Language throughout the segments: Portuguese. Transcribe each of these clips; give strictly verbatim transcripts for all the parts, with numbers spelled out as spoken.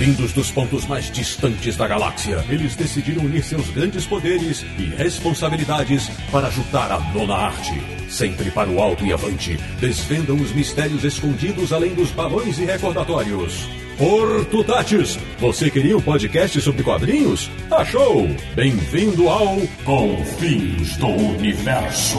Vindos dos pontos mais distantes da galáxia, eles decidiram unir seus grandes poderes e responsabilidades para ajudar a nona arte. Sempre para o alto e avante, desvendam os mistérios escondidos além dos balões e recordatórios. Ortutatis, você queria um podcast sobre quadrinhos? Achou! Bem-vindo ao Confins do Universo.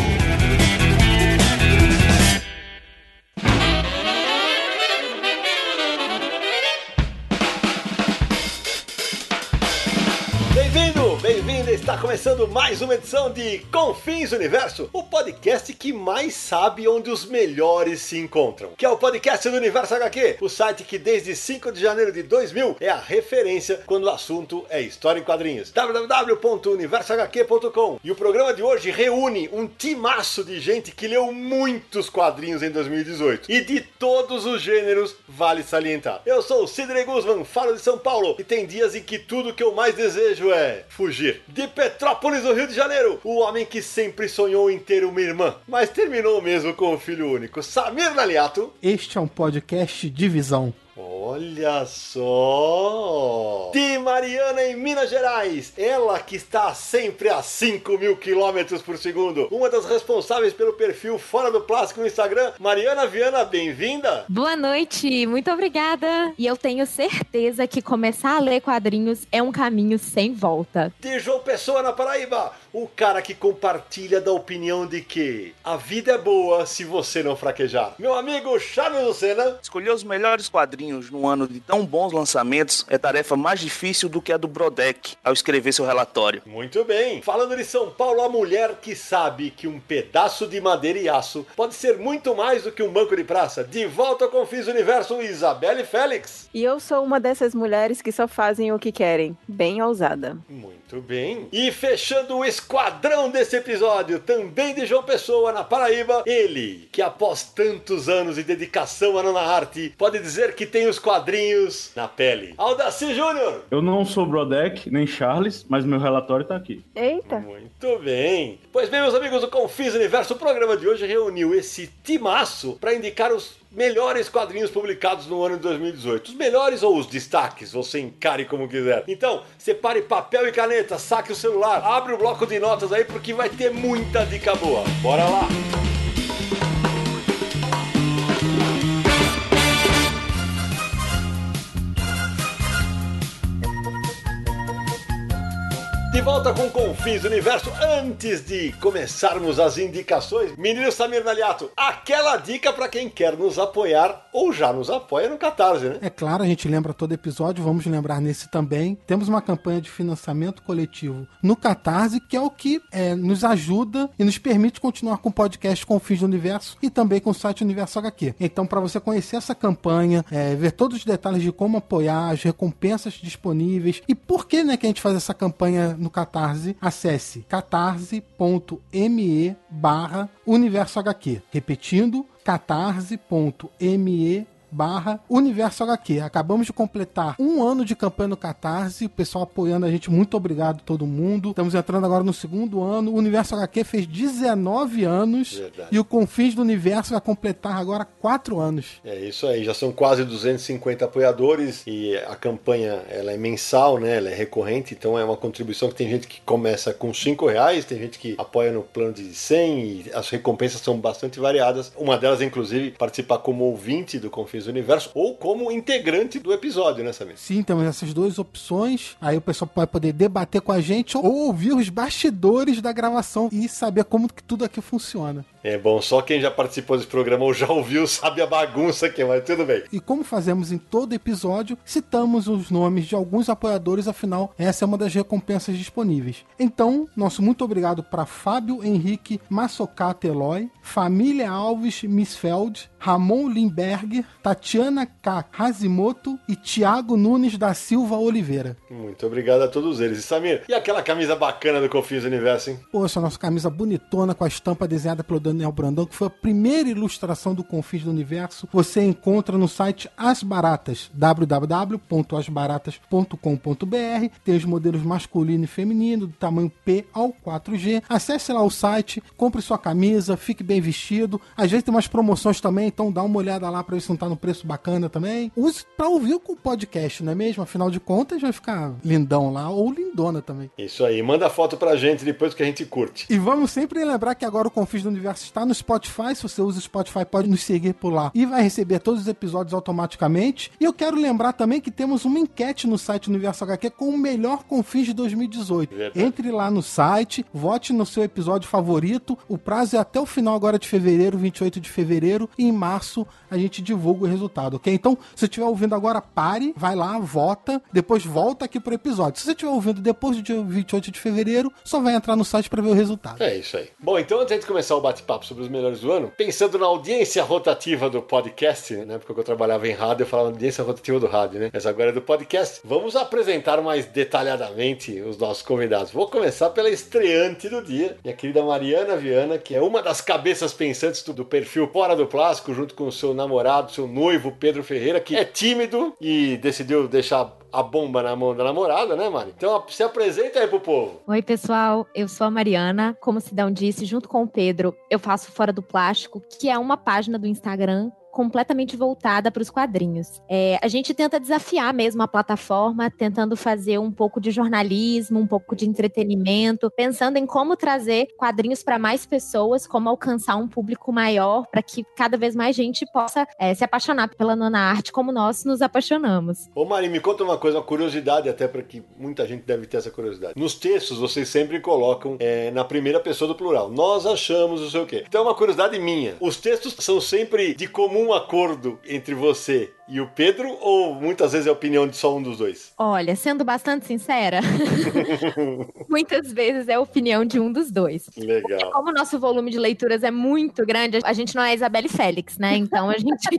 Está começando mais uma edição de Confins Universo, o podcast que mais sabe onde os melhores se encontram, que é o podcast do Universo agá quê, o site que desde cinco de janeiro de dois mil é a referência quando o assunto é história em quadrinhos, w w w ponto universo agá quê ponto com. E o programa de hoje reúne um timaço de gente que leu muitos quadrinhos em dois mil e dezoito, e de todos os gêneros, vale salientar. Eu sou o Sidney Guzman, falo de São Paulo, e tem dias em que tudo que eu mais desejo é fugir. De Petrópolis, no Rio de Janeiro, o homem que sempre sonhou em ter uma irmã, mas terminou mesmo com o filho único, Samir Naliato. Este é um podcast de visão. Olha só! De Mariana, em Minas Gerais, ela que está sempre a cinco mil quilômetros por segundo, uma das responsáveis pelo perfil Fora do Plástico no Instagram, Mariana Viana, bem-vinda! Boa noite, muito obrigada! E eu tenho certeza que começar a ler quadrinhos é um caminho sem volta. De João Pessoa, na Paraíba, o cara que compartilha da opinião de que a vida é boa se você não fraquejar. Meu amigo Charles Lucena. Escolher os melhores quadrinhos num ano de tão bons lançamentos é tarefa mais difícil do que a do Brodeck ao escrever seu relatório. Muito bem. Falando de São Paulo, a mulher que sabe que um pedaço de madeira e aço pode ser muito mais do que um banco de praça. De volta ao Confins Universo, Isabelle Félix. E eu sou uma dessas mulheres que só fazem o que querem. Bem ousada. Muito bem. E fechando o esquadrão desse episódio, também de João Pessoa, na Paraíba, ele, que após tantos anos de dedicação à nona arte, pode dizer que tem os quadrinhos na pele. Aldaci Júnior. Eu não sou Brodeck, nem Charles, mas meu relatório tá aqui. Eita. Muito bem. Pois bem, meus amigos do Confins Universo, o programa de hoje reuniu esse timaço para indicar os melhores quadrinhos publicados no ano de dois mil e dezoito. Os melhores ou os destaques, você encare como quiser. Então, separe papel e caneta, saque o celular, abre o bloco de notas aí porque vai ter muita dica boa. Bora lá! De volta com Confins do Universo. Antes de começarmos as indicações, menino Samir Naliato, aquela dica para quem quer nos apoiar ou já nos apoia no Catarse, né? É claro, a gente lembra todo episódio, vamos lembrar nesse também. Temos uma campanha de financiamento coletivo no Catarse, que é o que é, nos ajuda e nos permite continuar com o podcast Confins do Universo e também com o site Universo agá quê. Então, para você conhecer essa campanha, é, ver todos os detalhes de como apoiar, as recompensas disponíveis e por que, né, que a gente faz essa campanha no Catarse, acesse catarse.me barra Universo agá quê. Repetindo, catarse.me barra Universo agá quê. Acabamos de completar um ano de campanha no Catarse, o pessoal apoiando a gente, muito obrigado a todo mundo. Estamos entrando agora no segundo ano. O Universo agá quê fez dezenove anos. Verdade. E o Confins do Universo vai completar agora quatro anos. É isso aí, já são quase duzentos e cinquenta apoiadores e a campanha ela é mensal, né? Ela é recorrente, então é uma contribuição que tem gente que começa com cinco reais, tem gente que apoia no plano de cem e as recompensas são bastante variadas. Uma delas, inclusive, participar como ouvinte do Confins do Universo ou como integrante do episódio, né, Samir? Sim, temos essas duas opções. Aí o pessoal pode poder debater com a gente ou ouvir os bastidores da gravação e saber como que tudo aqui funciona. É bom, só quem já participou desse programa ou já ouviu sabe a bagunça que é, mas tudo bem. E como fazemos em todo episódio, citamos os nomes de alguns apoiadores, afinal, essa é uma das recompensas disponíveis. Então, nosso muito obrigado para Fábio Henrique Massocato Eloy, Família Alves Misfeld, Ramon Limberger, Tatiana K. Hazimoto e Tiago Nunes da Silva Oliveira. Muito obrigado a todos eles. E Samir, e aquela camisa bacana do Confins do Universo, hein? Poxa, nossa camisa bonitona com a estampa desenhada pelo Daniel Brandão, que foi a primeira ilustração do Confins do Universo. Você encontra no site As Baratas, w w w ponto as baratas ponto com ponto b r. Tem os modelos masculino e feminino, do tamanho P ao quatro G. Acesse lá o site, compre sua camisa, fique bem vestido. Às vezes tem umas promoções também, então dá uma olhada lá para ver se não tá no um preço bacana também. Use pra ouvir com o podcast, não é mesmo? Afinal de contas, vai ficar lindão lá, ou lindona também. Isso aí, manda foto pra gente depois que a gente curte. E vamos sempre lembrar que agora o Confins do Universo está no Spotify. Se você usa o Spotify, pode nos seguir por lá e vai receber todos os episódios automaticamente. E eu quero lembrar também que temos uma enquete no site Universo H Q com o melhor Confins de dois mil e dezoito. Verdade. Entre lá no site, vote no seu episódio favorito. O prazo é até o final agora de fevereiro, vinte e oito de fevereiro, e em março a gente divulga o resultado, ok? Então, se você estiver ouvindo agora, pare, vai lá, vota, depois volta aqui pro episódio. Se você estiver ouvindo depois do dia vinte e oito de fevereiro, só vai entrar no site para ver o resultado. É isso aí. Bom, então antes de começar o bate-papo sobre os melhores do ano, pensando na audiência rotativa do podcast, né? Porque eu trabalhava em rádio, eu falava audiência rotativa do rádio, né? Mas agora é do podcast. Vamos apresentar mais detalhadamente os nossos convidados. Vou começar pela estreante do dia, minha querida Mariana Viana, que é uma das cabeças pensantes do perfil Fora do Plástico, junto com o seu namorado, seu noivo, Pedro Ferreira, que é tímido e decidiu deixar a bomba na mão da namorada, né, Mari? Então se apresenta aí pro povo. Oi, pessoal, eu sou a Mariana. Como o Sidão disse, junto com o Pedro, eu faço Fora do Plástico, que é uma página do Instagram completamente voltada para os quadrinhos. É, a gente tenta desafiar mesmo a plataforma, tentando fazer um pouco de jornalismo, um pouco de entretenimento, pensando em como trazer quadrinhos para mais pessoas, como alcançar um público maior, para que cada vez mais gente possa é, se apaixonar pela nona arte, como nós nos apaixonamos. Ô Mari, me conta uma coisa, uma curiosidade, até para que muita gente deve ter essa curiosidade. Nos textos, vocês sempre colocam é, na primeira pessoa do plural. Nós achamos, não sei o quê. Então é uma curiosidade minha. Os textos são sempre de comum um acordo entre você e o Pedro, ou muitas vezes é a opinião de só um dos dois? Olha, sendo bastante sincera, muitas vezes é a opinião de um dos dois. Legal. Porque como o nosso volume de leituras é muito grande, a gente não é Isabelle Félix, né? Então a gente,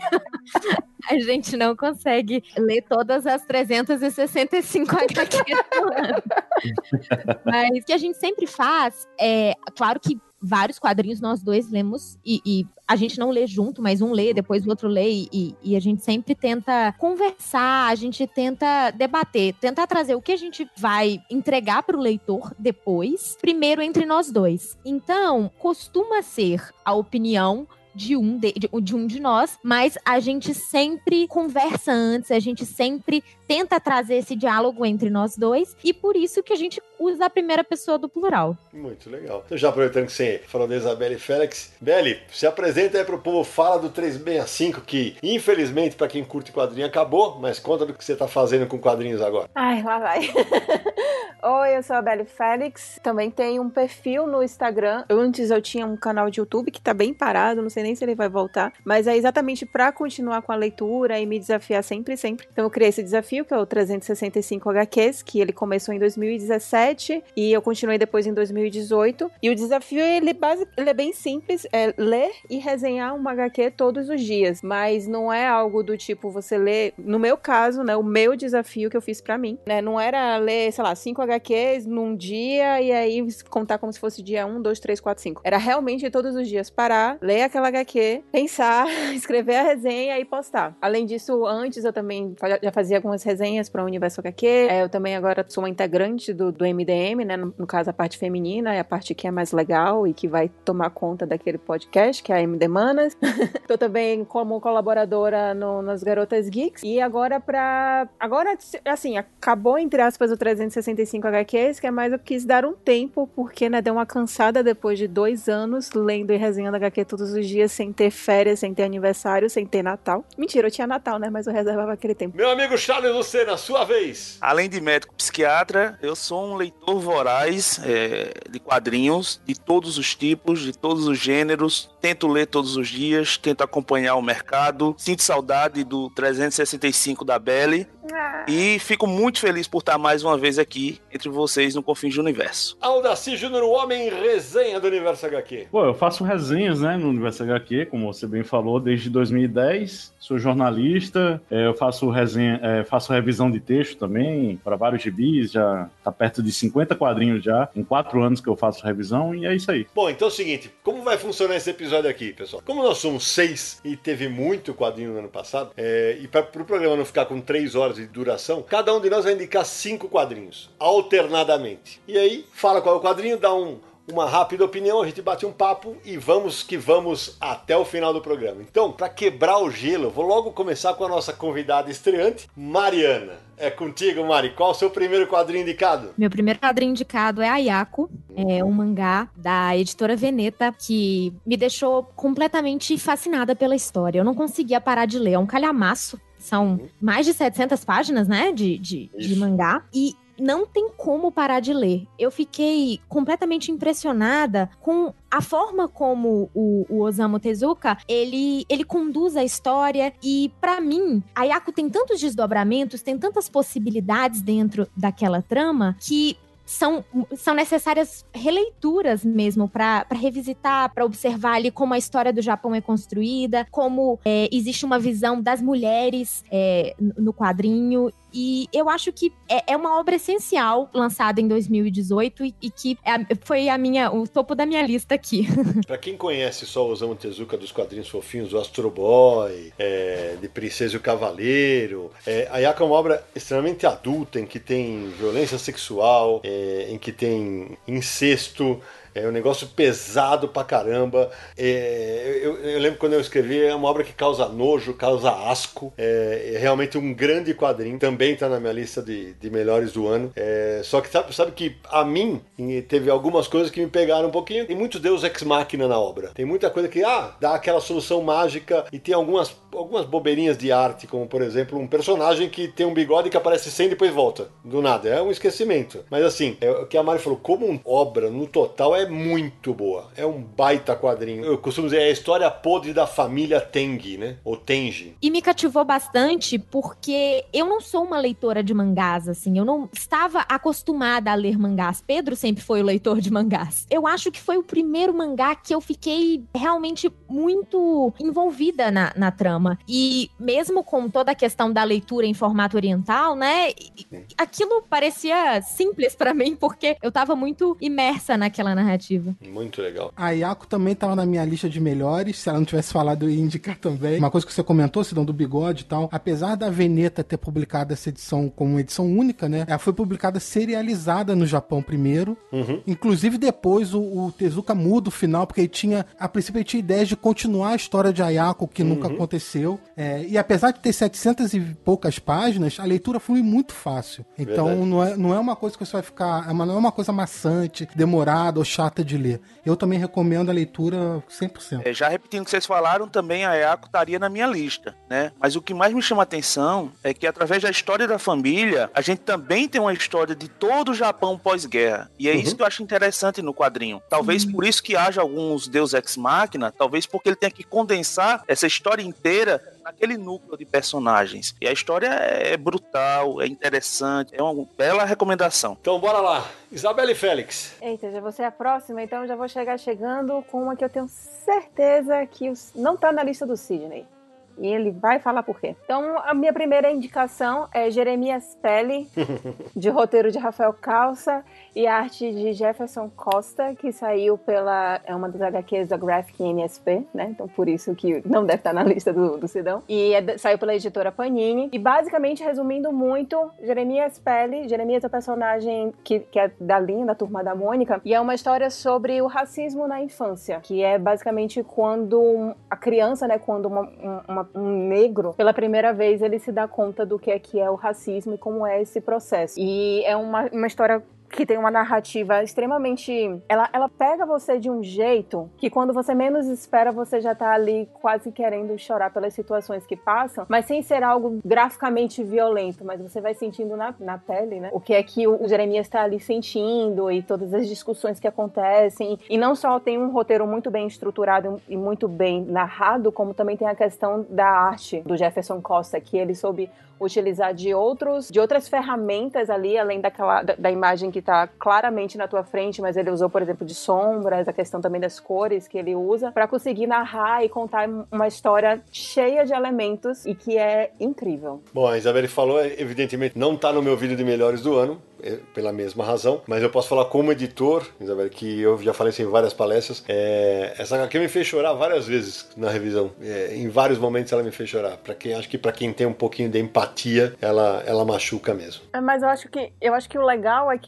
a gente não consegue ler todas as trezentas e sessenta e cinco agá quês do ano. Mas o que a gente sempre faz é, claro que vários quadrinhos nós dois lemos e, e a gente não lê junto, mas um lê, depois o outro lê e, e a gente sempre tenta conversar, a gente tenta debater, tentar trazer o que a gente vai entregar para o leitor depois, primeiro entre nós dois. Então, costuma ser a opinião de um de, de, de um de nós, mas a gente sempre conversa antes, a gente sempre tenta trazer esse diálogo entre nós dois, e por isso que a gente usa a primeira pessoa do plural. Muito legal. Então, já aproveitando que você falou da Isabelle Félix, Beli, se apresenta aí pro povo, fala do trezentos e sessenta e cinco, que infelizmente para quem curte quadrinho acabou, mas conta do que você tá fazendo com quadrinhos agora. Ai, lá vai. Oi, eu sou a Beli Félix, também tenho um perfil no Instagram. Antes eu tinha um canal de YouTube que tá bem parado, não sei nem se ele vai voltar, mas é exatamente pra continuar com a leitura e me desafiar sempre, sempre. Então eu criei esse desafio, que é o trezentos e sessenta e cinco agá quês, que ele começou em dois mil e dezessete e eu continuei depois em dois mil e dezoito. E o desafio, ele, base, ele é bem simples, é ler e resenhar uma agá quê todos os dias, mas não é algo do tipo você ler, no meu caso, né, o meu desafio que eu fiz pra mim, né, não era ler, sei lá, cinco agá quês num dia e aí contar como se fosse dia um, dois, três, quatro, cinco. Era realmente todos os dias parar, ler aquela agá quê, pensar, escrever a resenha e postar. Além disso, antes eu também já fazia algumas resenhas para o Universo agá quê. É, eu também agora sou uma integrante do, do M D M, né? No, no caso, a parte feminina é a parte que é mais legal e que vai tomar conta daquele podcast, que é a M D Manas. Tô também como colaboradora no, nas Garotas Geeks. E agora pra... Agora, assim, acabou, entre aspas, o trezentos e sessenta e cinco agá quês, que é mais eu quis dar um tempo, porque, né, deu uma cansada depois de dois anos lendo e resenhando agá quê todos os dias, sem ter férias, sem ter aniversário, sem ter Natal. Mentira, eu tinha Natal, né? Mas eu reservava aquele tempo. Meu amigo Charles Lucena, sua vez. Além de médico psiquiatra, eu sou um leitor voraz é, de quadrinhos, de todos os tipos, de todos os gêneros. Tento ler todos os dias, tento acompanhar o mercado. Sinto saudade do trezentos e sessenta e cinco da Beli. Ah. E fico muito feliz por estar mais uma vez aqui entre vocês no Confins do Universo. Aldaci Júnior, o homem resenha do Universo agá quê. Pô, eu faço resenhas, né, no Universo agá quê, como você bem falou, desde dois mil e dez. Sou jornalista, é, eu faço resenha, é, faço revisão de texto também para vários gibis, já tá perto de cinquenta quadrinhos já, em quatro anos que eu faço revisão, e é isso aí. Bom, então é o seguinte, como vai funcionar esse episódio aqui, pessoal? Como nós somos seis e teve muito quadrinho no ano passado, é, e para o programa não ficar com três horas de duração, cada um de nós vai indicar cinco quadrinhos, alternadamente. E aí, fala qual é o quadrinho, dá um uma rápida opinião, a gente bate um papo e vamos que vamos até o final do programa. Então, para quebrar o gelo, vou logo começar com a nossa convidada estreante, Mariana. É contigo, Mari. Qual o seu primeiro quadrinho indicado? Meu primeiro quadrinho indicado é Ayako, é um mangá da editora Veneta que me deixou completamente fascinada pela história. Eu não conseguia parar de ler, é um calhamaço. São mais de setecentas páginas, né, de, de, de mangá. E não tem como parar de ler. Eu fiquei completamente impressionada com a forma como o, o Osamu Tezuka, ele, ele conduz a história. E, pra mim, Ayako tem tantos desdobramentos, tem tantas possibilidades dentro daquela trama que São, são necessárias releituras mesmo para revisitar, para observar ali como a história do Japão é construída, como é, existe uma visão das mulheres é, no quadrinho. E eu acho que é, é uma obra essencial, lançada em dois mil e dezoito e, e que é, foi a minha, o topo da minha lista aqui. Pra quem conhece só o Osamu Tezuka dos quadrinhos fofinhos, o Astro Boy, é, de Princesa e o Cavaleiro, é, Ayako é uma obra extremamente adulta, em que tem violência sexual, é, em que tem incesto. É um negócio pesado pra caramba. É, eu, eu lembro quando eu escrevi, é uma obra que causa nojo, causa asco. É, é realmente um grande quadrinho. Também tá na minha lista de, de melhores do ano. É, só que sabe, sabe que a mim teve algumas coisas que me pegaram um pouquinho. Tem muito Deus Ex Machina na obra. Tem muita coisa que ah, dá aquela solução mágica e tem algumas, algumas bobeirinhas de arte, como por exemplo um personagem que tem um bigode que aparece sem e depois volta. Do nada. É um esquecimento. Mas assim, é o que a Mari falou, como uma obra no total é muito boa. É um baita quadrinho. Eu costumo dizer, é a história podre da família Tengi, né? Ou Tenji. E me cativou bastante porque eu não sou uma leitora de mangás, assim. Eu não estava acostumada a ler mangás. Pedro sempre foi o leitor de mangás. Eu acho que foi o primeiro mangá que eu fiquei realmente muito envolvida na, na trama. E mesmo com toda a questão da leitura em formato oriental, né? Aquilo parecia simples pra mim, porque eu tava muito imersa naquela narrativa. Muito legal. A Ayako também estava na minha lista de melhores. Se ela não tivesse falado, eu ia indicar também. Uma coisa que você comentou, Cidão, do bigode e tal. Apesar da Veneta ter publicado essa edição como uma edição única, né? Ela foi publicada serializada no Japão primeiro. Uhum. Inclusive, depois o, o Tezuka muda o final, porque ele tinha, a princípio, ele tinha ideia de continuar a história de Ayako, que uhum. nunca aconteceu. É, e apesar de ter setecentas e poucas páginas, a leitura flui muito fácil. Então, não é, não é uma coisa que você vai ficar... Não é uma coisa maçante, demorada ou chata de ler. Eu também recomendo a leitura cem por cento. É, já repetindo o que vocês falaram, também a Ayako estaria na minha lista, né? Mas o que mais me chama a atenção é que através da história da família, a gente também tem uma história de todo o Japão pós-guerra. E é uhum. isso que eu acho interessante no quadrinho. Talvez uhum. por isso que haja alguns Deus Ex Machina, talvez porque ele tenha que condensar essa história inteira naquele núcleo de personagens. E a história é brutal, é interessante, é uma bela recomendação. Então bora lá, Isabelle Félix. Eita, já vou ser a próxima, então já vou chegar chegando com uma que eu tenho certeza que não tá na lista do Sidney. E ele vai falar por quê. Então, a minha primeira indicação é Jeremias Pele, de roteiro de Rafael Calça e arte de Jefferson Costa, que saiu pela... é uma das H Qs da Graphic N S P, né? Então, por isso que não deve estar na lista do, do Sidão. E é, saiu pela editora Panini. E, basicamente, resumindo muito, Jeremias Pele... Jeremias é o personagem que, que é da linha, da Turma da Mônica. E é uma história sobre o racismo na infância. Que é, basicamente, quando a criança, né? Quando uma... uma um negro, pela primeira vez ele se dá conta do que é que é o racismo e como é esse processo. E é uma, uma história que tem uma narrativa extremamente... Ela, ela pega você de um jeito que quando você menos espera, você já tá ali quase querendo chorar pelas situações que passam, mas sem ser algo graficamente violento, mas você vai sentindo na, na pele, né? O que é que o, o Jeremias tá ali sentindo e todas as discussões que acontecem. E não só tem um roteiro muito bem estruturado e muito bem narrado, como também tem a questão da arte do Jefferson Costa, que ele soube utilizar de, outros, de outras ferramentas ali, além daquela, da, da imagem que está claramente na tua frente, mas ele usou, por exemplo, de sombras, a questão também das cores que ele usa, para conseguir narrar e contar uma história cheia de elementos e que é incrível. Bom, a Isabelle falou, evidentemente não está no meu vídeo de melhores do ano, pela mesma razão, mas eu posso falar como editor, Isabelle, que eu já falei isso em várias palestras, é, essa H Q me fez chorar várias vezes na revisão, é, em vários momentos ela me fez chorar, para quem, acho que para quem tem um pouquinho de empatia, ela, ela machuca mesmo. É, mas eu acho que eu acho que o legal é que ela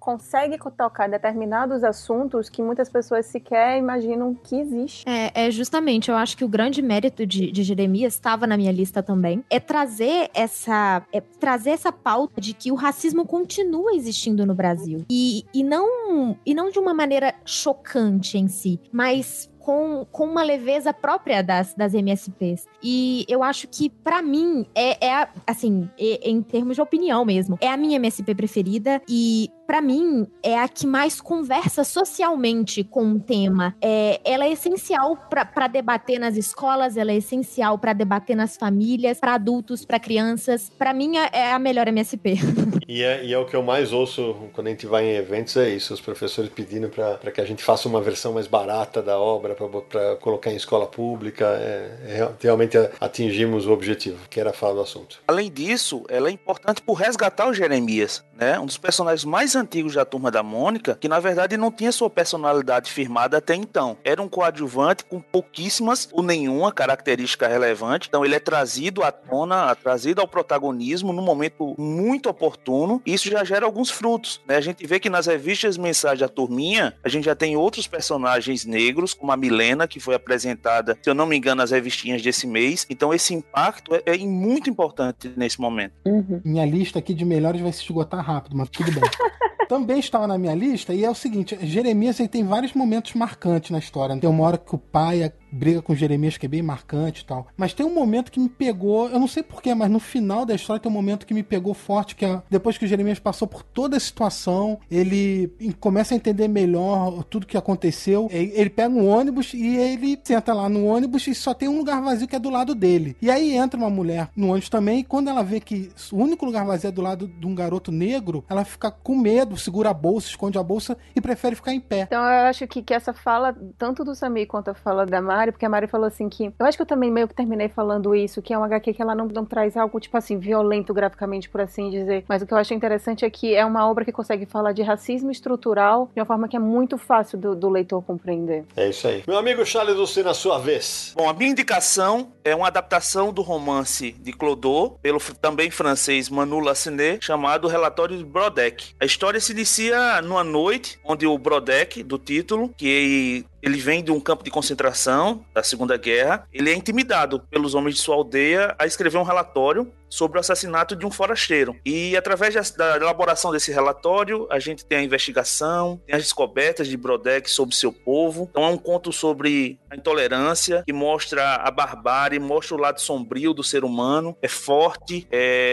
consegue tocar determinados assuntos que muitas pessoas sequer imaginam que existe. É, é justamente, eu acho que o grande mérito de, de Jeremias, estava na minha lista também, é trazer essa, é trazer essa pauta de que o racismo continua existindo no Brasil. E, e, não, e não de uma maneira chocante em si, mas com, com uma leveza própria das, das M S Ps. E eu acho que, pra mim, é, é a, assim, é, em termos de opinião mesmo, é a minha M S P preferida e, pra mim, é a que mais conversa socialmente com o tema. É, ela é essencial pra, pra debater nas escolas, ela é essencial pra debater nas famílias, pra adultos, pra crianças. Pra mim, é a melhor M S P. E é, e é o que eu mais ouço quando a gente vai em eventos, é isso, os professores pedindo pra, pra que a gente faça uma versão mais barata da obra, para colocar em escola pública. É, é, realmente atingimos o objetivo, que era falar do assunto. Além disso, ela é importante por resgatar o Jeremias, né? Um dos personagens mais antigos da Turma da Mônica, que na verdade não tinha sua personalidade firmada até então. Era um coadjuvante com pouquíssimas ou nenhuma característica relevante. Então ele é trazido à tona, trazido ao protagonismo num momento muito oportuno, e isso já gera alguns frutos, né? A gente vê que nas revistas mensais da Turminha, a gente já tem outros personagens negros, como a Milena, que foi apresentada, se eu não me engano, nas revistinhas desse mês. Então esse impacto é, é muito importante nesse momento. Uhum. Minha lista aqui de melhores vai se esgotar rápido, mas tudo bem. Também estava na minha lista, e é o seguinte, Jeremias ele tem vários momentos marcantes na história. Tem uma hora que o pai briga com Jeremias, que é bem marcante e tal. Mas tem um momento que me pegou, eu não sei porquê, mas no final da história tem um momento que me pegou forte, que é depois que o Jeremias passou por toda a situação, ele começa a entender melhor tudo que aconteceu. Ele pega um ônibus e ele senta lá no ônibus e só tem um lugar vazio que é do lado dele. E aí entra uma mulher no ônibus também, e quando ela vê que o único lugar vazio é do lado de um garoto negro, ela fica com medo, segura a bolsa, esconde a bolsa e prefere ficar em pé. Então eu acho que, que essa fala, tanto do Samir quanto a fala da Mari, porque a Mari falou assim que, eu acho que eu também meio que terminei falando isso, que é um H Q que ela não, não traz algo, tipo assim, violento graficamente, por assim dizer, mas o que eu acho interessante é que é uma obra que consegue falar de racismo estrutural de uma forma que é muito fácil do, do leitor compreender. É isso aí. Meu amigo Charles, você na sua vez. Bom, a minha indicação é uma adaptação do romance de Clodo, pelo também francês Manu Lacenet, chamado Relatório de Brodeck. A história se inicia numa noite onde o Brodeck, do título, que ele vem de um campo de concentração da Segunda Guerra, ele é intimidado pelos homens de sua aldeia a escrever um relatório sobre o assassinato de um forasteiro. E através da elaboração desse relatório, a gente tem a investigação, tem as descobertas de Brodeck sobre seu povo. Então é um conto sobre a intolerância, que mostra a barbárie, mostra o lado sombrio do ser humano. É forte,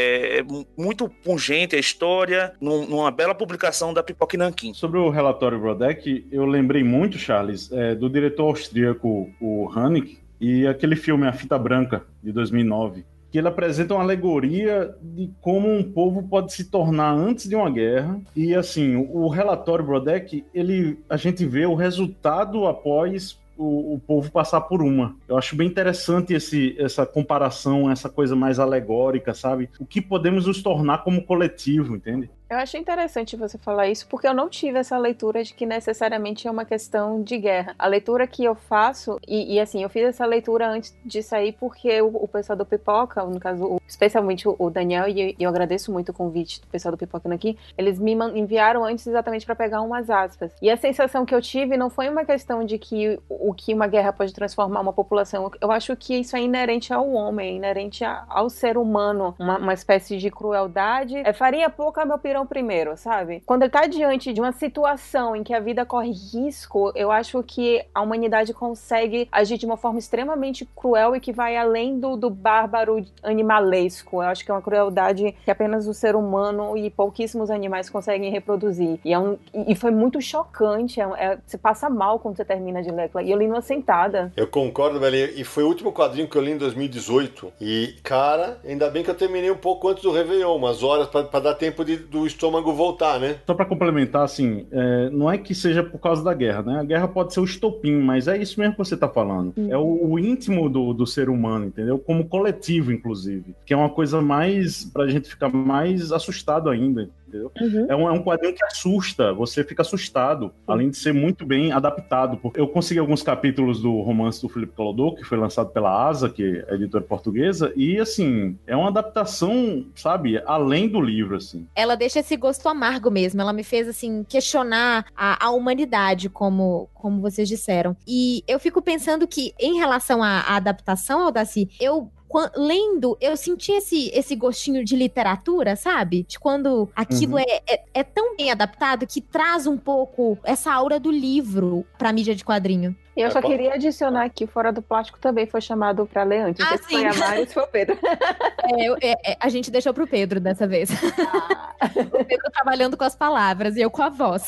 é muito pungente a história, numa bela publicação da Pipoca e Nanquim. Sobre o relatório Brodeck, eu lembrei muito, Charles, é, do diretor austríaco, o Haneke, e aquele filme A Fita Branca, de dois mil e nove, que ele apresenta uma alegoria de como um povo pode se tornar antes de uma guerra. E, assim, o relatório Brodeck, ele, a gente vê o resultado após o, o povo passar por uma. Eu acho bem interessante esse, essa comparação, essa coisa mais alegórica, sabe? O que podemos nos tornar como coletivo, entende? Eu achei interessante você falar isso, porque eu não tive essa leitura de que necessariamente é uma questão de guerra. A leitura que eu faço, e, e assim, eu fiz essa leitura antes de sair porque o, o pessoal do Pipoca, no caso, o, especialmente o, o Daniel, e eu agradeço muito o convite do pessoal do Pipoca aqui, eles me enviaram antes exatamente para pegar umas aspas. E a sensação que eu tive não foi uma questão de que o que uma guerra pode transformar uma população. Eu acho que isso é inerente ao homem, é inerente a, ao ser humano, uma, uma espécie de crueldade. É, faria pouco a meu pirão primeiro, sabe? Quando ele tá diante de uma situação em que a vida corre risco, eu acho que a humanidade consegue agir de uma forma extremamente cruel e que vai além do, do bárbaro animalesco. Eu acho que é uma crueldade que apenas o ser humano e pouquíssimos animais conseguem reproduzir. E, é um, e foi muito chocante. É, é, você passa mal quando você termina de ler. E eu li numa sentada. Eu concordo, velho. E foi o último quadrinho que eu li em dois mil e dezoito. E, cara, ainda bem que eu terminei um pouco antes do Réveillon, umas horas pra, pra dar tempo de, do estômago voltar, né? Só pra complementar, assim, é, não é que seja por causa da guerra, né? A guerra pode ser o estopim, mas é isso mesmo que você tá falando. Hum. É o, o íntimo do, do ser humano, entendeu? Como coletivo, inclusive. Que é uma coisa mais, pra gente ficar mais assustado ainda. entendeu? Uhum. É, um, é um quadrinho que assusta, você fica assustado, além de ser muito bem adaptado. Eu consegui alguns capítulos do romance do Philippe Clodo, que foi lançado pela Asa, que é a editora portuguesa, e assim, é uma adaptação, sabe, além do livro, assim. Ela deixa esse gosto amargo mesmo, ela me fez, assim, questionar a, a humanidade, como, como vocês disseram. E eu fico pensando que, em relação à, à adaptação, Aldaci, eu... lendo, eu senti esse, esse gostinho de literatura, sabe? De quando aquilo uhum. é, é, é tão bem adaptado que traz um pouco essa aura do livro pra mídia de quadrinho. Eu só queria adicionar aqui, Fora do Plástico também foi chamado pra ler antes. Ah, esse foi a Mari, esse foi o Pedro. É, eu, é, a gente deixou pro Pedro dessa vez. Ah. O Pedro trabalhando com as palavras e eu com a voz.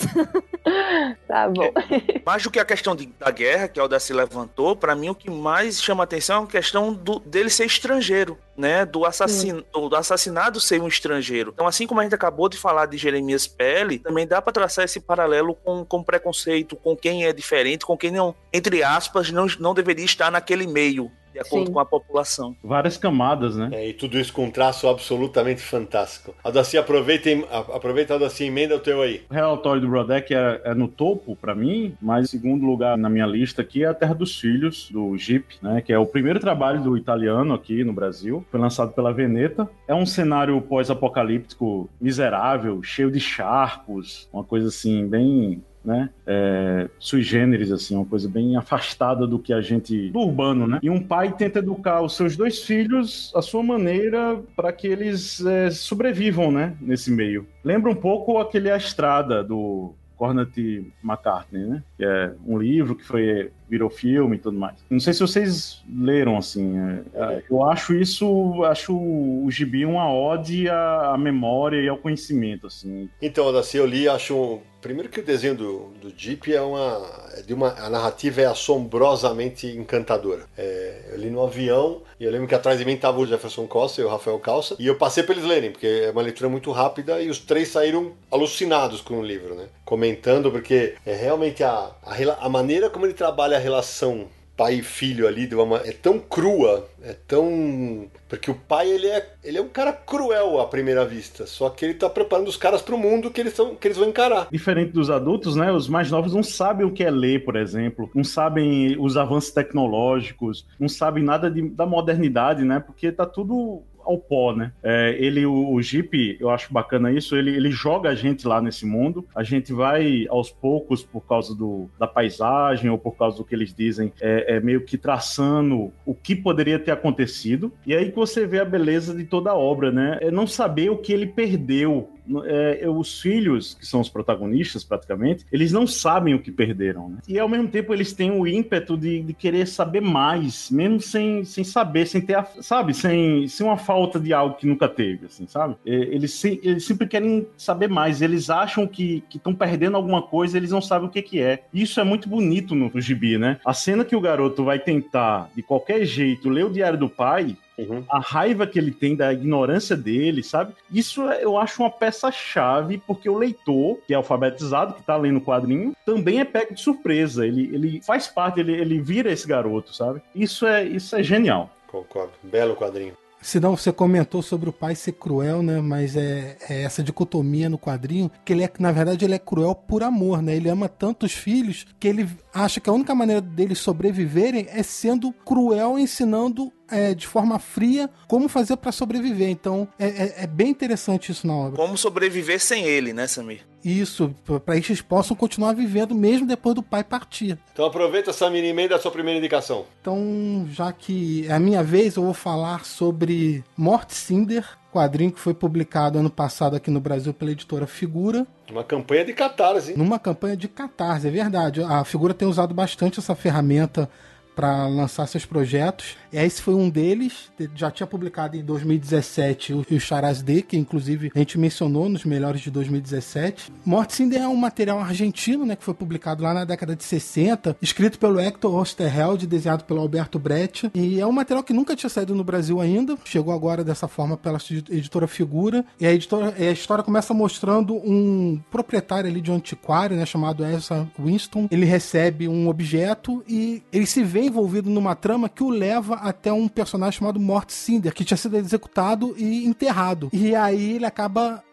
Tá bom. É, mais do que a questão de, da guerra que o Aldaci levantou, pra mim o que mais chama atenção é a questão do, dele ser estrangeiro, né? Do, assassin, do assassinado ser um estrangeiro. Então, assim como a gente acabou de falar de Jeremias Pelle, também dá pra traçar esse paralelo com, com preconceito, com quem é diferente, com quem não, entre aspas, não, não deveria estar naquele meio, de acordo Sim. com a população. Várias camadas, né? É, e tudo isso com um traço absolutamente fantástico. Aldaci, aproveita, aproveita Aldaci, emenda o teu aí. O relatório do Brodeck é, é no topo, pra mim, mas em segundo lugar na minha lista aqui é A Terra dos Filhos, do Jeep, né? Que é o primeiro trabalho do italiano aqui no Brasil. Foi lançado pela Veneta. É um cenário pós-apocalíptico miserável, cheio de charcos, uma coisa assim, bem... né, é, sui generis, assim, uma coisa bem afastada do que a gente, do urbano, né, e um pai tenta educar os seus dois filhos à sua maneira para que eles é, sobrevivam, né, nesse meio. Lembra um pouco aquele A Estrada, do Cornette McCartney, né, que é um livro que foi, virou filme e tudo mais. Não sei se vocês leram, assim, é, eu acho isso, acho o gibi uma ode à, à memória e ao conhecimento, assim. Então, Aldaci, eu li, acho um... Primeiro que o desenho do, do Jeep é uma, é de uma... A narrativa é assombrosamente encantadora. É, eu li no avião e eu lembro que atrás de mim estava o Jefferson Costa e o Rafael Calça. E eu passei para eles lerem, porque é uma leitura muito rápida e os três saíram alucinados com o livro, né? Comentando, porque é realmente a, a, a maneira como ele trabalha a relação pai e filho ali de uma, é tão crua, é tão... Porque o pai, ele é, ele é um cara cruel à primeira vista, só que ele tá preparando os caras pro mundo que eles, tão, que eles vão encarar. Diferente dos adultos, né, os mais novos não sabem o que é ler, por exemplo, não sabem os avanços tecnológicos, não sabem nada de, da modernidade, né, porque tá tudo... ao pó, né? É, ele, o, o Jeep, eu acho bacana isso, ele, ele joga a gente lá nesse mundo, a gente vai aos poucos, por causa do, da paisagem ou por causa do que eles dizem, é, é meio que traçando o que poderia ter acontecido, e aí que você vê a beleza de toda a obra, né? É não saber o que ele perdeu. É, os filhos, que são os protagonistas praticamente, eles não sabem o que perderam, né? E ao mesmo tempo eles têm o ímpeto de, de querer saber mais, mesmo sem, sem saber, sem ter, a, sabe, sem, sem uma falta de algo que nunca teve, assim, sabe? Eles, eles sempre querem saber mais, eles acham que estão perdendo alguma coisa, eles não sabem o que, que é. Isso é muito bonito no, no gibi, né? A cena que o garoto vai tentar, de qualquer jeito, ler o diário do pai, uhum. A raiva que ele tem da ignorância dele, sabe? Isso eu acho uma peça-chave, porque o leitor, que é alfabetizado, que tá lendo o quadrinho, também é pego de surpresa. Ele, ele faz parte, ele, ele vira esse garoto, sabe? Isso é, isso é genial. Concordo. Belo quadrinho. Sidão, você comentou sobre o pai ser cruel, né? Mas é, é essa dicotomia no quadrinho, que ele é, na verdade, ele é cruel por amor, né? Ele ama tanto os filhos que ele acha que a única maneira deles sobreviverem é sendo cruel, ensinando é, de forma fria como fazer para sobreviver. Então, é, é, é bem interessante isso na obra. Como sobreviver sem ele, né, Samir? Isso, para eles possam continuar vivendo mesmo depois do pai partir. Então aproveita, Samir, e emenda a sua primeira indicação. Então, já que é a minha vez, eu vou falar sobre Mort Cinder, quadrinho que foi publicado ano passado aqui no Brasil pela editora Figura. Uma campanha de catarse, hein? Numa campanha de catarse, é verdade. A Figura tem usado bastante essa ferramenta para lançar seus projetos. Esse foi um deles, já tinha publicado em dois mil e dezessete o Charaz D, que inclusive a gente mencionou nos melhores de dois mil e dezessete. Mort Cinder é um material argentino, né, que foi publicado lá na década de sessenta, escrito pelo Hector Osterheld, desenhado pelo Alberto Brecht, e é um material que nunca tinha saído no Brasil ainda, chegou agora dessa forma pela editora Figura, e a, editora, a história começa mostrando um proprietário ali de um antiquário, né, chamado Ezra Winston. Ele recebe um objeto e ele se vê envolvido numa trama que o leva até um personagem chamado Mort Cinder, que tinha sido executado e enterrado. E aí ele acaba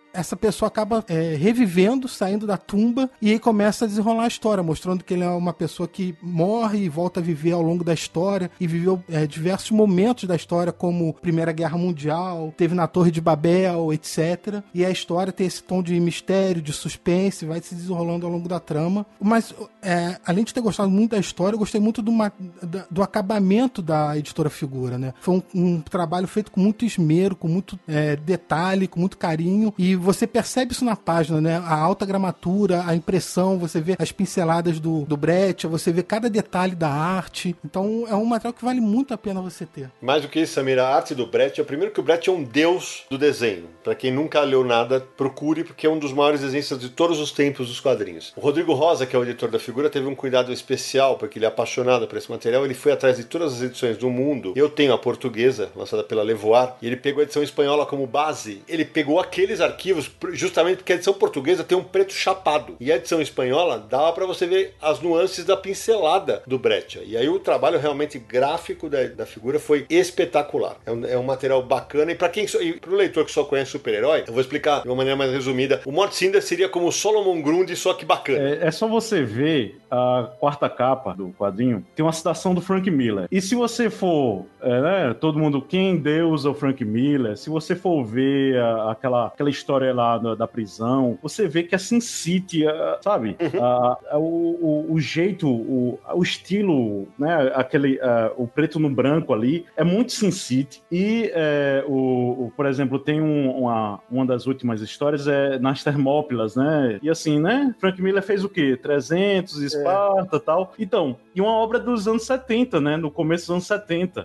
essa pessoa acaba é, revivendo, saindo da tumba, e aí começa a desenrolar a história, mostrando que ele é uma pessoa que morre e volta a viver ao longo da história, e viveu é, diversos momentos da história, como Primeira Guerra Mundial, teve na Torre de Babel, etcétera. E a história tem esse tom de mistério, de suspense, vai se desenrolando ao longo da trama. Mas, é, além de ter gostado muito da história, eu gostei muito do, uma, do acabamento da editora Figura, né? Foi um, um trabalho feito com muito esmero, com muito é, detalhe, com muito carinho, e você percebe isso na página, né? A alta gramatura, a impressão, você vê as pinceladas do, do Brecht, você vê cada detalhe da arte. Então é um material que vale muito a pena você ter. Mais do que isso, Samir, a arte do Brecht, é o primeiro que o Brecht é um deus do desenho. Pra quem nunca leu nada, procure, porque é um dos maiores desenhistas de todos os tempos dos quadrinhos. O Rodrigo Rosa, que é o editor da Figura, teve um cuidado especial, porque ele é apaixonado por esse material, ele foi atrás de todas as edições do mundo. Eu tenho a portuguesa, lançada pela Levoar, e ele pegou a edição espanhola como base. Ele pegou aqueles arquivos, justamente porque a edição portuguesa tem um preto chapado, e a edição espanhola dava pra você ver as nuances da pincelada do Brecht. E aí o trabalho realmente gráfico da, da Figura foi espetacular. É um, é um material bacana, e para quem e pro leitor que só conhece super-herói, eu vou explicar de uma maneira mais resumida. O Mort Cinder seria como o Solomon Grundy, só que bacana. É, é só você ver a quarta capa do quadrinho, tem uma citação do Frank Miller. E se você for, é, né, todo mundo, quem Deus é o Frank Miller, se você for ver a, aquela, aquela história lá da, da prisão, você vê que a Sin City, a, sabe, uhum. a, a, o, o, o jeito, o, o estilo, né, aquele, a, o preto no branco ali, é muito Sin City. E, é, o, o, por exemplo, tem um, uma, uma das últimas histórias é nas Termópilas, né? E assim, né? Frank Miller fez o quê? trezentos, Esparta e é. tal. Então, e uma obra dos anos setenta, né? No começo dos anos setenta.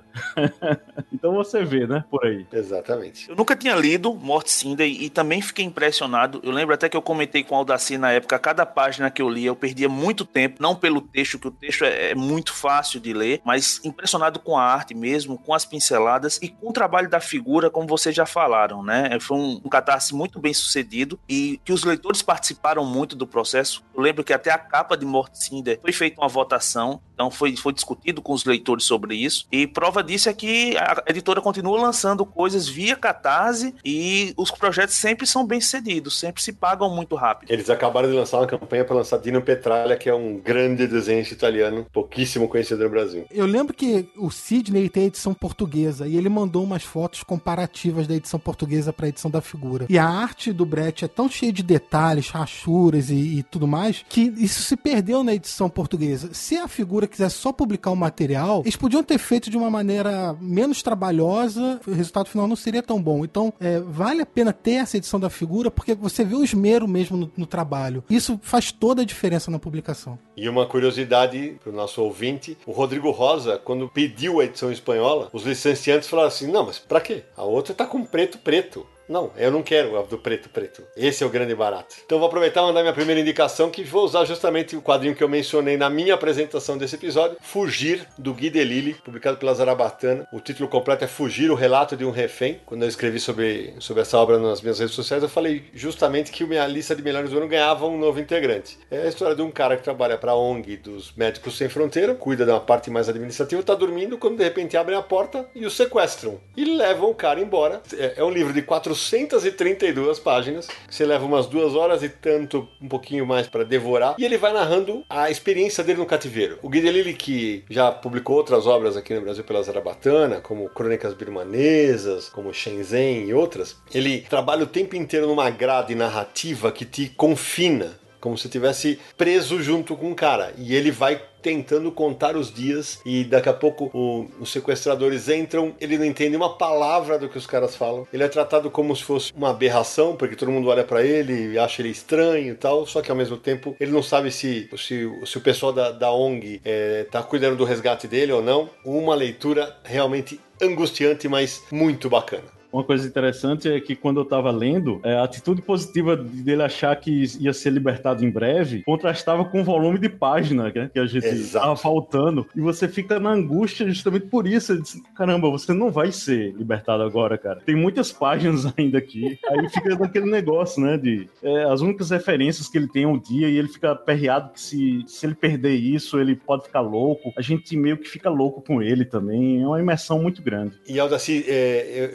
Então você vê, né? Por aí. Exatamente. Eu nunca tinha lido Mort Cinder e também fiquei impressionado. Eu lembro até que eu comentei com o Aldaci na época, cada página que eu lia, eu perdia muito tempo, não pelo texto, que o texto é, é muito fácil de ler, mas impressionado com a arte mesmo, com as pinceladas e com o trabalho da Figura, como vocês já falaram, né? Foi um, um catarse muito bem sucedido e que os leitores participaram muito do processo. Eu lembro que até a capa de Mort Cinder foi feita uma votação, então foi, foi discutido com os leitores sobre isso, e prova disso é que a editora continua lançando coisas via Catarse e os projetos sempre são bem sucedidos, sempre se pagam muito rápido. Eles acabaram de lançar uma campanha para lançar Dino Petralha, que é um grande desenhista italiano, pouquíssimo conhecido no Brasil. Eu lembro que o Sidney tem a edição portuguesa e ele mandou umas fotos comparativas da edição portuguesa para a edição da Figura. E a arte do Brecht é tão cheia de detalhes, rachuras e, e tudo mais, que isso se perdeu na edição portuguesa. Se a Figura quisesse só publicar o material, eles podiam ter feito de uma maneira menos trabalhosa, o resultado final não seria tão bom. Então, é, vale a pena ter essa edição da Figura, porque você vê o esmero mesmo no, no trabalho. Isso faz toda a diferença na publicação. E uma curiosidade para o nosso ouvinte, o Rodrigo Rosa, quando pediu a edição espanhola, os licenciantes falaram assim, não, mas pra quê? A outra tá com preto preto. Não, eu não quero a do preto preto. Esse é o grande barato. Então vou aproveitar e mandar minha primeira indicação, que vou usar justamente o quadrinho que eu mencionei na minha apresentação desse episódio, Fugir, do Gui Delisle, publicado pela Zarabatana. O título completo é Fugir, o relato de um refém. Quando eu escrevi sobre, sobre essa obra nas minhas redes sociais, eu falei justamente que a minha lista de melhores do ano ganhava um novo integrante. É a história de um cara que trabalha para a O N G dos Médicos Sem Fronteira, cuida de uma parte mais administrativa, tá dormindo, quando de repente abrem a porta e o sequestram. E levam o cara embora. É, é um livro de quatrocentas e trinta e duas páginas, você leva umas duas horas e tanto, um pouquinho mais para devorar, e ele vai narrando a experiência dele no cativeiro. O Gui Delisle, que já publicou outras obras aqui no Brasil pela Zarabatana, como Crônicas Birmanesas, como Shenzhen e outras, ele trabalha o tempo inteiro numa grade narrativa que te confina, como se estivesse preso junto com o cara, e ele vai tentando contar os dias, e daqui a pouco o, os sequestradores entram, ele não entende uma palavra do que os caras falam, ele é tratado como se fosse uma aberração, porque todo mundo olha pra ele e acha ele estranho e tal, só que ao mesmo tempo ele não sabe se, se, se o pessoal da, da O N G é, tá cuidando do resgate dele ou não. Uma leitura realmente angustiante, mas muito bacana. Uma coisa interessante é que quando eu tava lendo, a atitude positiva dele achar que ia ser libertado em breve contrastava com o volume de página, né, que a gente Exato. Tava faltando. E você fica na angústia justamente por isso. Eu disse, caramba, você não vai ser libertado agora, cara. Tem muitas páginas ainda aqui. Aí fica naquele negócio, né, de é, as únicas referências que ele tem ao dia, e ele fica aperreado que se, se ele perder isso, ele pode ficar louco. A gente meio que fica louco com ele também. É uma imersão muito grande. E, Aldaci, é, eu, eu cheguei a conversar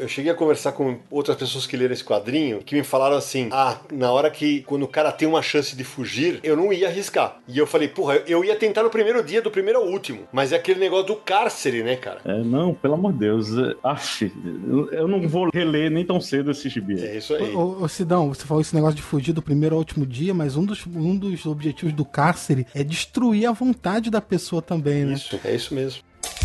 conversar com outras pessoas que leram esse quadrinho, que me falaram assim, ah, na hora que, quando o cara tem uma chance de fugir, eu não ia arriscar. E eu falei, porra, eu ia tentar no primeiro dia, do primeiro ao último. Mas é aquele negócio do cárcere, né, cara? É, não, pelo amor de Deus. Aff, eu não vou reler nem tão cedo esse gibi. É isso aí. Ô, ô, Sidão, você falou esse negócio de fugir do primeiro ao último dia, mas um dos, um dos objetivos do cárcere é destruir a vontade da pessoa também, né? Isso, é isso mesmo.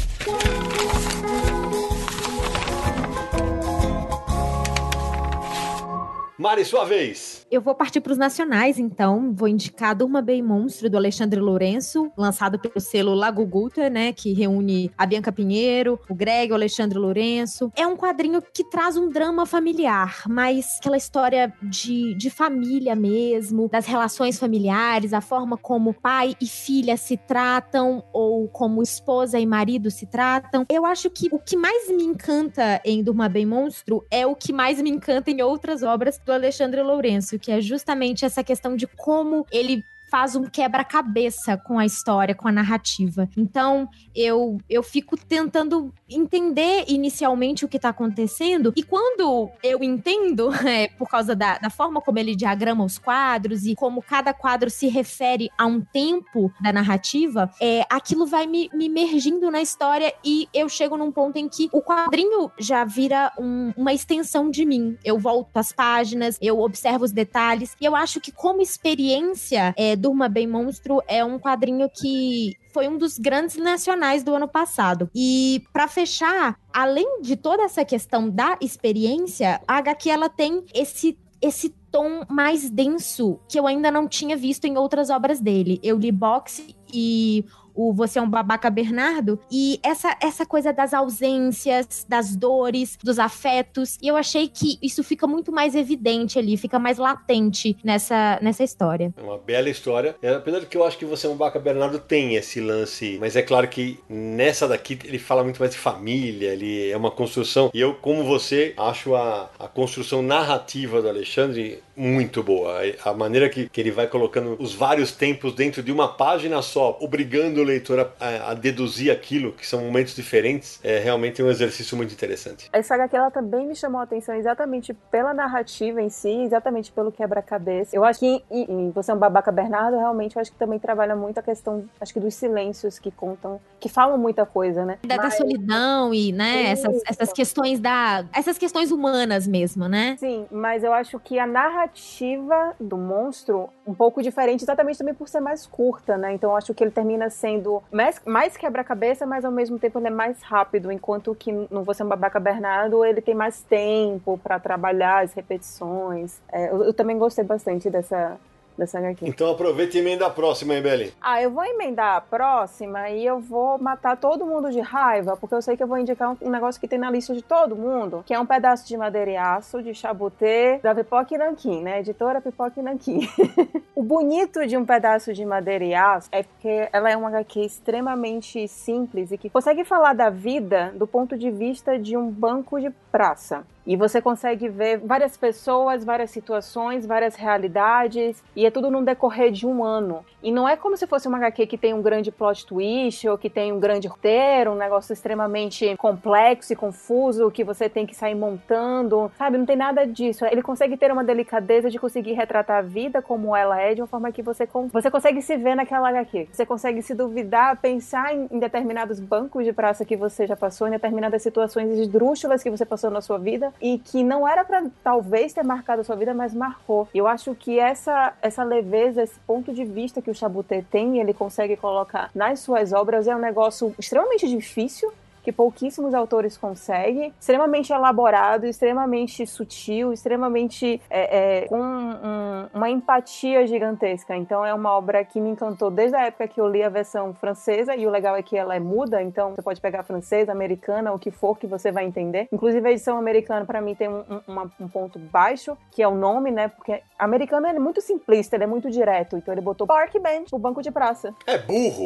Mari, sua vez. Eu vou partir para os nacionais, então. Vou indicar Durma Bem Monstro, do Alexandre Lourenço, lançado pelo selo Lago Guter, né? Que reúne a Bianca Pinheiro, o Greg, o Alexandre Lourenço. É um quadrinho que traz um drama familiar, mas aquela história de, de família mesmo, das relações familiares, a forma como pai e filha se tratam, ou como esposa e marido se tratam. Eu acho que o que mais me encanta em Durma Bem Monstro é o que mais me encanta em outras obras do Alexandre Lourenço, que é justamente essa questão de como ele faz um quebra-cabeça com a história, com a narrativa. Então, eu, eu fico tentando entender inicialmente o que tá acontecendo, e quando eu entendo, é, por causa da, da forma como ele diagrama os quadros e como cada quadro se refere a um tempo da narrativa, é, aquilo vai me, me imergindo na história, e eu chego num ponto em que o quadrinho já vira um, uma extensão de mim. Eu volto às páginas, eu observo os detalhes, e eu acho que como experiência, é, Durma Bem Monstro é um quadrinho que foi um dos grandes nacionais do ano passado. E pra fechar, além de toda essa questão da experiência, a agá quê ela tem esse esse tom mais denso que eu ainda não tinha visto em outras obras dele. Eu li Boxe e o Você é um Babaca Bernardo, e essa, essa coisa das ausências, das dores, dos afetos, e eu achei que isso fica muito mais evidente ali, fica mais latente nessa, nessa história. É uma bela história, é, apesar de que eu acho que Você é um Babaca Bernardo tem esse lance, mas é claro que nessa daqui ele fala muito mais de família, ele é uma construção, e eu, como você, acho a, a construção narrativa do Alexandre muito boa, a maneira que, que ele vai colocando os vários tempos dentro de uma página só, obrigando o leitor a, a deduzir aquilo, que são momentos diferentes, é realmente um exercício muito interessante. Essa agá quê ela também me chamou a atenção exatamente pela narrativa em si, exatamente pelo quebra-cabeça. Eu acho que em, em Você é um Babaca Bernardo, realmente, eu acho que também trabalha muito a questão, acho que dos silêncios que contam, que falam muita coisa, né? Da, Mas... da solidão e, né, essas, essas questões da... essas questões humanas mesmo, né? Sim, mas eu acho que a narrativa do monstro, um pouco diferente, exatamente também por ser mais curta, né? Então eu acho que ele termina sendo mais, mais quebra-cabeça, mas ao mesmo tempo ele é mais rápido, enquanto que no Você é um Babaca Bernardo ele tem mais tempo pra trabalhar as repetições. É, eu, eu também gostei bastante dessa... dessa agá quê. Então aproveita e emenda a próxima, hein, Beli? Ah, eu vou emendar a próxima e eu vou matar todo mundo de raiva, porque eu sei que eu vou indicar um, um negócio que tem na lista de todo mundo, que é Um Pedaço de Madeira e Aço, de Chaboté, da Pipoca e Nanquim, né? Editora Pipoca e Nanquim. O bonito de Um Pedaço de Madeira e Aço é porque ela é uma agá quê extremamente simples e que consegue falar da vida do ponto de vista de um banco de praça. E você consegue ver várias pessoas, várias situações, várias realidades, e é tudo num decorrer de um ano. E não é como se fosse uma agá quê que tem um grande plot twist, ou que tem um grande roteiro, um negócio extremamente complexo e confuso, que você tem que sair montando, sabe? Não tem nada disso. Ele consegue ter uma delicadeza de conseguir retratar a vida como ela é, de uma forma que você, você consegue se ver naquela agá quê. Você consegue se duvidar, pensar em, em determinados bancos de praça que você já passou, em determinadas situações esdrúxulas que você passou na sua vida, e que não era pra talvez ter marcado a sua vida, mas marcou. Eu acho que essa, essa leveza, esse ponto de vista que o Chaboté tem, ele consegue colocar nas suas obras, é um negócio extremamente difícil, que pouquíssimos autores conseguem, extremamente elaborado, extremamente sutil, extremamente é, é, com um, uma empatia gigantesca. Então é uma obra que me encantou desde a época que eu li a versão francesa, e o legal é que ela é muda, então você pode pegar francesa, americana, o que for que você vai entender. Inclusive a edição americana para mim tem um, um, uma, um ponto baixo, que é o nome, né, porque americano é muito simplista, ele é muito direto, então ele botou Park Bench, o banco de praça. É burro! É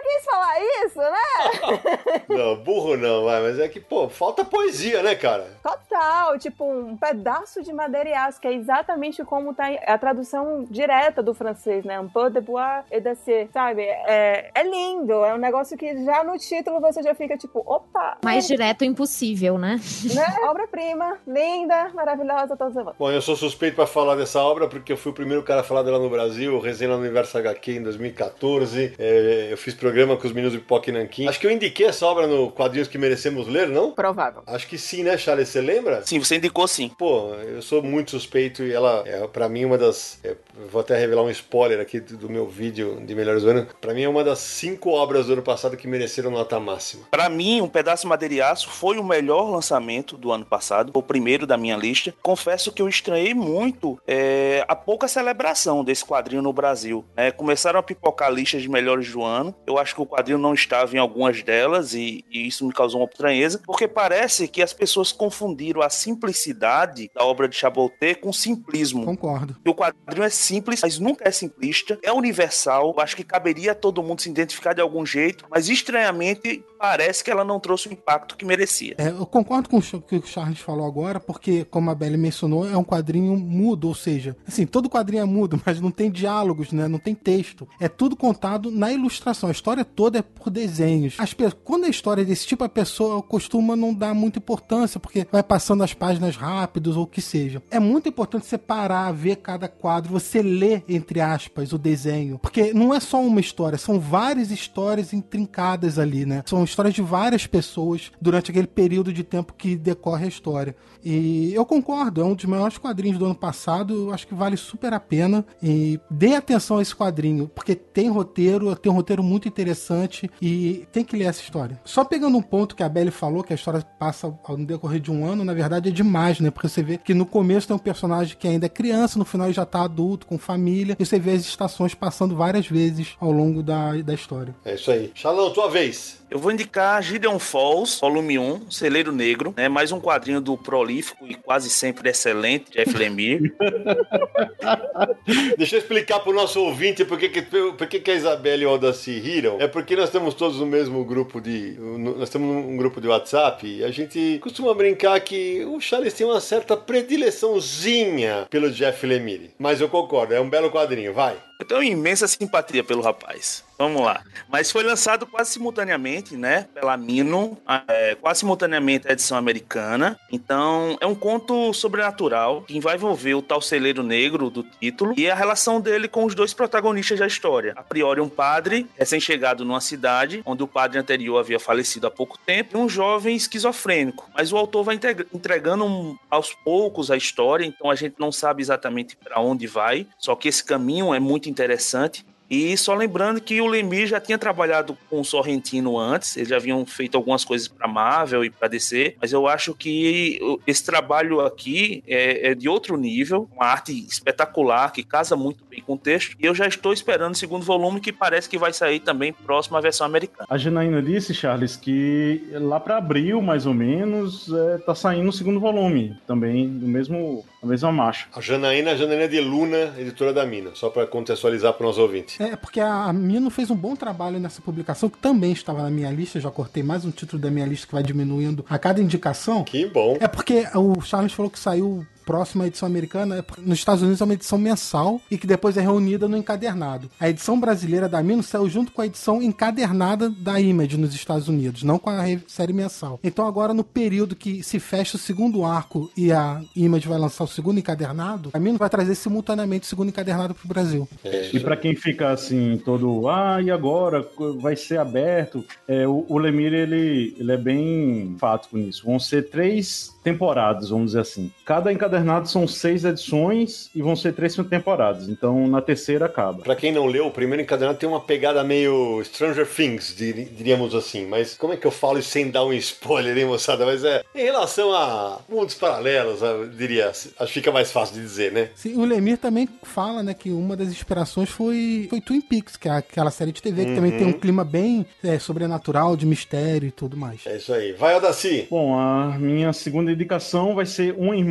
quis falar isso, né? Não, burro não, vai, mas é que, pô, falta poesia, né, cara? Total, tipo um pedaço de madeira e aço, que é exatamente como tá a tradução direta do francês, né? Un peu de bois et d'acier, sabe? É, é lindo, é um negócio que já no título você já fica tipo, opa! Mais é, direto impossível, né? né? Obra-prima, linda, maravilhosa, todos os Bom, eu sou suspeito pra falar dessa obra porque eu fui o primeiro cara a falar dela no Brasil, eu resenhei no Universo agá quê em dois mil e quatorze, é, eu fiz programa com os meninos do Pipoca e Nanquim. Acho que eu indiquei essa obra no Quadrinhos que Merecemos Ler, não? Provável. Acho que sim, né, Charles? Você lembra? Sim, você indicou sim. Pô, eu sou muito suspeito e ela é, pra mim, uma das... É, vou até revelar um spoiler aqui do, do meu vídeo de Melhores do Ano. Pra mim, é uma das cinco obras do ano passado que mereceram nota máxima. Pra mim, Um Pedaço de Madeira e Aço foi o melhor lançamento do ano passado, o primeiro da minha lista. Confesso que eu estranhei muito é, a pouca celebração desse quadrinho no Brasil. É, começaram a pipocar listas de melhores do ano. Eu acho que o quadrinho não estava em algumas delas e, e isso me causou uma estranheza, porque parece que as pessoas confundiram a simplicidade da obra de Chaboté com simplismo. Concordo. E o quadrinho é simples, mas nunca é simplista, é universal, eu acho que caberia a todo mundo se identificar de algum jeito, mas estranhamente parece que ela não trouxe o impacto que merecia. É, eu concordo com o que o Charles falou agora, porque, como a Belle mencionou, é um quadrinho mudo, ou seja, assim, todo quadrinho é mudo, mas não tem diálogos, né? Não tem texto. É tudo contado na ilustração. A história toda é por desenhos. As pe... Quando a história é desse tipo, a pessoa costuma não dar muita importância, porque vai passando as páginas rápidos ou o que seja. É muito importante você parar, ver cada quadro, você ler, entre aspas, o desenho. Porque não é só uma história, são várias histórias intrincadas ali, né? São histórias de várias pessoas durante aquele período de tempo que decorre a história. E eu concordo, é um dos maiores quadrinhos do ano passado, eu acho que vale super a pena. E dê atenção a esse quadrinho, porque tem roteiro, tem um roteiro muito interessante e tem que ler essa história. Só pegando um ponto que a Belle falou, que a história passa no decorrer de um ano, na verdade é demais, né? Porque você vê que no começo tem um personagem que ainda é criança, no final ele já tá adulto, com família, e você vê as estações passando várias vezes ao longo da, da história. É isso aí. Xalão, tua vez. Eu vou indicar Gideon Falls, volume um, Celeiro Negro, né? Mais um quadrinho do prolífico e quase sempre excelente Jeff Lemire. Deixa eu explicar pro nosso ouvinte por que, que, por que, que a Isabelle e o Aldaci riram. É porque nós estamos todos no mesmo grupo de... Nós estamos num grupo de WhatsApp e a gente costuma brincar que o Charles tem uma certa predileçãozinha pelo Jeff Lemire. Mas eu concordo, é um belo quadrinho, vai. Eu tenho imensa simpatia pelo rapaz. Vamos lá. Mas foi lançado quase simultaneamente, né? Pela Mino, é, quase simultaneamente a edição americana. Então, é um conto sobrenatural que vai envolver o tal celeiro negro do título e a relação dele com os dois protagonistas da história. A priori, um padre recém-chegado numa cidade, onde o padre anterior havia falecido há pouco tempo, e um jovem esquizofrênico. Mas o autor vai entregando um, aos poucos a história, então a gente não sabe exatamente para onde vai, só que esse caminho é muito interessante. E só lembrando que o Lemire já tinha trabalhado com o Sorrentino antes, eles já haviam feito algumas coisas para Marvel e para D C, mas eu acho que esse trabalho aqui é, é de outro nível, uma arte espetacular, que casa muito bem com o texto, e eu já estou esperando o segundo volume, que parece que vai sair também próximo à versão americana. A Janaína disse, Charles, que lá para abril, mais ou menos, é, tá saindo o segundo volume, também do mesmo, da mesma marcha. A Janaína, a Janaína de Luna, editora da Mina, só para contextualizar para os nossos ouvintes. É, porque a Mino fez um bom trabalho nessa publicação, que também estava na minha lista, já cortei mais um título da minha lista que vai diminuindo a cada indicação. Que bom. É porque o Charles falou que saiu próxima edição americana, nos Estados Unidos é uma edição mensal e que depois é reunida no encadernado. A edição brasileira da Mino saiu junto com a edição encadernada da Image nos Estados Unidos, não com a série mensal. Então agora, no período que se fecha o segundo arco e a Image vai lançar o segundo encadernado, a Mino vai trazer simultaneamente o segundo encadernado pro Brasil. É. E para quem fica assim, todo, ah, e agora? Vai ser aberto? É, o, o Lemire, ele, ele é bem enfático nisso. Vão ser três temporadas, vamos dizer assim. Cada encadernado são seis edições e vão ser três temporadas. Então, na terceira acaba. Pra quem não leu, o primeiro encadernado tem uma pegada meio Stranger Things, diríamos assim. Mas como é que eu falo isso sem dar um spoiler, hein, moçada? Mas é, em relação a mundos paralelos, eu diria, acho que fica mais fácil de dizer, né? Sim, o Lemire também fala, né, que uma das inspirações foi, foi Twin Peaks, que é aquela série de T V que uhum. também tem um clima bem é, sobrenatural, de mistério e tudo mais. É isso aí. Vai, Aldaci! Bom, a minha segunda indicação vai ser Uma Irmã,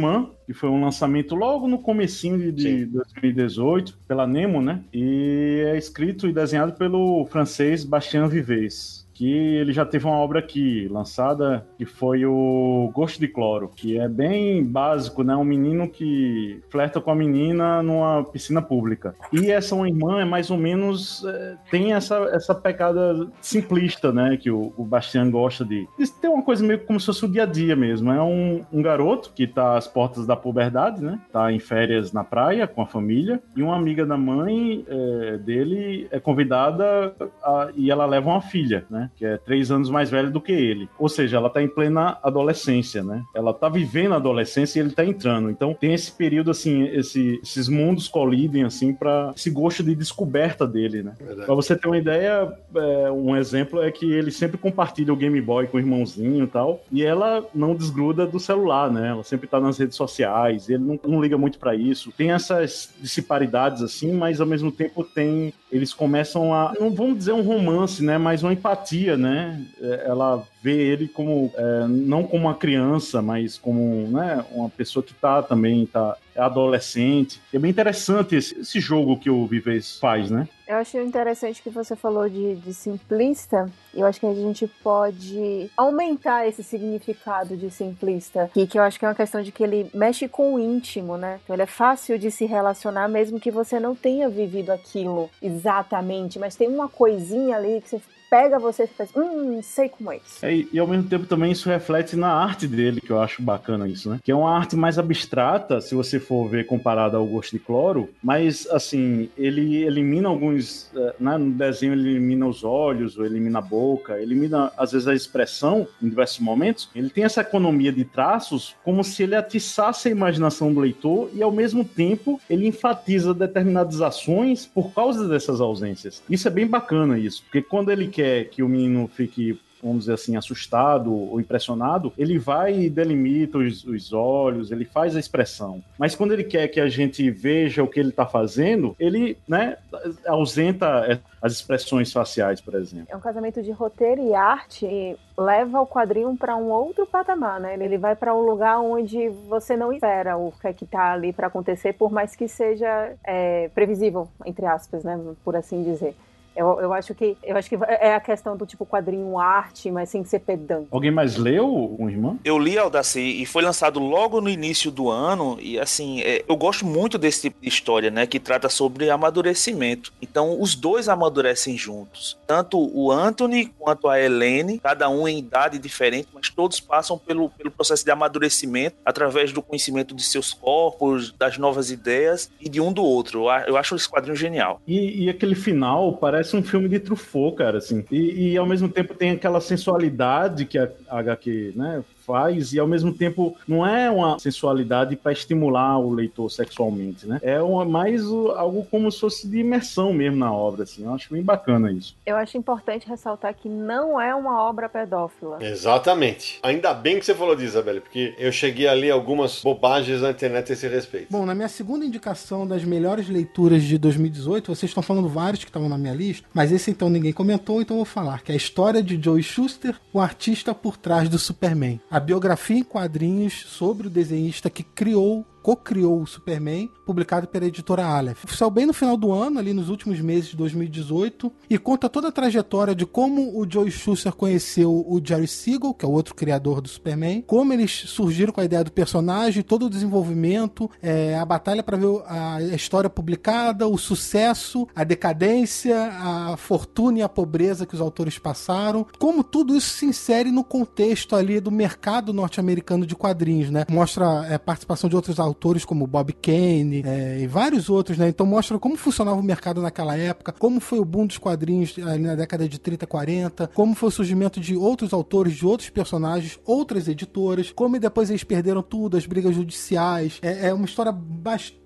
que foi um lançamento logo no comecinho de, de dois mil e dezoito, pela Nemo, né? E é escrito e desenhado pelo francês Bastien Vives, que ele já teve uma obra aqui lançada, que foi o Gosto de Cloro, que é bem básico, né? Um menino que flerta com a menina numa piscina pública. E essa uma irmã é mais ou menos... É, tem essa, essa pegada simplista, né? Que o, o Bastian gosta de... Tem uma coisa meio como se fosse o dia a dia mesmo. É um, um garoto que tá às portas da puberdade, né? Tá em férias na praia com a família, e uma amiga da mãe é, dele é convidada a, e ela leva uma filha, né? Que é três anos mais velha do que ele. Ou seja, ela tá em plena adolescência, né? Ela tá vivendo a adolescência e ele tá entrando. Então tem esse período, assim, esse, esses mundos colidem, assim, pra esse gosto de descoberta dele, né? Verdade. Pra você ter uma ideia, é, um exemplo é que ele sempre compartilha o Game Boy com o irmãozinho e tal, e ela não desgruda do celular, né? Ela sempre tá nas redes sociais, ele não, não liga muito pra isso. Tem essas disparidades, assim, mas ao mesmo tempo tem... Eles começam a... Não vamos dizer um romance, né? Mas uma empatia, né? Ela vê ele como... É, não como uma criança, mas como, né, uma pessoa que tá também... Tá, é adolescente. É bem interessante esse, esse jogo que o Vives faz, né? Eu acho interessante que você falou de, de simplista. Eu acho que a gente pode aumentar esse significado de simplista. Que, que eu acho que é uma questão de que ele mexe com o íntimo, né? Então ele é fácil de se relacionar, mesmo que você não tenha vivido aquilo exatamente. Mas tem uma coisinha ali que você pega você e faz, hum, sei como é isso. É, e, e ao mesmo tempo também isso reflete na arte dele, que eu acho bacana isso, né? Que é uma arte mais abstrata, se você for ver comparada ao Gosto de Cloro, mas, assim, ele elimina alguns... Né, no desenho ele elimina os olhos, ou elimina a boca, elimina, às vezes, a expressão em diversos momentos. Ele tem essa economia de traços como se ele atiçasse a imaginação do leitor e, ao mesmo tempo, ele enfatiza determinadas ações por causa dessas ausências. Isso é bem bacana, isso, porque quando ele quer que o menino fique, vamos dizer assim, assustado ou impressionado, ele vai e delimita os, os olhos, ele faz a expressão. Mas quando ele quer que a gente veja o que ele está fazendo, ele, né, ausenta as expressões faciais, por exemplo. É um casamento de roteiro e arte e leva o quadrinho para um outro patamar, né? Ele vai para um lugar onde você não espera o que é que tá ali para acontecer, por mais que seja é, previsível, entre aspas, né, por assim dizer. Eu, eu, acho que, eu acho que é a questão do tipo quadrinho arte, mas sem ser pedante. Alguém mais leu um irmão? Eu li, Aldaci, e foi lançado logo no início do ano, e assim, é, eu gosto muito desse tipo de história, né, que trata sobre amadurecimento. Então, os dois amadurecem juntos. Tanto o Anthony quanto a Helene, cada um em idade diferente, mas todos passam pelo, pelo processo de amadurecimento através do conhecimento de seus corpos, das novas ideias e de um do outro. Eu acho esse quadrinho genial. E, e aquele final parece um filme de Truffaut, cara, assim. E, e ao mesmo tempo tem aquela sensualidade que a H Q, né, faz, e ao mesmo tempo não é uma sensualidade para estimular o leitor sexualmente, né? É uma, mais o, algo como se fosse de imersão mesmo na obra, assim. Eu acho bem bacana isso. Eu acho importante ressaltar que não é uma obra pedófila. Exatamente. Ainda bem que você falou disso, Isabelle, porque eu cheguei a ler algumas bobagens na internet a esse respeito. Bom, na minha segunda indicação das melhores leituras de dois mil e dezoito, vocês estão falando vários que estavam na minha lista, mas esse então ninguém comentou, então eu vou falar, que é a história de Joe Shuster, o artista por trás do Superman. A biografia em quadrinhos sobre o desenhista que criou, co-criou o Superman, publicado pela editora Aleph. Saiu bem no final do ano, ali nos últimos meses de dois mil e dezoito, e conta toda a trajetória de como o Joe Shuster conheceu o Jerry Siegel, que é o outro criador do Superman, como eles surgiram com a ideia do personagem, todo o desenvolvimento, é, a batalha para ver a história publicada, o sucesso, a decadência, a fortuna e a pobreza que os autores passaram, como tudo isso se insere no contexto ali do mercado norte-americano de quadrinhos, né? Mostra é, participação de outros autores como Bob Kane é, e vários outros, né? Então mostra como funcionava o mercado naquela época, como foi o boom dos quadrinhos ali na década de trinta, quarenta, como foi o surgimento de outros autores, de outros personagens, outras editoras, como depois eles perderam tudo, as brigas judiciais. É, é uma história bastante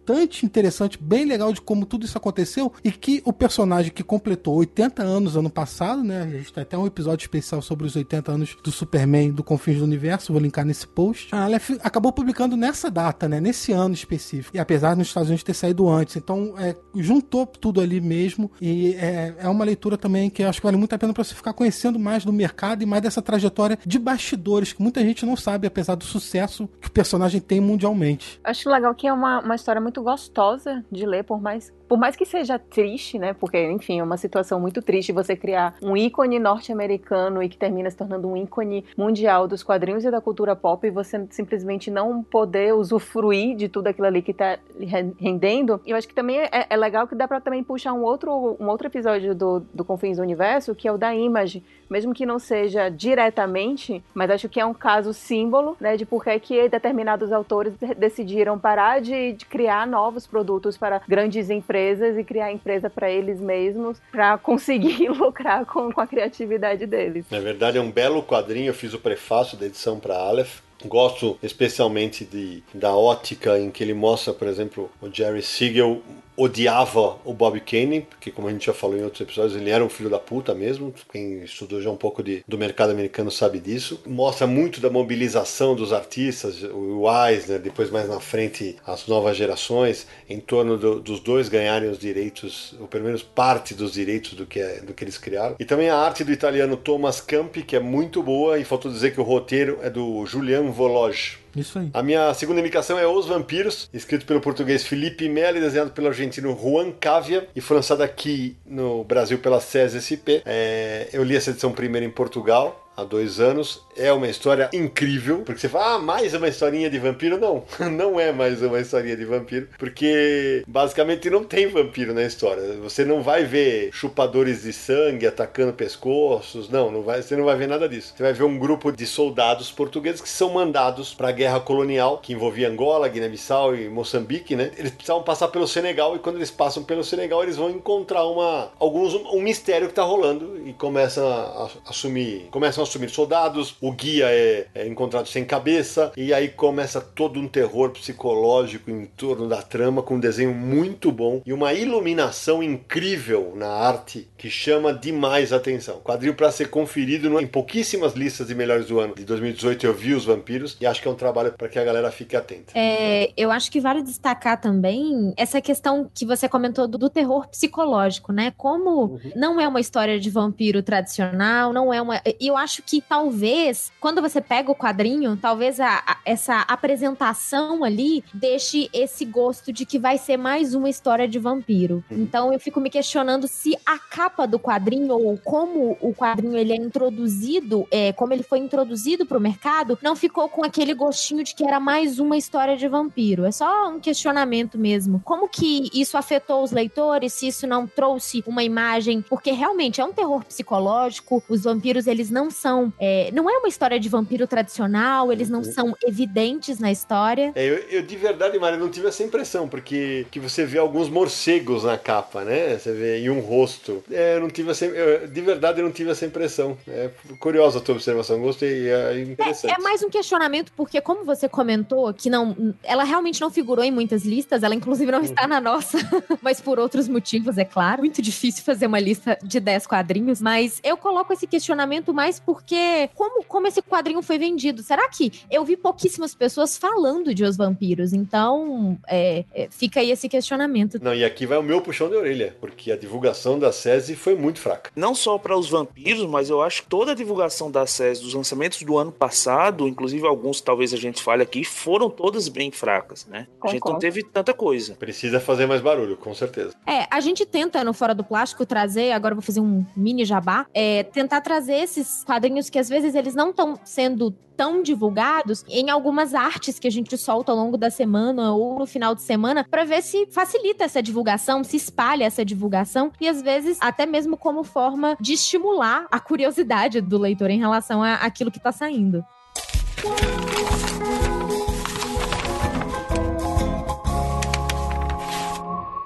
bastante interessante, bem legal de como tudo isso aconteceu, e que o personagem que completou oitenta anos ano passado, né, a gente tem até um episódio especial sobre os oitenta anos do Superman do Confins do Universo, vou linkar nesse post, a Aleph acabou publicando nessa data, né, nesse ano específico, e apesar dos Estados Unidos ter saído antes, então é, juntou tudo ali mesmo, e é, é uma leitura também que eu acho que vale muito a pena para você ficar conhecendo mais do mercado e mais dessa trajetória de bastidores, que muita gente não sabe, apesar do sucesso que o personagem tem mundialmente. Acho legal que é uma, uma história muito gostosa de ler, por mais, por mais que seja triste, né? Porque, enfim, é uma situação muito triste você criar um ícone norte-americano e que termina se tornando um ícone mundial dos quadrinhos e da cultura pop, e você simplesmente não poder usufruir de tudo aquilo ali que tá rendendo. E eu acho que também é, é legal que dá pra também puxar um outro, um outro episódio do, do Confins do Universo, que é o da Image, mesmo que não seja diretamente, mas acho que é um caso símbolo, né, de por que determinados autores decidiram parar de, de criar novos produtos para grandes empresas e criar empresa para eles mesmos, para conseguir lucrar com, com a criatividade deles. Na verdade é um belo quadrinho, eu fiz o prefácio da edição para Aleph. Gosto especialmente de, da ótica em que ele mostra, por exemplo, o Jerry Siegel odiava o Bob Kane, porque, como a gente já falou em outros episódios, ele era um filho da puta mesmo. Quem estudou já um pouco de, do mercado americano sabe disso. Mostra muito da mobilização dos artistas, o Eisner, depois mais na frente as novas gerações, em torno do, dos dois ganharem os direitos, ou pelo menos parte dos direitos do que, é, do que eles criaram. E também a arte do italiano Thomas Campi, que é muito boa, e faltou dizer que o roteiro é do Julian Vologe. Isso aí. A minha segunda indicação é Os Vampiros, escrito pelo português Felipe Melli, desenhado pelo argentino Juan Cavia e foi lançado aqui no Brasil pela S E S S P. É, eu li essa edição primeiro em Portugal há dois anos. É uma história incrível, porque você fala, ah, mais uma historinha de vampiro? Não, não é mais uma historinha de vampiro, porque basicamente não tem vampiro na história. Você não vai ver chupadores de sangue atacando pescoços, não, não vai, você não vai ver nada disso. Você vai ver um grupo de soldados portugueses que são mandados para a guerra colonial, que envolvia Angola, Guiné-Bissau e Moçambique, né? Eles precisavam passar pelo Senegal, e quando eles passam pelo Senegal, eles vão encontrar uma, alguns, um mistério que está rolando, e começam a, a assumir, começam a assumir soldados, o guia é, é encontrado sem cabeça, e aí começa todo um terror psicológico em torno da trama, com um desenho muito bom e uma iluminação incrível na arte que chama demais a atenção. Quadrinho para ser conferido em pouquíssimas listas de melhores do ano de dois mil e dezoito. Eu vi Os Vampiros e acho que é um trabalho para que a galera fique atenta. É, eu acho que vale destacar também essa questão que você comentou do, do terror psicológico, né? Como uhum. não é uma história de vampiro tradicional, não é uma... E eu acho que talvez, quando você pega o quadrinho, talvez a, a, essa apresentação ali deixe esse gosto de que vai ser mais uma história de vampiro. Uhum. Então eu fico me questionando se a capa do quadrinho, ou como o quadrinho ele é introduzido, é, como ele foi introduzido pro mercado, não ficou com aquele gostinho de que era mais uma história de vampiro. É só um questionamento mesmo. Como que isso afetou os leitores, se isso não trouxe uma imagem, porque realmente é um terror psicológico, os vampiros eles não são, é, não é uma história de vampiro tradicional, eles não são evidentes na história. É, eu, eu de verdade, Maria, não tive essa impressão, porque que você vê alguns morcegos na capa, né? Você vê e um rosto. É, eu não tive essa, eu, de verdade eu não tive essa impressão. É curiosa a tua observação, gostei, é interessante. É, é mais um questionamento, porque como você comentou, que não, ela realmente não figurou em muitas listas, ela inclusive não está na nossa, mas por outros motivos, é claro. Muito difícil fazer uma lista de dez quadrinhos, mas eu coloco esse questionamento mais porque como, como esse quadrinho foi vendido? Será que eu vi pouquíssimas pessoas falando de Os Vampiros? Então, é, é, fica aí esse questionamento. Não, e aqui vai o meu puxão de orelha, porque a divulgação da S E S foi muito fraca. Não só para Os Vampiros, mas eu acho que toda a divulgação da S E S dos lançamentos do ano passado, inclusive alguns talvez a gente fale aqui, foram todas bem fracas, né? Concordo. A gente não teve tanta coisa. Precisa fazer mais barulho, com certeza. É, a gente tenta no Fora do Plástico trazer, agora eu vou fazer um mini jabá, é, tentar trazer esses quadrinhos que às vezes eles não estão sendo tão divulgados em algumas artes que a gente solta ao longo da semana ou no final de semana, para ver se facilita essa divulgação, se espalha essa divulgação e às vezes até mesmo como forma de estimular a curiosidade do leitor em relação a aquilo que tá saindo.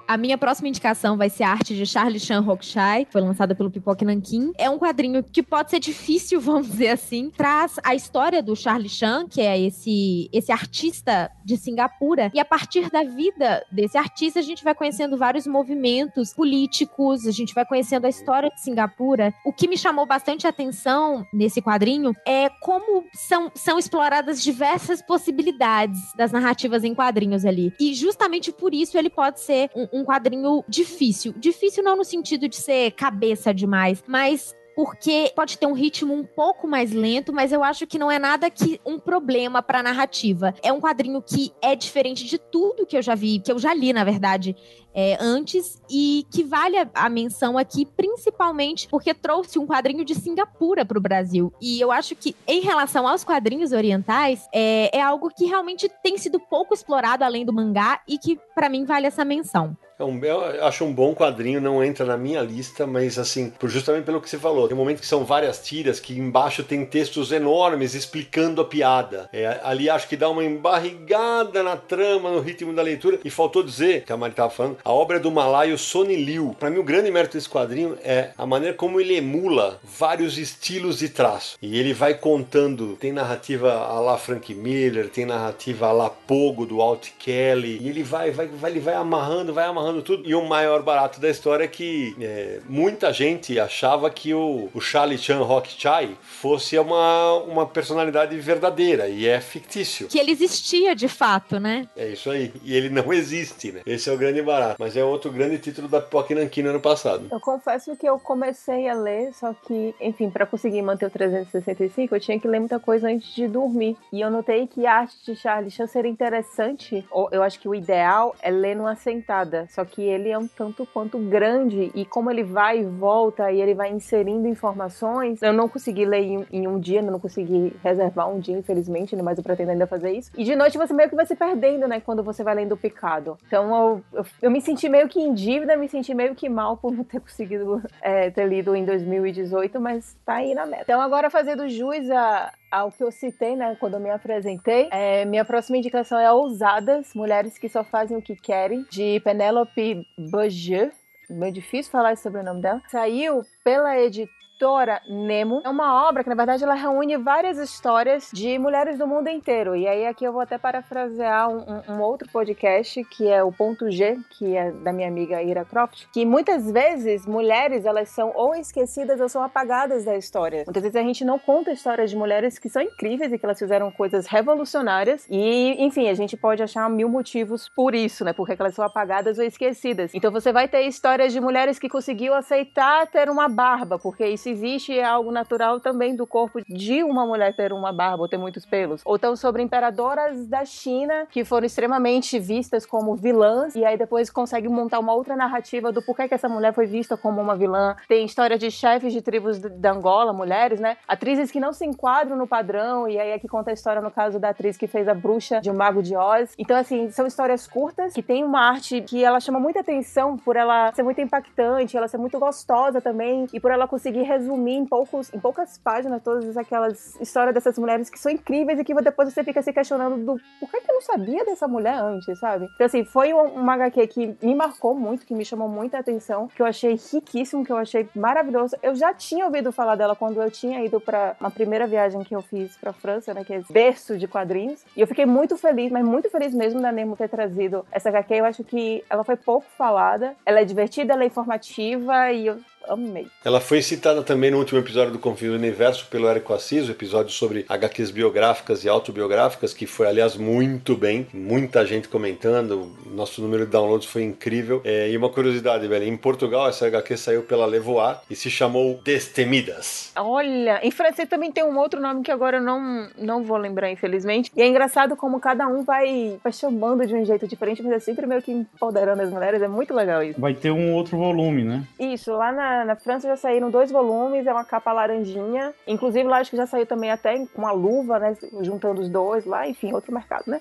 A minha próxima indicação vai ser a arte de Charlie Chan Hokusai, que foi lançada pelo Pipoca Nankin. É um quadrinho que pode ser difícil, vamos dizer assim. Traz a história do Charlie Chan, que é esse, esse artista de Singapura. E a partir da vida desse artista, a gente vai conhecendo vários movimentos políticos, a gente vai conhecendo a história de Singapura. O que me chamou bastante atenção nesse quadrinho é como são, são exploradas diversas possibilidades das narrativas em quadrinhos ali. E justamente por isso ele pode ser um, um quadrinho difícil. Difícil não no sentido de ser cabeça demais, mas porque pode ter um ritmo um pouco mais lento, mas eu acho que não é nada que um problema pra narrativa. É um quadrinho que é diferente de tudo que eu já vi, que eu já li, na verdade, é, antes, e que vale a, a menção aqui, principalmente porque trouxe um quadrinho de Singapura pro Brasil. E eu acho que, em relação aos quadrinhos orientais, é, é algo que realmente tem sido pouco explorado além do mangá e que, pra mim, vale essa menção. É um, eu acho um bom quadrinho, não entra na minha lista, mas assim, por, justamente pelo que você falou, tem um momento que são várias tiras, que embaixo tem textos enormes explicando a piada. É, ali acho que dá uma embarrigada na trama, no ritmo da leitura, e faltou dizer, que a Mari estava falando, a obra é do malaio Sonny Liu. Para mim o grande mérito desse quadrinho é a maneira como ele emula vários estilos de traço. E ele vai contando, tem narrativa a la Frank Miller, tem narrativa a la Pogo, do Walt Kelly, e ele vai, vai, vai, ele vai amarrando, vai amarrando tudo. E o maior barato da história é que é, muita gente achava que o, o Charlie Chan Hokusai fosse uma, uma personalidade verdadeira, e é fictício. Que ele existia de fato, né? É isso aí. E ele não existe, né? Esse é o grande barato. Mas é outro grande título da Pipoca Nankin no ano passado. Eu confesso que eu comecei a ler, só que, enfim, pra conseguir manter o trezentos e sessenta e cinco, eu tinha que ler muita coisa antes de dormir. E eu notei que a arte de Charlie Chan seria interessante, ou eu acho que o ideal é ler numa sentada. Só que ele é um tanto quanto grande, e como ele vai e volta e ele vai inserindo informações, eu não consegui ler em, em um dia, não consegui reservar um dia, infelizmente, né, mas eu pretendo ainda fazer isso. E de noite você meio que vai se perdendo, né, quando você vai lendo picado. Então eu, eu, eu me senti meio que em dívida, me senti meio que mal por não ter conseguido é, ter lido em dois mil e dezoito, mas tá aí na meta. Então agora, fazendo jus a ao que eu citei, né, quando eu me apresentei, é, minha próxima indicação é Ousadas, Mulheres que Só Fazem o que Querem, de Penélope Bagieux. Meio difícil falar esse sobrenome dela. Saiu pela editora Nemo. É uma obra que, na verdade, ela reúne várias histórias de mulheres do mundo inteiro. E aí aqui eu vou até parafrasear um, um, um outro podcast, que é o Ponto G, que é da minha amiga Ira Croft, que muitas vezes mulheres, elas são ou esquecidas ou são apagadas da história. Muitas vezes a gente não conta histórias de mulheres que são incríveis e que elas fizeram coisas revolucionárias. E, enfim, a gente pode achar mil motivos por isso, né? Porque elas são apagadas ou esquecidas. Então você vai ter histórias de mulheres que conseguiu aceitar ter uma barba, porque isso existe, é algo natural também do corpo de uma mulher ter uma barba ou ter muitos pelos. Ou então sobre imperadoras da China que foram extremamente vistas como vilãs, e aí depois consegue montar uma outra narrativa do porquê que essa mulher foi vista como uma vilã. Tem história de chefes de tribos da Angola, mulheres, né? Atrizes que não se enquadram no padrão, e aí aqui conta a história no caso da atriz que fez a bruxa de O Mago de Oz. Então, assim, são histórias curtas, que tem uma arte que ela chama muita atenção por ela ser muito impactante, ela ser muito gostosa também, e por ela conseguir resumir em, poucos, em poucas páginas todas aquelas histórias dessas mulheres que são incríveis e que depois você fica se questionando do por que eu não sabia dessa mulher antes, sabe? Então, assim, foi um, um agá quê que me marcou muito, que me chamou muita atenção, que eu achei riquíssimo, que eu achei maravilhoso. Eu já tinha ouvido falar dela quando eu tinha ido pra uma primeira viagem que eu fiz pra França, né, que é berço de quadrinhos, e eu fiquei muito feliz, mas muito feliz mesmo da Nemo ter trazido essa agá quê. Eu acho que ela foi pouco falada, ela é divertida, ela é informativa, e eu amei. Ela foi citada também no último episódio do Confins do Universo pelo Érico Assis, o episódio sobre agá quês biográficas e autobiográficas, que foi, aliás, muito bem, muita gente comentando, nosso número de downloads foi incrível. É, e uma curiosidade, velho, em Portugal essa agá quê saiu pela Levoar e se chamou Destemidas. Olha, em francês também tem um outro nome que agora eu não, não vou lembrar, infelizmente. E é engraçado como cada um vai, vai chamando de um jeito diferente, mas é sempre meio que empoderando as mulheres, é muito legal isso. Vai ter um outro volume, né? Isso, lá na na, na França já saíram dois volumes, é uma capa laranjinha. Inclusive, lá acho que já saiu também até com uma luva, né? Juntando os dois lá, enfim, outro mercado, né?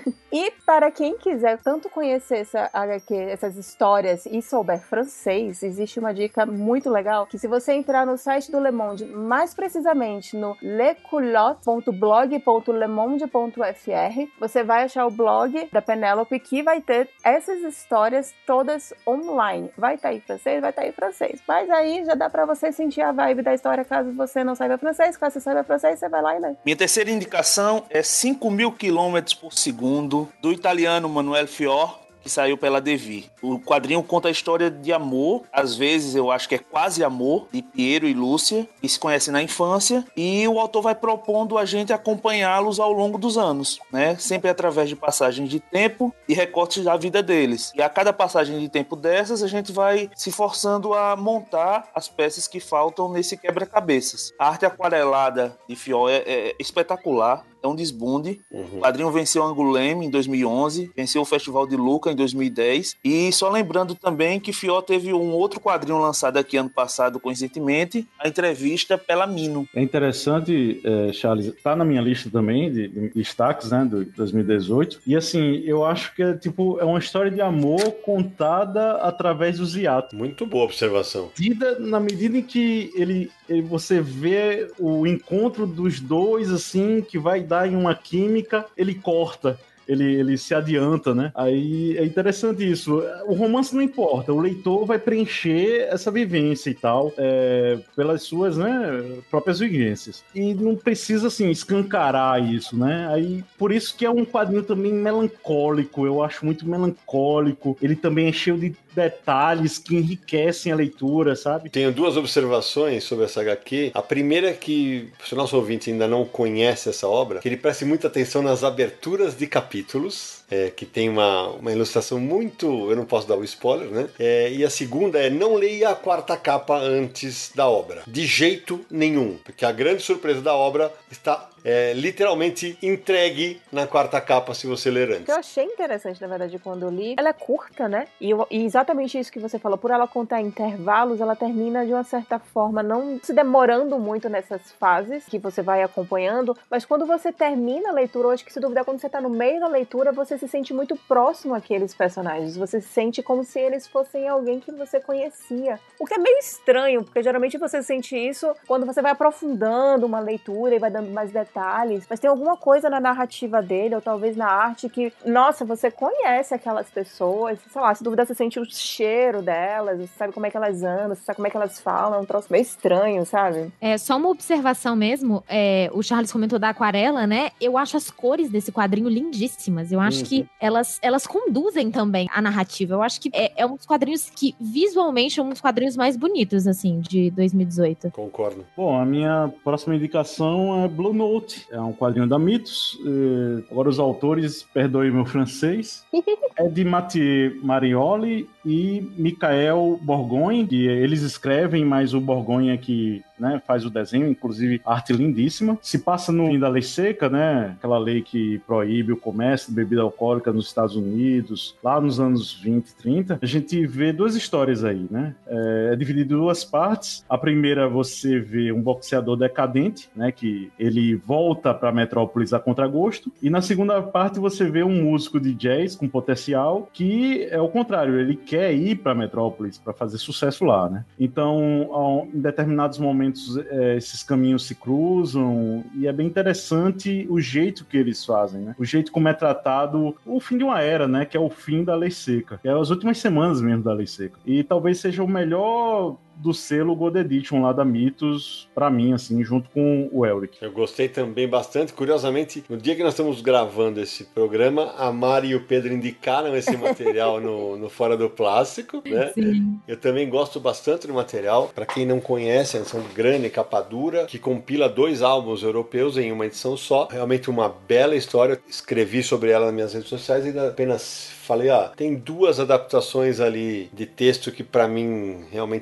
E para quem quiser tanto conhecer essa H Q, essas histórias e souber francês, existe uma dica muito legal, que se você entrar no site do Le Monde, mais precisamente no leculotte ponto blog ponto le monde ponto f r, você vai achar o blog da Penélope, que vai ter essas histórias todas online. Vai estar em francês, vai estar em francês. Mas aí já dá pra você sentir a vibe da história, caso você não saiba francês. Caso você saiba francês, você vai lá e lê. Minha terceira indicação é cinco mil quilômetros por segundo, do italiano Manuel Fior, que saiu pela Devir. O quadrinho conta a história de amor, às vezes eu acho que é quase amor, de Piero e Lúcia, que se conhecem na infância, e o autor vai propondo a gente acompanhá-los ao longo dos anos, né? Sempre através de passagens de tempo e recortes da vida deles. E a cada passagem de tempo dessas, a gente vai se forçando a montar as peças que faltam nesse quebra-cabeças. A arte aquarelada de Fior é, é espetacular. É um desbunde. Uhum. O quadrinho venceu o Angoulême em dois mil e onze, venceu o Festival de Lucca em dois mil e dez. E só lembrando também que Fior teve um outro quadrinho lançado aqui ano passado, coincidentemente, a entrevista pela Mino. É interessante, é, Charles, tá na minha lista também de, de destaques, né, do dois mil e dezoito. E assim, eu acho que é tipo é uma história de amor contada através dos hiatos. Muito boa observação. Na medida em que ele, ele você vê o encontro dos dois, assim, que vai dar em uma química, ele corta. Ele, ele se adianta, né? Aí é interessante isso. O romance não importa, o leitor vai preencher essa vivência e tal, é, pelas suas, né, próprias vivências. E não precisa, assim, escancarar isso, né? Aí, por isso que é um quadrinho também melancólico, eu acho muito melancólico. Ele também é cheio de detalhes que enriquecem a leitura, sabe? Tenho duas observações sobre essa H Q. A primeira é que, se o nosso ouvinte ainda não conhece essa obra, que ele preste muita atenção nas aberturas de capítulos, é, que tem uma, uma ilustração muito... Eu não posso dar o spoiler, né? É, e a segunda é, não leia a quarta capa antes da obra. De jeito nenhum. Porque a grande surpresa da obra está... É, literalmente entregue na quarta capa se você ler antes. O que eu achei interessante, na verdade, quando eu li, ela é curta, né? E, eu, e exatamente isso que você falou, por ela contar intervalos, ela termina de uma certa forma, não se demorando muito nessas fases que você vai acompanhando, mas quando você termina a leitura, eu acho que se duvidar, quando você tá no meio da leitura, você se sente muito próximo àqueles personagens, você se sente como se eles fossem alguém que você conhecia, o que é meio estranho, porque geralmente você sente isso quando você vai aprofundando uma leitura e vai dando mais detalhes, mas tem alguma coisa na narrativa dele, ou talvez na arte, que, nossa, você conhece aquelas pessoas, sei lá, se dúvida você sente o cheiro delas, você sabe como é que elas andam, você sabe como é que elas falam, é um troço meio estranho, sabe? É, só uma observação mesmo, é, o Charles comentou da aquarela, né? Eu acho as cores desse quadrinho lindíssimas, eu acho uhum. que elas, elas conduzem também a narrativa, eu acho que é, é um dos quadrinhos que, visualmente, é um dos quadrinhos mais bonitos, assim, de dois mil e dezoito. Concordo. Bom, a minha próxima indicação é Blue Note. É um quadrinho da Mitos. Agora os autores, perdoe meu francês, é de Mathieu Marioli e Michael Borgogne, que eles escrevem, mas o Borgogne é que, né, faz o desenho, inclusive arte lindíssima. Se passa no fim da lei seca, né, aquela lei que proíbe o comércio de bebida alcoólica nos Estados Unidos, lá nos anos vinte, trinta. A gente vê duas histórias aí, né? É, é dividido em duas partes. A primeira você vê um boxeador decadente, né, que ele volta para Metrópolis a contragosto, e na segunda parte você vê um músico de jazz com potencial que é o contrário, ele quer ir para Metrópolis para fazer sucesso lá, né? Então, em determinados momentos é, esses caminhos se cruzam e é bem interessante o jeito que eles fazem, né? O jeito como é tratado o fim de uma era, né? Que é o fim da lei seca, que é as últimas semanas mesmo da lei seca. E talvez seja o melhor do selo Gold Edition lá da Mitos, pra mim, assim, junto com o Elric. Eu gostei também bastante. Curiosamente, no dia que nós estamos gravando esse programa, a Mari e o Pedro indicaram esse material no, no Fora do Plástico, né? Sim. Eu também gosto bastante do material. Pra quem não conhece, é uma edição grande, capa dura, que compila dois álbuns europeus em uma edição só. Realmente uma bela história. Escrevi sobre ela nas minhas redes sociais e apenas falei, ah, tem duas adaptações ali de texto que pra mim realmente foram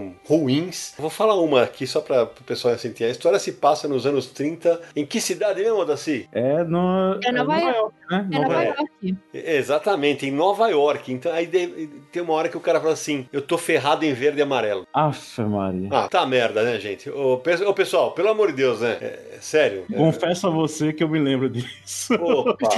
são ruins. Vou falar uma aqui só para o pessoal sentir. A história se passa nos anos trinta. Em que cidade mesmo, Daci? É, no, É Nova York. York, né? É Nova York. Exatamente, em Nova York. Então aí de- tem uma hora que o cara fala assim: eu tô ferrado em verde e amarelo. Aff, Maria. Ah, tá merda, né, gente? Ô, pe- ô, pessoal, pelo amor de Deus, né? É, é sério. É, Confesso a você que eu me lembro disso. opa!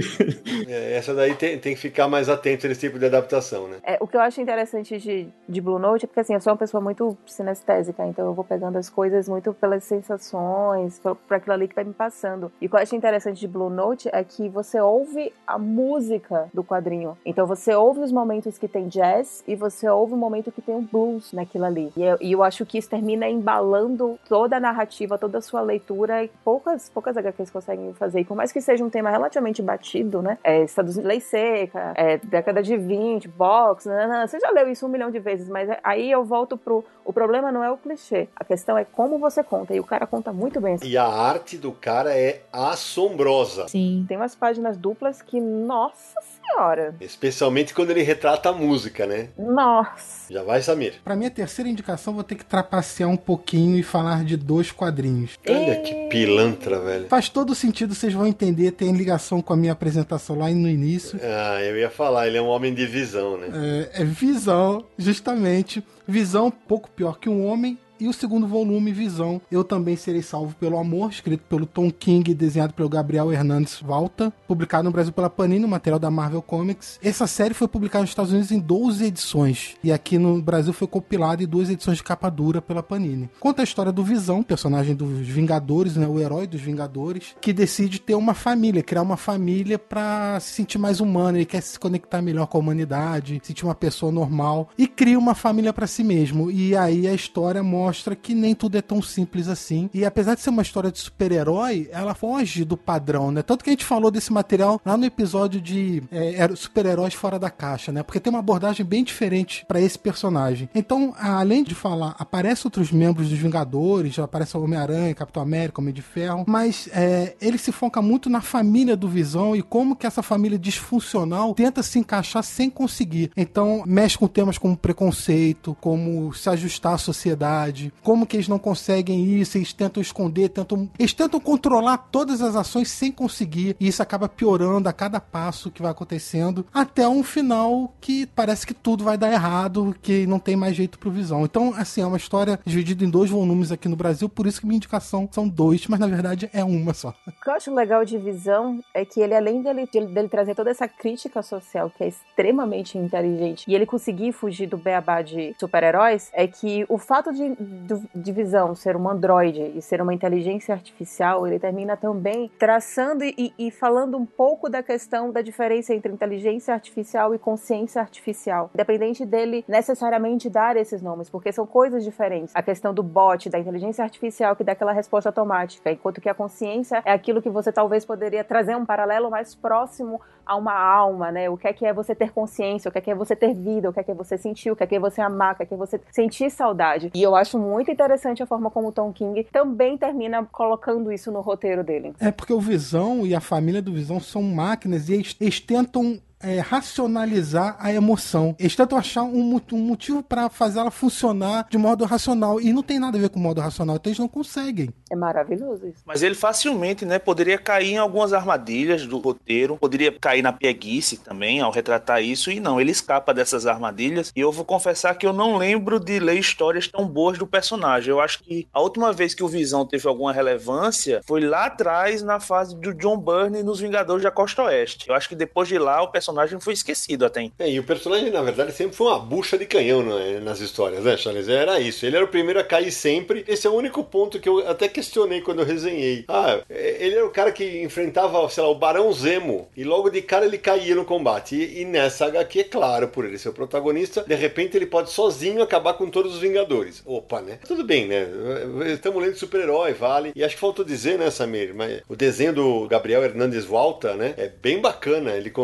É, essa daí tem, tem que ficar mais atento nesse tipo de adaptação, né? É, o que eu acho interessante de, de Blue Note é porque, assim, eu sou uma pessoa muito sinestésica, então eu vou pegando as coisas muito pelas sensações, por, por aquilo ali que vai me passando. E o que eu acho interessante de Blue Note é que você ouve a música do quadrinho. Então você ouve os momentos que tem jazz e você ouve o momento que tem o blues naquilo ali. E eu, e eu acho que isso termina embalando toda a narrativa, toda a sua leitura, e poucas, poucas H Qs conseguem fazer. E por mais que seja um tema relativamente batido, né? É, Estados Unidos, lei seca, é, década de vinte, box, nanana, você já leu isso um milhão de vezes, mas aí eu volto pro... O problema não é o clichê, a questão é como você conta, e o cara conta muito bem. E a arte do cara é assombrosa. Sim. Tem umas páginas duplas que, nossa senhora, Especialmente quando ele retrata a música, né? nossa. Já vai, Samir. Pra minha terceira indicação, vou ter que trapacear um pouquinho e falar de dois quadrinhos. Olha que pilantra, velho. Faz todo sentido, vocês vão entender, tem ligação com a minha apresentação lá no início. Ah, eu ia falar, ele é um homem de visão, né? É, é Visão, justamente. Visão, pouco pior que um homem. E o segundo volume, Visão, Eu Também Serei Salvo pelo Amor, escrito pelo Tom King e desenhado pelo Gabriel Hernandes Valta, publicado no Brasil pela Panini, material da Marvel Comics. Essa série foi publicada nos Estados Unidos em doze edições, e aqui no Brasil foi compilada em duas edições de capa dura pela Panini. Conta a história do Visão, personagem dos Vingadores, né, o herói dos Vingadores, que decide ter uma família, criar uma família pra se sentir mais humano, ele quer se conectar melhor com a humanidade, se sentir uma pessoa normal, e cria uma família pra si mesmo. E aí a história mostra mostra que nem tudo é tão simples assim. E apesar de ser uma história de super-herói, ela foge do padrão, né? Tanto que a gente falou desse material lá no episódio de é, super-heróis fora da caixa, né? Porque tem uma abordagem bem diferente pra esse personagem. Então, além de falar, aparecem outros membros dos Vingadores, já aparece o Homem-Aranha, Capitão América, Homem de Ferro, mas é, ele se foca muito na família do Visão e como que essa família disfuncional tenta se encaixar sem conseguir. Então, mexe com temas como preconceito, como se ajustar à sociedade, como que eles não conseguem isso, eles tentam esconder, tentam, eles tentam controlar todas as ações sem conseguir, e isso acaba piorando a cada passo que vai acontecendo, até um final que parece que tudo vai dar errado, que não tem mais jeito pro Visão. Então, assim, é uma história dividida em dois volumes aqui no Brasil, por isso que minha indicação são dois, mas na verdade é uma só. O que eu acho legal de Visão é que ele, além dele, dele trazer toda essa crítica social, que é extremamente inteligente, e ele conseguir fugir do beabá de super-heróis, é que o fato de de Visão ser um androide e ser uma inteligência artificial, ele termina também traçando e, e falando um pouco da questão da diferença entre inteligência artificial e consciência artificial, independente dele necessariamente dar esses nomes, porque são coisas diferentes. A questão do bot, da inteligência artificial que dá aquela resposta automática, enquanto que a consciência é aquilo que você talvez poderia trazer um paralelo mais próximo a uma alma, né? O que é que é você ter consciência, o que é que é você ter vida, o que é que é você sentir, o que é que é você amar, o que é que é você sentir saudade. E eu acho muito interessante a forma como o Tom King também termina colocando isso no roteiro dele. É porque o Visão e a família do Visão são máquinas e eles, eles tentam É, racionalizar a emoção. Eles tentam achar um, um motivo para fazer ela funcionar de modo racional. E não tem nada a ver com o modo racional, então eles não conseguem. É maravilhoso isso. Mas ele facilmente, né, poderia cair em algumas armadilhas do roteiro, poderia cair na pieguice também ao retratar isso, e não, ele escapa dessas armadilhas. E eu vou confessar que eu não lembro de ler histórias tão boas do personagem. Eu acho que a última vez que o Visão teve alguma relevância foi lá atrás, na fase do John Byrne nos Vingadores da Costa Oeste. Eu acho que depois de lá o personagem foi esquecido até. É, e o personagem, na verdade, sempre foi uma bucha de canhão, né, nas histórias, né, Charles? Era isso. Ele era o primeiro a cair sempre. Esse é o único ponto que eu até questionei quando eu resenhei. Ah, ele era o cara que enfrentava, sei lá, o Barão Zemo, e logo de cara ele caía no combate. E, e nessa H Q, claro, por ele ser o protagonista, de repente ele pode sozinho acabar com todos os Vingadores. Opa, né? Tudo bem, né? Estamos lendo super-herói, vale. E acho que faltou dizer, né, Samir? Mas o desenho do Gabriel Hernandes Valta, né? É bem bacana. Ele consegue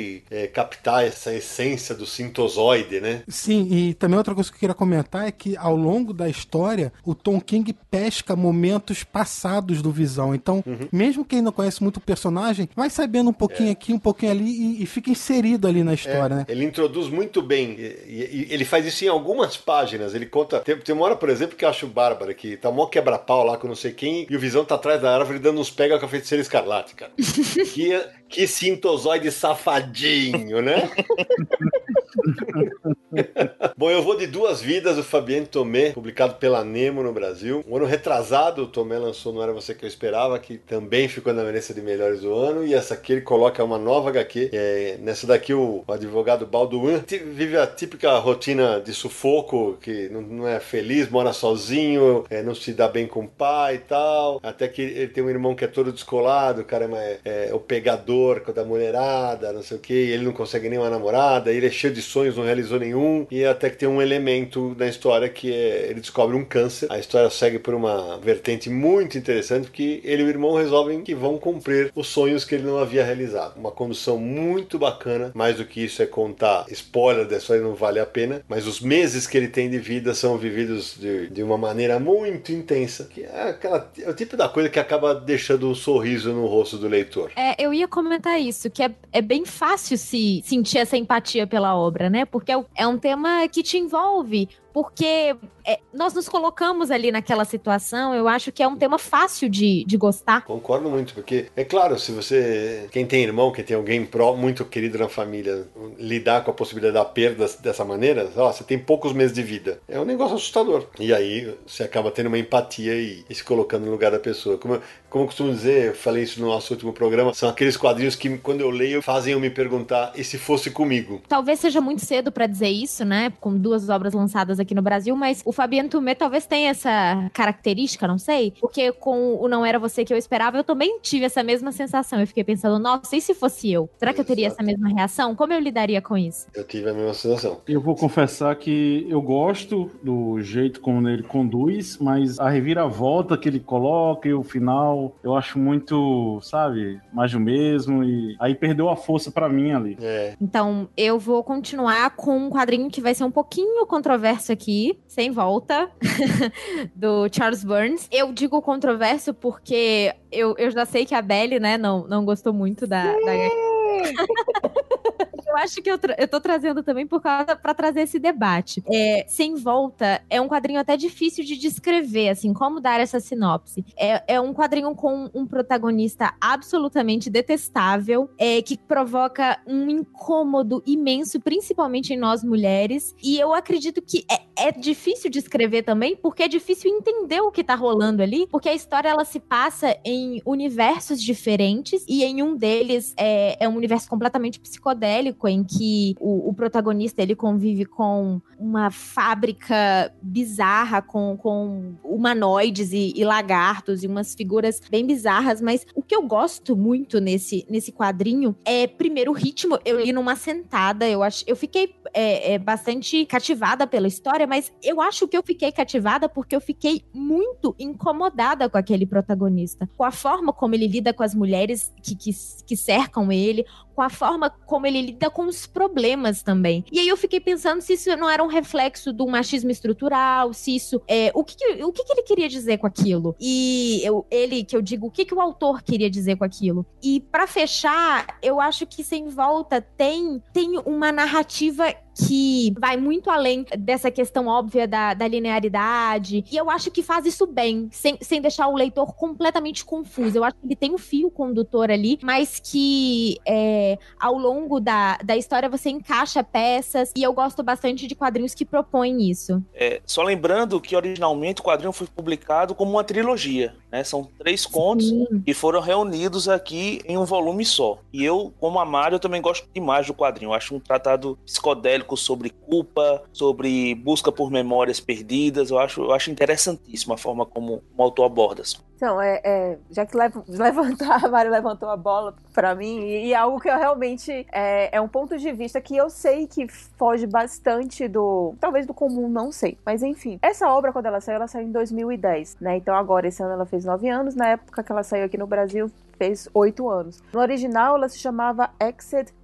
consegue é, captar essa essência do sintozoide, né? Sim, e também outra coisa que eu queria comentar é que ao longo da história, o Tom King pesca momentos passados do Visão. Então, uhum. mesmo quem não conhece muito o personagem, vai sabendo um pouquinho é. aqui, um pouquinho ali e, e fica inserido ali na história, é, né? Ele introduz muito bem. E, e, e ele faz isso em algumas páginas. Ele conta... Tem, tem uma hora, por exemplo, que eu acho bárbara, que tá mó quebra-pau lá com não sei quem, e o Visão tá atrás da árvore dando uns pega com a Feiticeira Escarlate, cara. que, que sintozoide safadinho, né? Bom, eu vou de Duas Vidas, do Fabien Tomé, publicado pela Nemo no Brasil. Um ano retrasado, o Tomé lançou Não Era Você Que Eu Esperava, que também ficou na lista de melhores do ano, e essa aqui ele coloca uma nova agá quê. É, nessa daqui o, o advogado Baldwin vive a típica rotina de sufoco, que não, não é feliz, mora sozinho, é, não se dá bem com o pai e tal, até que ele tem um irmão que é todo descolado, o cara é, é, é o pegador da mulherada, não sei o que, ele não consegue nem uma namorada, ele é cheio de sonhos, não realizou nenhum, e até que tem um elemento na história que é, ele descobre um câncer. A história segue por uma vertente muito interessante, porque ele e o irmão resolvem que vão cumprir os sonhos que ele não havia realizado. Uma condução muito bacana, mais do que isso é contar spoiler da história, não vale a pena, mas os meses que ele tem de vida são vividos de, de uma maneira muito intensa, que é, aquela, é o tipo da coisa que acaba deixando um sorriso no rosto do leitor. É, eu ia comentar isso, que é, é bem fácil se sentir essa empatia pela obra, né? Porque é, é um tema que te envolve, porque é, nós nos colocamos ali naquela situação. Eu acho que é um tema fácil de, de gostar. Concordo muito, porque é claro, se você, quem tem irmão, quem tem alguém pró, muito querido na família, lidar com a possibilidade da perda dessa maneira, ó, você tem poucos meses de vida, é um negócio assustador, e aí você acaba tendo uma empatia e, e se colocando no lugar da pessoa. Como, como eu costumo dizer, eu falei isso no nosso último programa, são aqueles quadrinhos que quando eu leio fazem eu me perguntar, e se fosse comigo? Talvez seja muito cedo pra dizer isso, né, com duas obras lançadas aqui no Brasil, mas o Fabien Tomé talvez tenha essa característica, não sei, porque com o Não Era Você Que Eu Esperava, eu também tive essa mesma sensação. Eu fiquei pensando, nossa, e se fosse eu? Será que eu teria essa mesma reação? Como eu lidaria com isso? Eu tive a mesma sensação. Eu vou confessar que eu gosto do jeito como ele conduz, mas a reviravolta que ele coloca e o final, eu acho muito, sabe, mais do mesmo, e aí perdeu a força pra mim ali. É. Então, eu vou continuar com um quadrinho que vai ser um pouquinho controverso aqui, sem volta, do Charles Burns. Eu digo controverso porque eu, eu já sei que a Belle, né, não, não gostou muito da... da... Eu acho que eu, tra- eu tô trazendo também por causa pra trazer esse debate. É, Sem Volta é um quadrinho até difícil de descrever, assim, como dar essa sinopse. É, é um quadrinho com um protagonista absolutamente detestável, é, que provoca um incômodo imenso, principalmente em nós mulheres. E eu acredito que é, é difícil de escrever também, porque é difícil entender o que tá rolando ali, porque a história ela se passa em universos diferentes, e em um deles é, é um universo completamente psicodélico, em que o, o protagonista ele convive com uma fábrica bizarra, com, com humanoides e, e lagartos e umas figuras bem bizarras, mas o que eu gosto muito nesse, nesse quadrinho é, primeiro, o ritmo. Eu li numa sentada, eu, ach, eu fiquei é, é, bastante cativada pela história, mas eu acho que eu fiquei cativada porque eu fiquei muito incomodada com aquele protagonista, com a forma como ele lida com as mulheres que, que, que cercam ele, com a forma como ele lida com os problemas também. E aí eu fiquei pensando se isso não era um reflexo do machismo estrutural, se isso... É, o que, que, o que, que ele queria dizer com aquilo? E eu, ele, que eu digo, o que, que o autor queria dizer com aquilo? E pra fechar, eu acho que Sem Volta tem, tem uma narrativa que vai muito além dessa questão óbvia da, da linearidade, e eu acho que faz isso bem, sem, sem deixar o leitor completamente confuso. Eu acho que ele tem um fio condutor ali, mas que é, ao longo da, da história você encaixa peças, e eu gosto bastante de quadrinhos que propõem isso. É, só lembrando que originalmente o quadrinho foi publicado como uma trilogia, né? São três contos Sim. que foram reunidos aqui em um volume só. E eu, como a Mário, eu também gosto demais do quadrinho. Eu acho um tratado psicodélico sobre culpa, sobre busca por memórias perdidas. Eu acho, eu acho interessantíssima a forma como o autor aborda. Então, é, é, já que lev- levantar, a Mari levantou a bola pra mim, e, e algo que eu realmente é, é um ponto de vista que eu sei que foge bastante do, talvez do comum, não sei, mas enfim. Essa obra, quando ela saiu, ela saiu em dois mil e dez, né? Então agora, esse ano ela fez nove anos, na época que ela saiu aqui no Brasil, fez oito anos. No original, ela se chamava Exit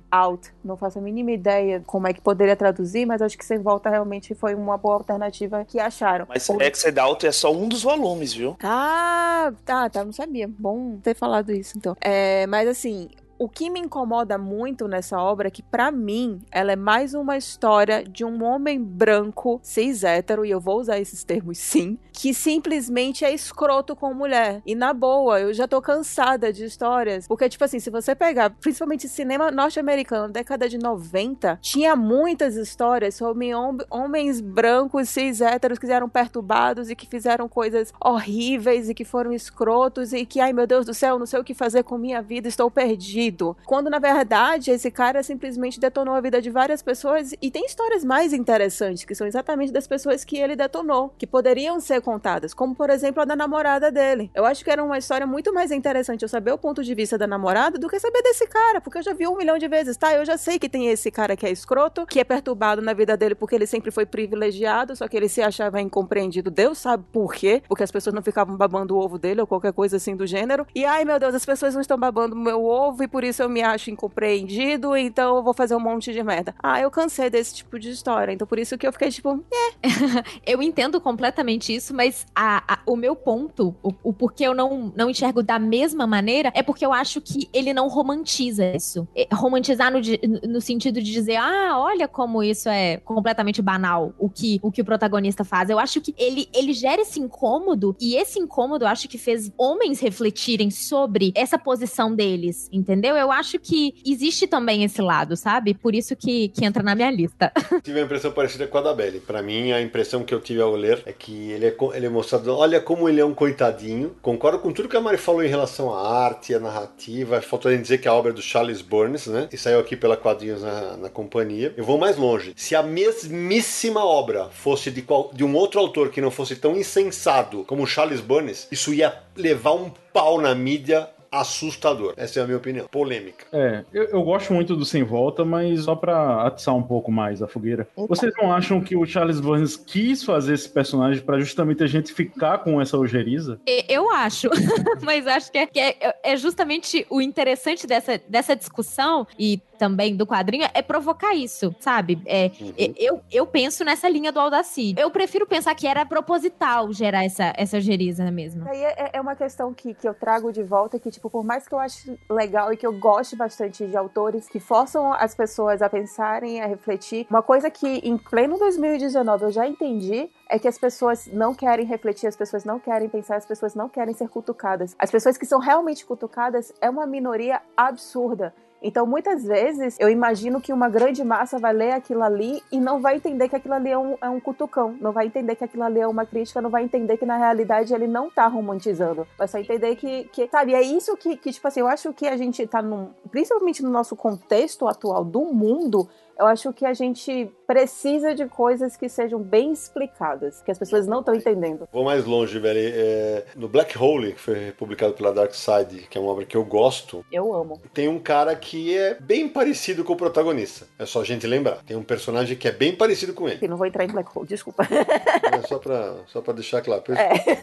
Out. Não faço a mínima ideia como é que poderia traduzir, mas acho que Sem Volta realmente foi uma boa alternativa que acharam. Mas Exit Out é só um dos volumes, viu? Ah, tá, tá, não sabia. Bom ter falado isso, então. É, mas assim... O que me incomoda muito nessa obra é que, pra mim, ela é mais uma história de um homem branco, cis hétero, e eu vou usar esses termos sim, que simplesmente é escroto com mulher. E na boa, eu já tô cansada de histórias. Porque, tipo assim, se você pegar, principalmente cinema norte-americano, década de noventa, tinha muitas histórias sobre hom- homens brancos, cis héteros, que eram perturbados e que fizeram coisas horríveis e que foram escrotos e que, ai meu Deus do céu, não sei o que fazer com minha vida, estou perdido. Quando, na verdade, esse cara simplesmente detonou a vida de várias pessoas e tem histórias mais interessantes, que são exatamente das pessoas que ele detonou, que poderiam ser contadas, como, por exemplo, a da namorada dele. Eu acho que era uma história muito mais interessante eu saber o ponto de vista da namorada do que saber desse cara, porque eu já vi um milhão de vezes, tá? Eu já sei que tem esse cara que é escroto, que é perturbado na vida dele porque ele sempre foi privilegiado, só que ele se achava incompreendido. Deus sabe por quê, porque as pessoas não ficavam babando o ovo dele ou qualquer coisa assim do gênero. E, ai, meu Deus, as pessoas não estão babando o meu ovo e por isso eu me acho incompreendido, então eu vou fazer um monte de merda. Ah, eu cansei desse tipo de história, então por isso que eu fiquei tipo, é. Eu entendo completamente isso, mas a, a, o meu ponto, o, o porquê eu não, não enxergo da mesma maneira, é porque eu acho que ele não romantiza isso. É, romantizar no, no sentido de dizer, ah, olha como isso é completamente banal, o que o, que o protagonista faz. Eu acho que ele, ele gera esse incômodo, e esse incômodo eu acho que fez homens refletirem sobre essa posição deles, entendeu? Eu acho que existe também esse lado, sabe? Por isso que, que entra na minha lista. Tive a impressão parecida com a da Belly. Pra mim, a impressão que eu tive ao ler é que ele é, ele é mostrado, olha como ele é um coitadinho. Concordo com tudo que a Mari falou em relação à arte, à narrativa. Faltou em dizer que a obra é do Charles Burns, né? E saiu aqui pela Quadrinhos na, na companhia. Eu vou mais longe. Se a mesmíssima obra fosse de, qual, de um outro autor que não fosse tão insensado como o Charles Burns, isso ia levar um pau na mídia assustador. Essa é a minha opinião. Polêmica. É, eu, eu gosto muito do Sem Volta, mas só pra atiçar um pouco mais a fogueira. Opa. Vocês não acham que o Charles Burns quis fazer esse personagem pra justamente a gente ficar com essa ojeriza? Eu acho, mas acho que, é, que é, é justamente o interessante dessa, dessa discussão e também do quadrinho é provocar isso, sabe? É, uhum. eu, eu penso nessa linha do Aldacir. Eu prefiro pensar que era proposital gerar essa, essa ojeriza mesmo. Aí é, é uma questão que, que eu trago de volta, que tipo, por mais que eu ache legal e que eu goste bastante de autores que forçam as pessoas a pensarem, a refletir, uma coisa que em pleno dois mil e dezenove eu já entendi é que as pessoas não querem refletir, as pessoas não querem pensar, as pessoas não querem ser cutucadas. As pessoas que são realmente cutucadas é uma minoria absurda. Então, muitas vezes, eu imagino que uma grande massa vai ler aquilo ali e não vai entender que aquilo ali é um, é um cutucão, não vai entender que aquilo ali é uma crítica, não vai entender que, na realidade, ele não tá romantizando. Vai só entender que, que sabe, é isso que, que, tipo assim, eu acho que a gente tá num, principalmente no nosso contexto atual do mundo, eu acho que a gente precisa de coisas que sejam bem explicadas, que as pessoas não estão entendendo. Vou mais longe, velho. É, no Black Hole, que foi publicado pela Dark Side, que é uma obra que eu gosto. Eu amo. Tem um cara que é bem parecido com o protagonista. É só a gente lembrar. Tem um personagem que é bem parecido com ele. Eu não vou entrar em Black Hole, desculpa. É só pra, só pra deixar claro. Por isso,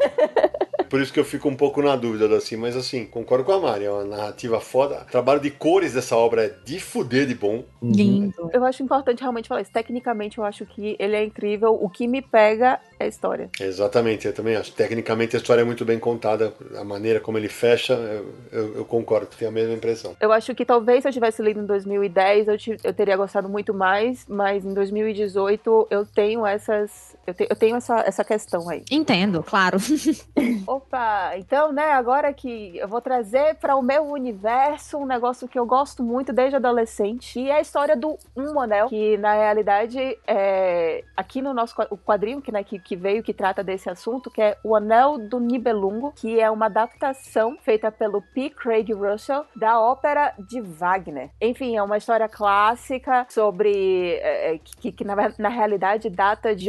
é. Por isso que eu fico um pouco na dúvida, assim. Mas assim, concordo com a Mari. É uma narrativa foda. O trabalho de cores dessa obra é de fuder de bom. Lindo. Eu acho importante realmente falar isso. Tecnicamente, eu acho que ele é incrível. O que me pega é a história. Exatamente, eu também acho. Tecnicamente, a história é muito bem contada. A maneira como ele fecha, eu, eu, eu concordo. Tenho a mesma impressão. Eu acho que talvez se eu tivesse lido em dois mil e dez, eu, te, eu teria gostado muito mais. Mas em dois mil e dezoito, eu tenho essas... Eu, te, eu tenho essa, essa questão aí. Entendo, claro. Opa, então, né, agora que eu vou trazer para o meu universo um negócio que eu gosto muito desde adolescente, e é a história do Um Anel, que na realidade é aqui no nosso quadrinho, que, né, que, que veio, que trata desse assunto, que é O Anel do Nibelungo, que é uma adaptação feita pelo P. Craig Russell da ópera de Wagner. Enfim, é uma história clássica sobre, é, que, que na, na realidade data de outras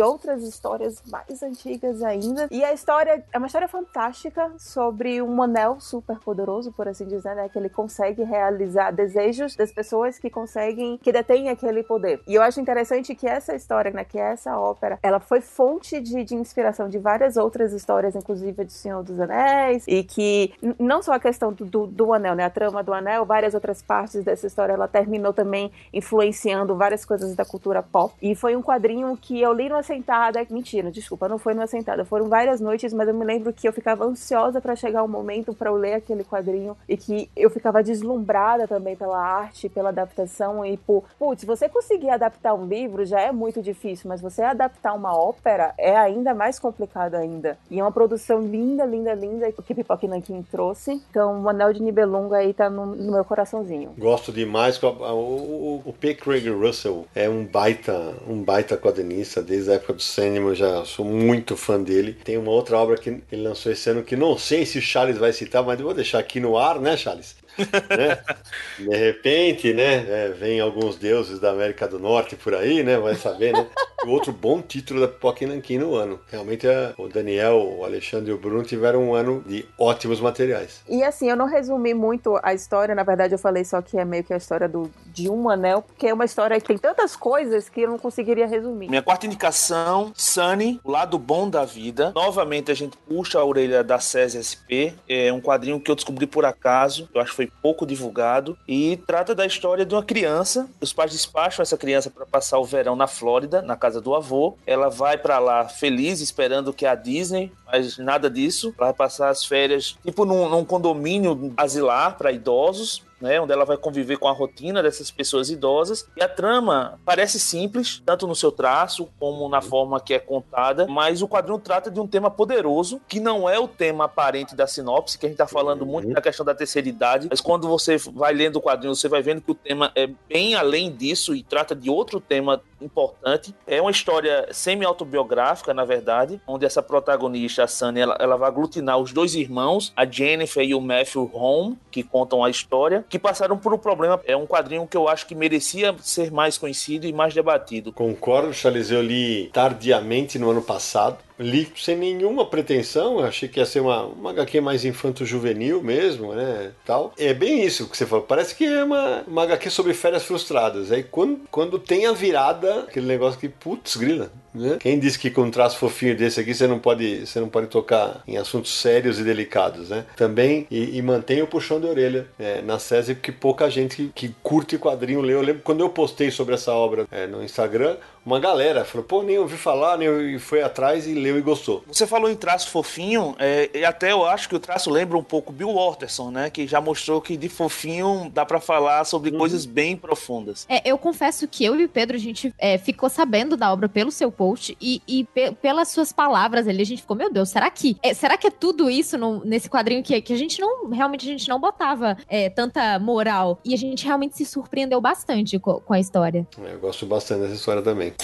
histórias mais antigas ainda. E a história é uma história fantástica sobre um anel super poderoso, por assim dizer, né? Que ele consegue realizar desejos das pessoas que conseguem, que detêm aquele poder. E eu acho interessante que essa história, né? Que essa ópera, ela foi fonte de, de inspiração de várias outras histórias, inclusive de Senhor dos Anéis, e que não só a questão do, do, do anel, né? A trama do anel, várias outras partes dessa história, ela terminou também influenciando várias coisas da cultura pop. E foi um quadrinho que eu li numa sentada, mentira, desculpa, não foi numa sentada, foram várias noites, mas eu me lembro que eu ficava ansiosa pra chegar o momento pra eu ler aquele quadrinho e que eu ficava deslumbrada também pela arte, pela adaptação e por, putz, você conseguir adaptar um livro já é muito difícil, mas você adaptar uma ópera é ainda mais complicado ainda. E é uma produção linda, linda, linda que o Pipoca Nanquim trouxe. Então, o Anel de Nibelunga aí tá no, no meu coraçãozinho. Gosto demais. O, o, o P. Craig Russell é um baita, um baita quadrinista. Desde a época do Sandman eu já sou muito fã dele. Tem uma outra obra que ele lançou esse ano que não sei se o Charles vai citar, mas eu vou deixar aqui no ar, né, Charles? Né? De repente, né, é, vem alguns deuses da América do Norte por aí, né, vai saber, né? O outro bom título da Pipoca Nanquim no ano. Realmente é, o Daniel, o Alexandre e o Bruno tiveram um ano de ótimos materiais. E assim, eu não resumi muito a história, na verdade eu falei só que é meio que a história do, de um anel, porque é uma história que tem tantas coisas que eu não conseguiria resumir. Minha quarta indicação, Sunny, o lado bom da vida. Novamente a gente puxa a orelha da SESI S P, é um quadrinho que eu descobri por acaso, eu acho que foi pouco divulgado, e trata da história de uma criança. Os pais despacham essa criança para passar o verão na Flórida, na casa do avô. Ela vai para lá feliz, esperando que a Disney, mas nada disso. Ela vai passar as férias tipo num, num condomínio asilar para idosos, né, onde ela vai conviver com a rotina dessas pessoas idosas. E a trama parece simples, tanto no seu traço como na forma que é contada, mas o quadrinho trata de um tema poderoso, que não é o tema aparente da sinopse, que a gente está falando muito da questão da terceira idade, mas quando você vai lendo o quadrinho, você vai vendo que o tema é bem além disso e trata de outro tema importante. É uma história semi-autobiográfica, na verdade, onde essa protagonista, a Sunny, ela, ela vai aglutinar os dois irmãos, a Jennifer e o Matthew Home, que contam a história, que passaram por um problema. É um quadrinho que eu acho que merecia ser mais conhecido e mais debatido. Concordo, Charles, eu li tardiamente no ano passado. Li sem nenhuma pretensão, eu achei que ia ser uma, uma agá quê mais infanto-juvenil mesmo, né, tal. É bem isso que você falou, parece que é uma, uma agá quê sobre férias frustradas. Aí quando, quando tem a virada, aquele negócio que, putz, grila, né? Quem disse que com um traço fofinho desse aqui você não pode, você não pode tocar em assuntos sérios e delicados, né? Também, e, e mantém o puxão de orelha é, na SESI, porque pouca gente que, que curte quadrinho lê. Eu lembro quando eu postei sobre essa obra é, no Instagram, uma galera falou, pô, nem ouvi falar, nem foi atrás e leu e gostou. Você falou em traço fofinho, é, e até eu acho que o traço lembra um pouco Bill Watterson, né? Que já mostrou que de fofinho dá pra falar sobre uhum. coisas bem profundas. É, eu confesso que eu e o Pedro, a gente é, ficou sabendo da obra pelo seu post e, e pe- pelas suas palavras ali, a gente ficou, meu Deus, será que é, será que é tudo isso no, nesse quadrinho que, que a gente não, realmente a gente não botava é, tanta moral? E a gente realmente se surpreendeu bastante com, com a história. É, eu gosto bastante dessa história também.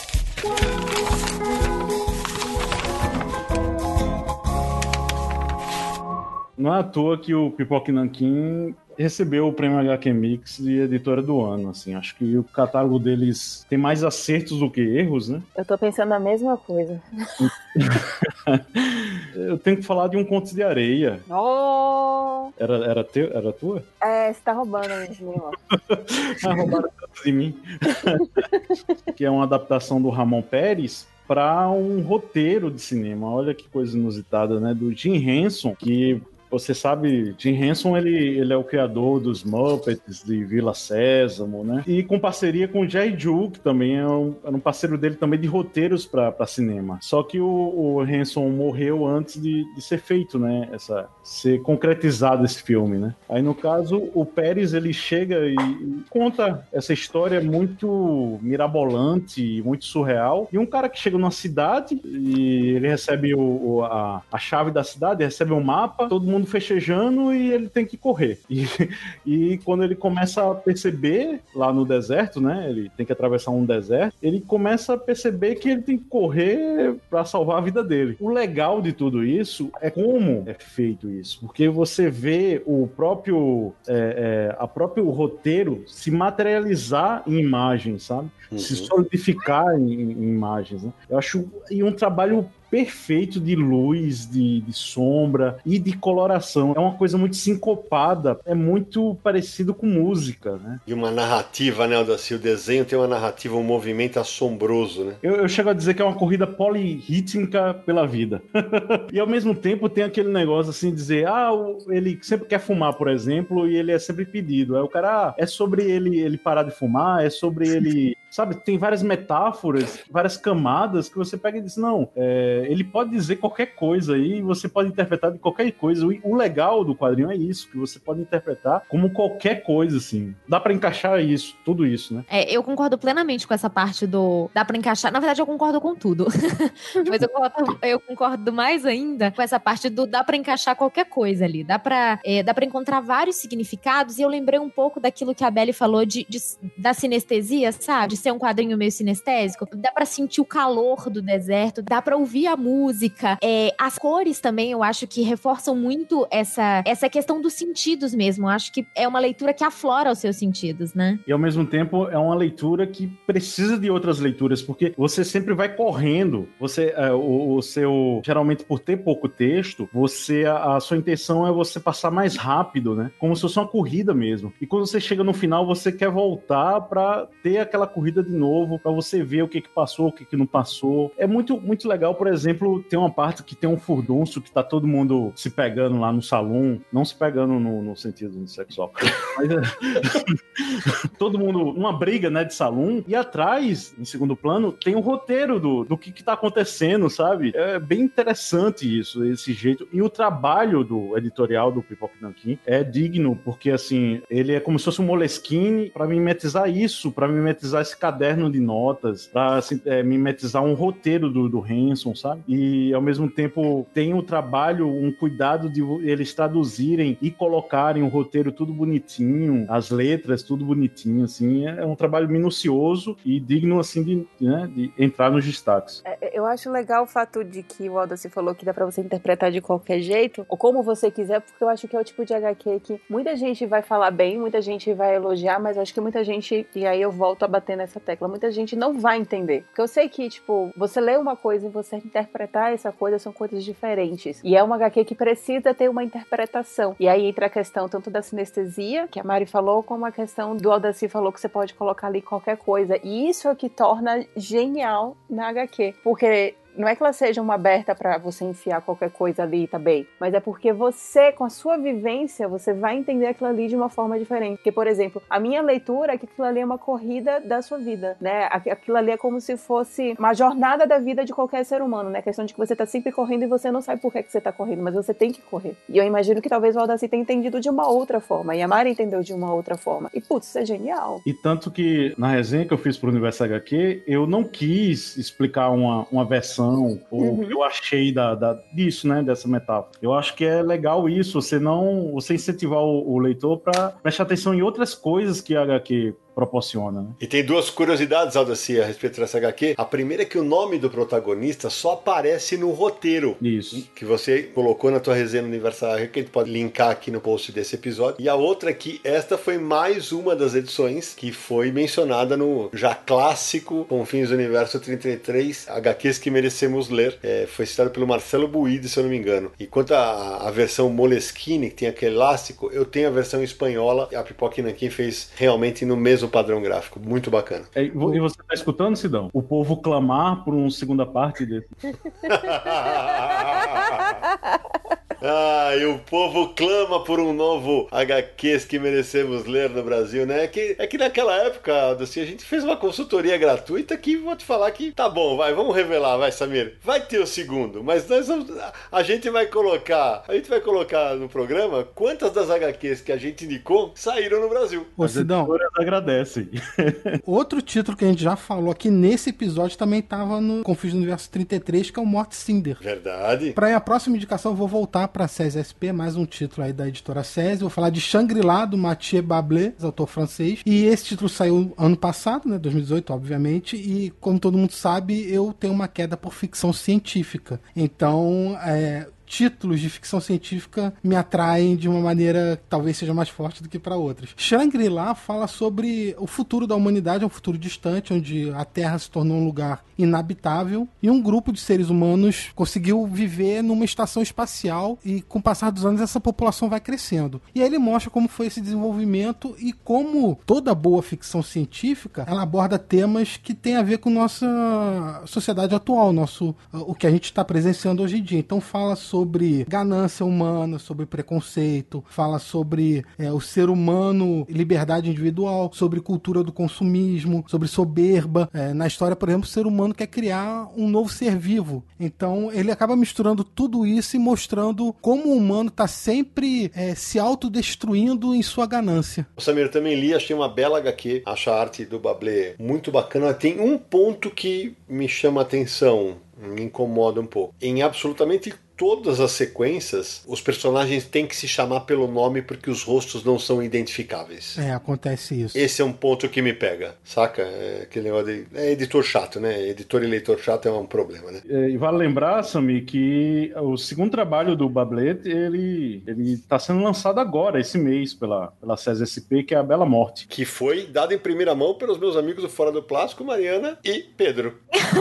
Não é à toa que o Pipoca Nanquim recebeu o prêmio agá quê Mix de editora do ano, assim. Acho que o catálogo deles tem mais acertos do que erros, né? Eu tô pensando a mesma coisa. Eu tenho que falar de Um Conto de Areia. Oh! Era, era, teu, era tua? É, você tá roubando a gente, meu. Ah, roubaram tanto de mim. Que é uma adaptação do Ramon Pérez para um roteiro de cinema. Olha que coisa inusitada, né? Do Jim Henson, que... Você sabe, Jim Henson, ele, ele é o criador dos Muppets, de Vila Sésamo, né? E com parceria com o Jerry Ju, que também é um, era um parceiro dele também de roteiros para cinema. Só que o, o Henson morreu antes de, de ser feito, né? Essa, ser concretizado esse filme, né? Aí, no caso, o Pérez, ele chega e, e conta essa história muito mirabolante, muito surreal. E um cara que chega numa cidade e ele recebe o, o, a, a chave da cidade, recebe um mapa, todo mundo mundo fechejando e ele tem que correr. E, e quando ele começa a perceber, lá no deserto, né, ele tem que atravessar um deserto, ele começa a perceber que ele tem que correr para salvar a vida dele. O legal de tudo isso é como é feito isso, porque você vê o próprio, é, é, a próprio roteiro se materializar em imagens, sabe? Uhum. Se solidificar em, em imagens, né? Eu acho e um trabalho perfeito de luz, de, de sombra e de coloração. É uma coisa muito sincopada, é muito parecido com música, né? E uma narrativa, né, Aldaci? O desenho tem uma narrativa, um movimento assombroso, né? Eu, eu chego a dizer que é uma corrida polirrítmica pela vida. E ao mesmo tempo tem aquele negócio assim, de dizer, ah, ele sempre quer fumar, por exemplo, e ele é sempre pedido. Aí o cara, ah, é sobre ele, ele parar de fumar, é sobre ele... Sabe, tem várias metáforas, várias camadas que você pega e diz, não, é, ele pode dizer qualquer coisa aí, você pode interpretar de qualquer coisa. O, o legal do quadrinho é isso, que você pode interpretar como qualquer coisa, assim. Dá pra encaixar isso, tudo isso, né? É, eu concordo plenamente com essa parte do... Dá pra encaixar... Na verdade, eu concordo com tudo. Mas eu concordo, eu concordo mais ainda com essa parte do dá pra encaixar qualquer coisa ali. Dá pra, é, dá pra encontrar vários significados, e eu lembrei um pouco daquilo que a Belle falou de, de, da sinestesia, sabe? Ser um quadrinho meio sinestésico, dá pra sentir o calor do deserto, dá pra ouvir a música, é, as cores também eu acho que reforçam muito essa, essa questão dos sentidos mesmo, eu acho que é uma leitura que aflora os seus sentidos, né? E ao mesmo tempo é uma leitura que precisa de outras leituras, porque você sempre vai correndo, você, é, o, o seu, geralmente por ter pouco texto, você, a, a sua intenção é você passar mais rápido, né? Como se fosse uma corrida mesmo, e quando você chega no final, você quer voltar pra ter aquela corrida de novo, pra você ver o que que passou, o que que não passou. É muito, muito legal, por exemplo, tem uma parte que tem um furdunço que tá todo mundo se pegando lá no salão, não se pegando no, no sentido sexual, mas é... todo mundo, uma briga, né, de salão, e atrás, em segundo plano, tem o roteiro do, do que que tá acontecendo, sabe? É bem interessante isso, esse jeito, e o trabalho do editorial do Pipoca Nanquim é digno, porque assim, ele é como se fosse um Moleskine pra mimetizar isso, pra mimetizar esse caderno de notas, pra assim, é, mimetizar um roteiro do, do Henson, sabe? E ao mesmo tempo tem o trabalho, um cuidado de eles traduzirem e colocarem o roteiro tudo bonitinho, as letras tudo bonitinho, assim, é um trabalho minucioso e digno, assim, de, né, de entrar nos destaques. É, eu acho legal o fato de que o Aldaci falou que dá pra você interpretar de qualquer jeito, ou como você quiser, porque eu acho que é o tipo de agá quê que muita gente vai falar bem, muita gente vai elogiar, mas eu acho que muita gente, e aí eu volto a bater nessa tecla, muita gente não vai entender. Porque eu sei que, tipo, você lê uma coisa e você interpretar essa coisa são coisas diferentes. E é uma agá quê que precisa ter uma interpretação. E aí entra a questão tanto da sinestesia, que a Mari falou, como a questão do Aldaci falou que você pode colocar ali qualquer coisa. E isso é o que torna genial na agá quê. Porque não é que ela seja uma aberta pra você enfiar qualquer coisa ali também, mas é porque você, com a sua vivência, você vai entender aquilo ali de uma forma diferente. Porque, por exemplo, a minha leitura é que aquilo ali é uma corrida da sua vida, né? Aquilo ali é como se fosse uma jornada da vida de qualquer ser humano, né? A questão de que você tá sempre correndo e você não sabe por que, que você tá correndo, mas você tem que correr. E eu imagino que talvez o Aldaci tenha entendido de uma outra forma, e a Mari entendeu de uma outra forma. E, putz, isso é genial. E tanto que, na resenha que eu fiz pro Universo agá quê, eu não quis explicar uma, uma versão ou uhum. eu achei da, da, disso, né, dessa metáfora. Eu acho que é legal isso, você não, você incentivar o, o leitor para prestar atenção em outras coisas que a agá quê proporciona, né? E tem duas curiosidades, Aldaci, a respeito dessa agá quê. A primeira é que o nome do protagonista só aparece no roteiro. Isso. Que você colocou na tua resenha no Universo agá quê, que a gente pode linkar aqui no post desse episódio. E a outra é que esta foi mais uma das edições que foi mencionada no já clássico Confins do Universo trinta e três, agá quês que merecemos ler. É, foi citado pelo Marcelo Buide, se eu não me engano. E quanto à versão Moleskine, que tem aquele elástico, eu tenho a versão espanhola. A Pipoca Nanquim fez realmente no mesmo padrão gráfico, muito bacana. É, e você tá escutando, Sidão? O povo clamar por uma segunda parte dele. Ah, e o povo clama por um novo agá quês que merecemos ler no Brasil, né? É que, é que naquela época, assim, a gente fez uma consultoria gratuita que vou te falar que tá bom, vai, vamos revelar, vai, Samir. Vai ter o segundo, mas nós vamos, a gente vai colocar, a gente vai colocar no programa quantas das agá quês que a gente indicou saíram no Brasil. Ô, Sidão, agradecem. Outro título que a gente já falou aqui nesse episódio também tava no Confins do Universo trinta e três, que é o Morte Cinder. Verdade. Pra a próxima indicação, eu vou voltar pra SESI S P, mais um título aí da editora SESI. Vou falar de Shangri-La, do Mathieu Bablé, autor francês. E esse título saiu ano passado, né, dois mil e dezoito, obviamente. E como todo mundo sabe, eu tenho uma queda por ficção científica. Então, é... títulos de ficção científica me atraem de uma maneira que talvez seja mais forte do que para outras. Shangri-La fala sobre o futuro da humanidade, é um futuro distante, onde a Terra se tornou um lugar inabitável e um grupo de seres humanos conseguiu viver numa estação espacial e com o passar dos anos essa população vai crescendo. E aí ele mostra como foi esse desenvolvimento e como toda boa ficção científica, ela aborda temas que têm a ver com nossa sociedade atual, nosso, o que a gente está presenciando hoje em dia. Então fala sobre sobre ganância humana, sobre preconceito, fala sobre é, o ser humano, liberdade individual, sobre cultura do consumismo, sobre soberba. É, na história, por exemplo, o ser humano quer criar um novo ser vivo. Então, ele acaba misturando tudo isso e mostrando como o humano está sempre é, se autodestruindo em sua ganância. O Samir, eu também li, achei uma bela agá quê, acho a arte do Bablé muito bacana. Tem um ponto que me chama a atenção, me incomoda um pouco. Em absolutamente todas as sequências, os personagens têm que se chamar pelo nome porque os rostos não são identificáveis. É, acontece isso. Esse é um ponto que me pega, saca? É aquele negócio de... É editor chato, né? Editor e leitor chato é um problema, né? É, e vale lembrar, Sami, que o segundo trabalho do Bablé, ele ele tá sendo lançado agora, esse mês, pela, pela SESI S P, que é A Bela Morte. Que foi dado em primeira mão pelos meus amigos do Fora do Plástico, Mariana e Pedro.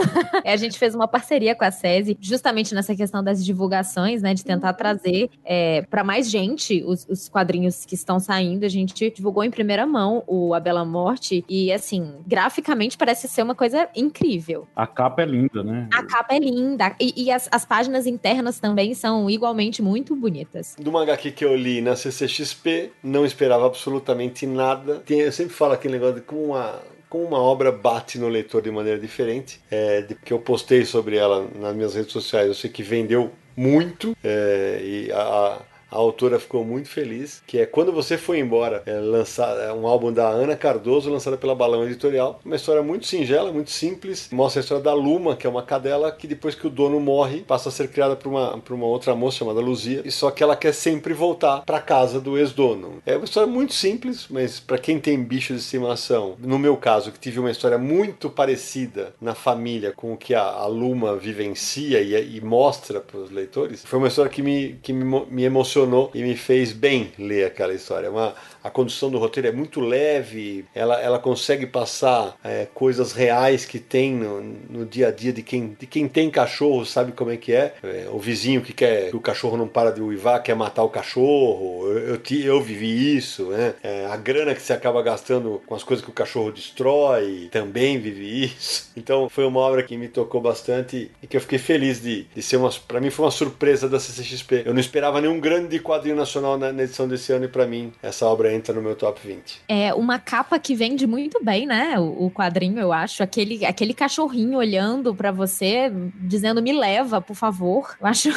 A gente fez uma parceria com a SESI, justamente nessa questão das divulgações, né, de tentar trazer é, para mais gente os, os quadrinhos que estão saindo. A gente divulgou em primeira mão o A Bela Morte e, assim, graficamente parece ser uma coisa incrível. A capa é linda, né? A capa é linda. E, e as, as páginas internas também são igualmente muito bonitas. Do agá quê que eu li na C C X P, não esperava absolutamente nada. Tem, eu sempre falo aquele negócio de como uma... como uma obra bate no leitor de maneira diferente, é, de, que eu postei sobre ela nas minhas redes sociais, eu sei que vendeu muito, é, e a, a autora ficou muito feliz, que é Quando Você Foi Embora, é, lançar, é um álbum da Ana Cardoso, lançada pela Balão Editorial, uma história muito singela, muito simples, mostra a história da Luma, que é uma cadela que depois que o dono morre, passa a ser criada por uma, por uma outra moça chamada Luzia, e só que ela quer sempre voltar para casa do ex-dono. É uma história muito simples, mas para quem tem bicho de estimação, no meu caso, que tive uma história muito parecida na família com o que a, a Luma vivencia e, e mostra para os leitores, foi uma história que me, que me, me emocionou e me fez bem ler aquela história. Uma, a condução do roteiro é muito leve, ela, ela consegue passar é, coisas reais que tem no, no dia a dia de quem, de quem tem cachorro, sabe como é que é. é o vizinho que quer que o cachorro não para de uivar, quer matar o cachorro, eu, eu, eu vivi isso, né? É, a grana que você acaba gastando com as coisas que o cachorro destrói, também vivi isso. Então foi uma obra que me tocou bastante e que eu fiquei feliz de, de ser uma... Pra mim foi uma surpresa da C C X P. Eu não esperava nenhum grande de quadrinho nacional na, na edição desse ano e pra mim essa obra entra no meu top vinte. É uma capa que vende muito bem, né? O, o quadrinho, eu acho. Aquele, aquele cachorrinho olhando pra você, dizendo me leva, por favor. Eu acho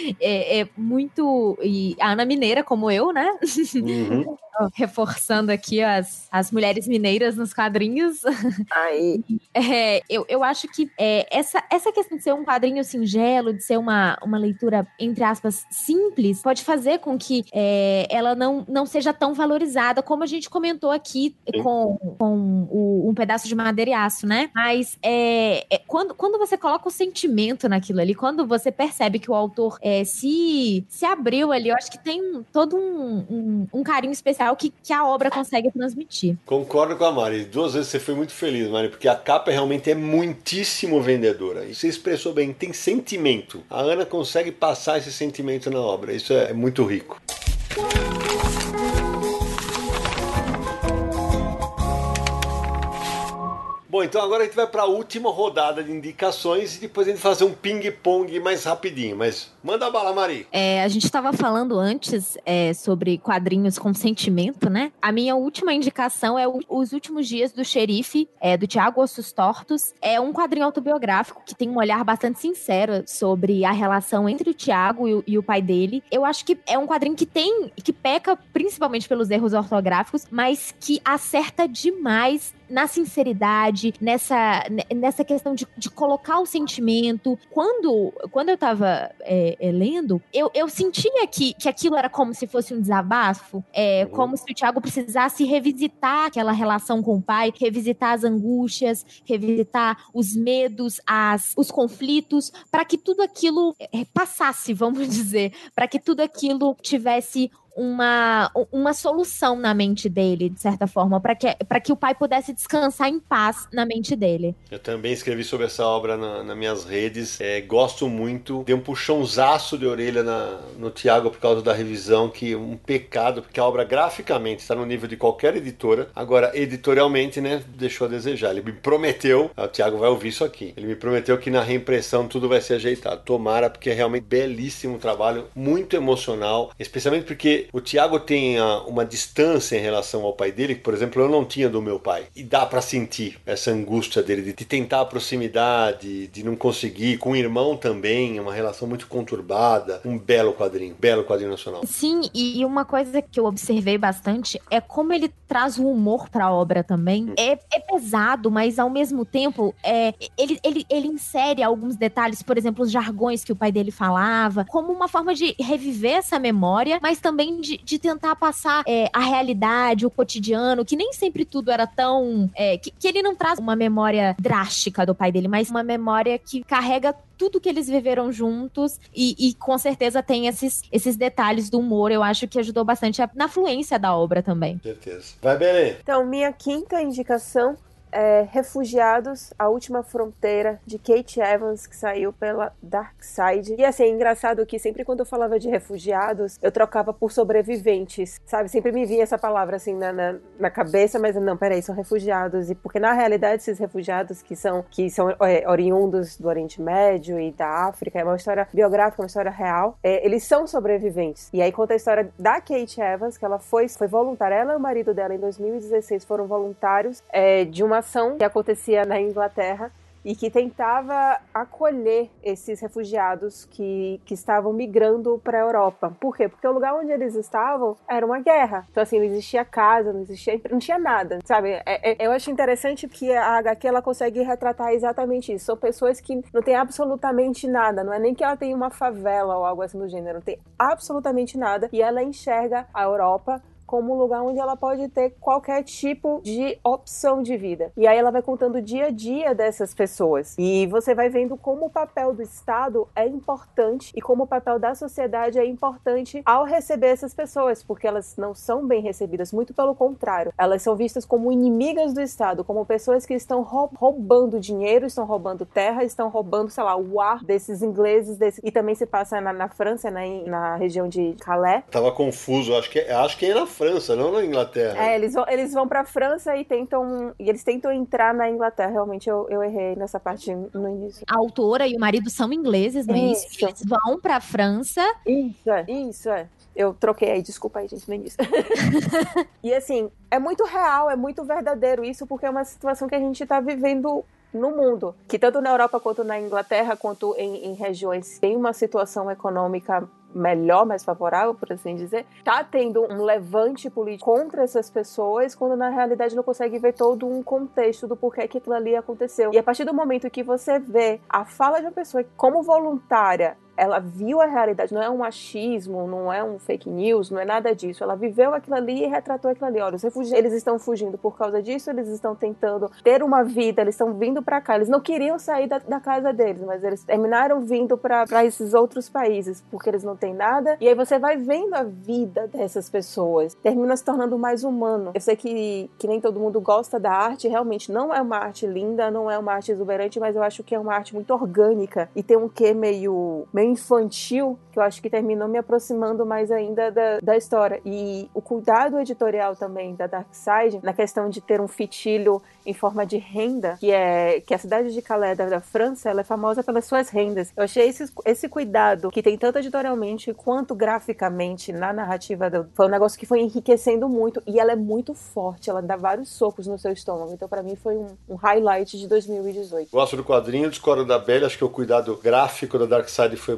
é, é muito... E a Ana Mineira, como eu, né? Uhum. Reforçando aqui as, as mulheres mineiras nos quadrinhos. Aí. É, eu, eu acho que é, essa, essa questão de ser um quadrinho singelo, de ser uma, uma leitura, entre aspas, simples, pode fazer com que é, ela não, não seja tão valorizada, como a gente comentou aqui com, com o, um pedaço de madeira e aço, né? Mas é, é, quando, quando você coloca o sentimento naquilo ali, quando você percebe que o autor é, se, se abriu ali, eu acho que tem todo um, um, um carinho especial que, que a obra consegue transmitir. Concordo com a Mari. Duas vezes você foi muito feliz, Mari, porque a capa realmente é muitíssimo vendedora. E você expressou bem, tem sentimento. A Ana consegue passar esse sentimento na obra. Isso é muito rico. Bom, então agora a gente vai para a última rodada de indicações e depois a gente fazer um ping-pong mais rapidinho. Mas manda bala, Mari. É, a gente estava falando antes é, sobre quadrinhos com sentimento, né? A minha última indicação é o, Os Últimos Dias do Xerife, é, do Tiago Ossos Tortos. É um quadrinho autobiográfico que tem um olhar bastante sincero sobre a relação entre o Tiago e o, e o pai dele. Eu acho que é um quadrinho que tem, que peca principalmente pelos erros ortográficos, mas que acerta demais na sinceridade, nessa, nessa questão de, de colocar o sentimento. Quando, quando eu tava é, é, lendo, eu, eu sentia que, que aquilo era como se fosse um desabafo, é, uhum. como se o Tiago precisasse revisitar aquela relação com o pai, revisitar as angústias, revisitar os medos, as, os conflitos, para que tudo aquilo é, passasse, vamos dizer, para que tudo aquilo tivesse uma, uma solução na mente dele, de certa forma, para que, para que o pai pudesse descansar em paz na mente dele. Eu também escrevi sobre essa obra na, nas minhas redes, é, gosto muito, dei um puxãozaço de orelha na, no Tiago por causa da revisão, que é um pecado, porque a obra graficamente está no nível de qualquer editora, agora editorialmente, né, deixou a desejar. Ele me prometeu, o Tiago vai ouvir isso aqui, ele me prometeu que na reimpressão tudo vai ser ajeitado, tomara, porque é realmente belíssimo trabalho, muito emocional, especialmente porque o Tiago tem a, uma distância em relação ao pai dele, que, por exemplo, eu não tinha do meu pai. E dá pra sentir essa angústia dele de tentar a proximidade, de não conseguir. Com o irmão também, uma relação muito conturbada. Um belo quadrinho, belo quadrinho nacional. Sim, e uma coisa que eu observei bastante é como ele traz o humor pra obra também. Hum. É, é pesado, mas ao mesmo tempo, é, ele, ele, ele insere alguns detalhes, por exemplo, os jargões que o pai dele falava, como uma forma de reviver essa memória, mas também De, de tentar passar é, a realidade, o cotidiano, que nem sempre tudo era tão... É, que, que ele não traz uma memória drástica do pai dele, mas uma memória que carrega tudo que eles viveram juntos e, e com certeza tem esses, esses detalhes do humor. Eu acho que ajudou bastante a, na fluência da obra também. Certeza. Vai, Belém. Então, minha quinta indicação é Refugiados, A Última Fronteira, de Kate Evans, que saiu pela Dark Side. E assim, é engraçado que sempre quando eu falava de refugiados, eu trocava por sobreviventes, sabe? Sempre me vinha essa palavra assim na, na, na cabeça, mas não, peraí, são refugiados. E porque na realidade esses refugiados que são, que são é, oriundos do Oriente Médio e da África, é uma história biográfica, uma história real, é, eles são sobreviventes. E aí conta a história da Kate Evans, que ela foi, foi voluntária, ela e o marido dela em dois mil e dezesseis foram voluntários é, de uma ação que acontecia na Inglaterra e que tentava acolher esses refugiados que, que estavam migrando para a Europa. Por quê? Porque o lugar onde eles estavam era uma guerra. Então, assim, não existia casa, não existia... não tinha nada, sabe? É, é, eu acho interessante que a agá quê, ela consegue retratar exatamente isso. São pessoas que não têm absolutamente nada. Não é nem que ela tenha uma favela ou algo assim do gênero. Não tem absolutamente nada. E ela enxerga a Europa como um lugar onde ela pode ter qualquer tipo de opção de vida. E aí ela vai contando o dia a dia dessas pessoas. E você vai vendo como o papel do Estado é importante e como o papel da sociedade é importante ao receber essas pessoas, porque elas não são bem recebidas, muito pelo contrário. Elas são vistas como inimigas do Estado, como pessoas que estão roubando dinheiro, estão roubando terra, estão roubando, sei lá, o ar desses ingleses. Desse... E também se passa na, na França, na, na região de Calais. Tava confuso, acho que, acho que é na França, não na Inglaterra. É, eles vão, eles vão pra França e tentam e eles tentam entrar na Inglaterra. Realmente eu, eu errei nessa parte no início. A autora e o marido são ingleses, não é isso? isso? Eles vão pra França. Isso, é. Isso, é. Eu troquei aí, desculpa aí, gente, no início. E assim, é muito real, é muito verdadeiro isso, porque é uma situação que a gente tá vivendo no mundo, que tanto na Europa quanto na Inglaterra, quanto em, em regiões tem uma situação econômica melhor, mais favorável, por assim dizer, tá tendo um levante político contra essas pessoas, quando na realidade não consegue ver todo um contexto do porquê que aquilo ali aconteceu. E a partir do momento que você vê a fala de uma pessoa como voluntária, ela viu a realidade, não é um achismo, não é um fake news, não é nada disso. Ela viveu aquilo ali e retratou aquilo ali. Olha, os refugiados, eles estão fugindo por causa disso, eles estão tentando ter uma vida, eles estão vindo pra cá. Eles não queriam sair da, da casa deles, mas eles terminaram vindo pra, pra esses outros países, porque eles não têm nada. E aí você vai vendo a vida dessas pessoas, termina se tornando mais humano. Eu sei que, que nem todo mundo gosta da arte, realmente não é uma arte linda, não é uma arte exuberante, mas eu acho que é uma arte muito orgânica e tem um quê meio... meio infantil, que eu acho que terminou me aproximando mais ainda da, da história. E o cuidado editorial também da Dark Side, na questão de ter um fitilho em forma de renda, que é que a cidade de Calais, da, da França, ela é famosa pelas suas rendas. Eu achei esse, esse cuidado, que tem tanto editorialmente quanto graficamente na narrativa, do, foi um negócio que foi enriquecendo muito, e ela é muito forte, ela dá vários socos no seu estômago. Então, pra mim, foi um, um highlight de dois mil e dezoito. Gosto do quadrinho, discordo da Belle, acho que o cuidado gráfico da Dark Side foi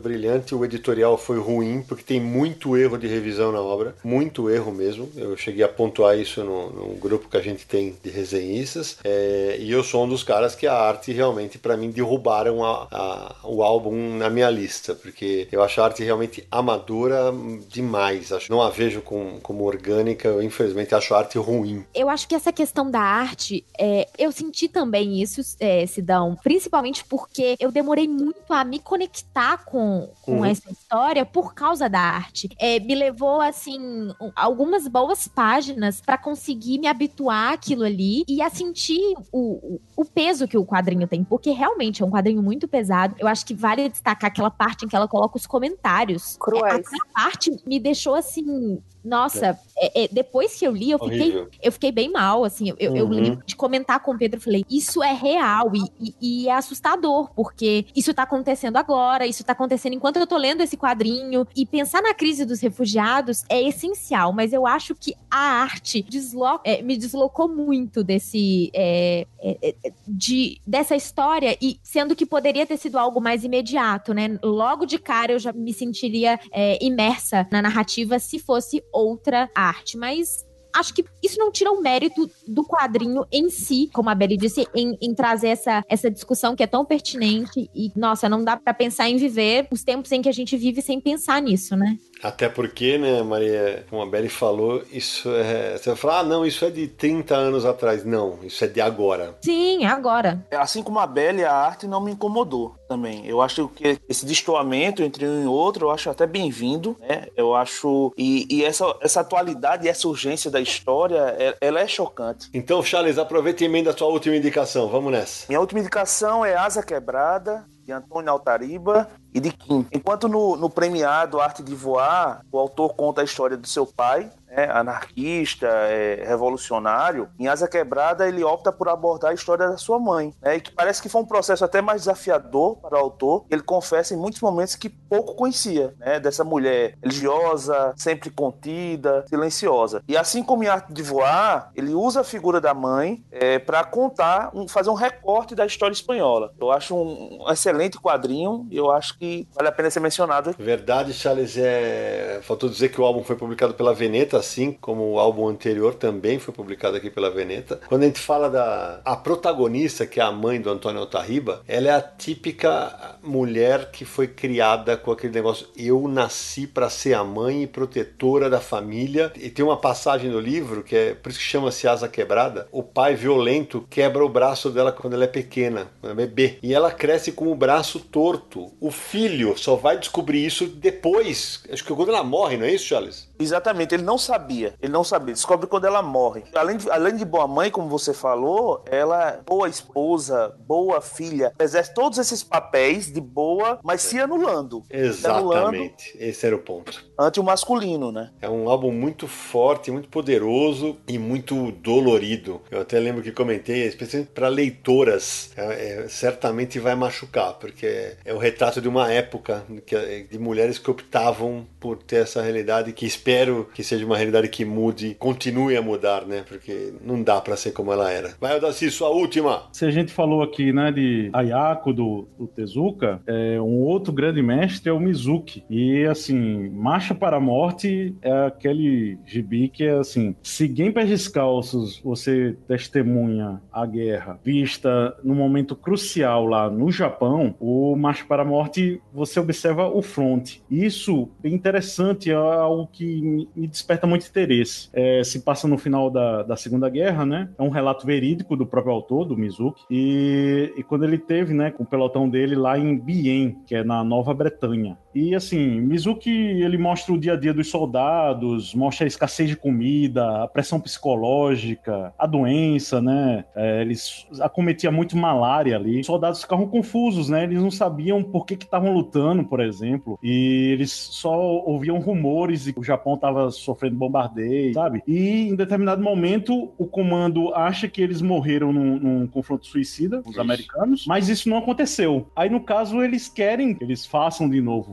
brilhante, o editorial foi ruim, porque tem muito erro de revisão na obra, muito erro mesmo. Eu cheguei a pontuar isso no, no grupo que a gente tem de resenhistas, é, e eu sou um dos caras que a arte realmente, para mim, derrubaram a, a, o álbum na minha lista, porque eu acho a arte realmente amadora demais. Acho, não a vejo com, como orgânica, eu infelizmente acho a arte ruim. Eu acho que essa questão da arte, é, eu senti também isso, é, Sidão, principalmente porque eu demorei muito a me conectar com, com uhum. essa história por causa da arte. É, me levou, assim, algumas boas páginas para conseguir me habituar àquilo ali e a sentir o, o peso que o quadrinho tem, porque realmente é um quadrinho muito pesado. Eu acho que vale destacar aquela parte em que ela coloca os comentários. Cruéis. Aquela parte me deixou, assim... Nossa, é. É, é, depois que eu li, eu fiquei, eu fiquei bem mal, assim, eu, uhum. eu lembro de comentar com o Pedro, eu falei, isso é real e, e, e é assustador, porque isso tá acontecendo agora, isso tá acontecendo enquanto eu tô lendo esse quadrinho, e pensar na crise dos refugiados é essencial, mas eu acho que a arte desloca, é, me deslocou muito desse, é, é, de, dessa história, e sendo que poderia ter sido algo mais imediato, né, logo de cara eu já me sentiria é, imersa na narrativa se fosse outra arte, mas acho que isso não tira o mérito do quadrinho em si, como a Beli disse, em, em trazer essa, essa discussão que é tão pertinente e, nossa, não dá pra pensar em viver os tempos em que a gente vive sem pensar nisso, né? Até porque, né, Maria, como a Beli falou, isso é... Você vai falar, ah, não, isso é de trinta anos atrás. Não, isso é de agora. Sim, é agora. Assim como a Beli, a arte não me incomodou também. Eu acho que esse destoamento entre um e outro, eu acho até bem-vindo, né? Eu acho... E, e essa, essa atualidade e essa urgência da história, ela é chocante. Então, Charles, aproveita e emenda a sua última indicação. Vamos nessa. Minha última indicação é Asa Quebrada, de Antônio Altariba e de Kim. Enquanto no, no premiado Arte de Voar, o autor conta a história do seu pai, né, anarquista, é, revolucionário, em Asa Quebrada ele opta por abordar a história da sua mãe, né, e que parece que foi um processo até mais desafiador para o autor. Ele confessa em muitos momentos que pouco conhecia, né, dessa mulher religiosa, sempre contida, silenciosa. E assim como em Arte de Voar, ele usa a figura da mãe é, para contar, um, fazer um recorte da história espanhola. Eu acho um, um excelente quadrinho, eu acho que vale a pena ser mencionado. Verdade, Charles, é... faltou dizer que o álbum foi publicado pela Veneta, assim como o álbum anterior também foi publicado aqui pela Veneta. Quando a gente fala da a protagonista, que é a mãe do Antônio Altariba, ela é a típica mulher que foi criada com aquele negócio, eu nasci para ser a mãe e protetora da família. E tem uma passagem no livro, que é por isso que chama-se Asa Quebrada, o pai violento quebra o braço dela quando ela é pequena, quando é bebê, e ela cresce com o braço torto. O filho só vai descobrir isso depois, acho que quando ela morre, não é isso, Charles? Exatamente, ele não sabia, ele não sabia, descobre quando ela morre. Além de, além de boa mãe, como você falou, ela é boa esposa, boa filha, exerce todos esses papéis de boa, mas se anulando. Exatamente, se anulando esse era o ponto. Ante o masculino, né? É um álbum muito forte, muito poderoso e muito dolorido. Eu até lembro que comentei, especialmente para leitoras, é, é, certamente vai machucar, porque é, é o retrato de uma época que, de mulheres que optavam por ter essa realidade, que espero que seja uma realidade que mude, continue a mudar, né? Porque não dá pra ser como ela era. Vai, Odaci, sua última. Se a gente falou aqui, né, de Ayako, do, do Tezuka, é, um outro grande mestre é o Mizuki. E, assim, Marcha para a Morte é aquele gibi que é, assim, se Genpei Descalços você testemunha a guerra vista num momento crucial lá no Japão, o Marcha para a Morte você observa o front. Isso é interessante, é algo que me desperta muito interesse. É, se passa no final da, da Segunda Guerra, né? É um relato verídico do próprio autor, do Mizuki, e, e quando ele teve, né, com o pelotão dele lá em Bienne, que é na Nova Bretanha. E assim, Mizuki, ele mostra o dia a dia dos soldados, mostra a escassez de comida, a pressão psicológica, a doença, né? É, eles acometiam muito malária ali. Os soldados ficavam confusos, né? Eles não sabiam por que que estavam lutando, por exemplo, e eles só ouviam rumores de que o Japão estava sofrendo bombardeio, sabe? E em determinado momento o comando acha que eles morreram num, num confronto suicida, os isso. americanos, mas isso não aconteceu. Aí no caso eles querem que eles façam de novo,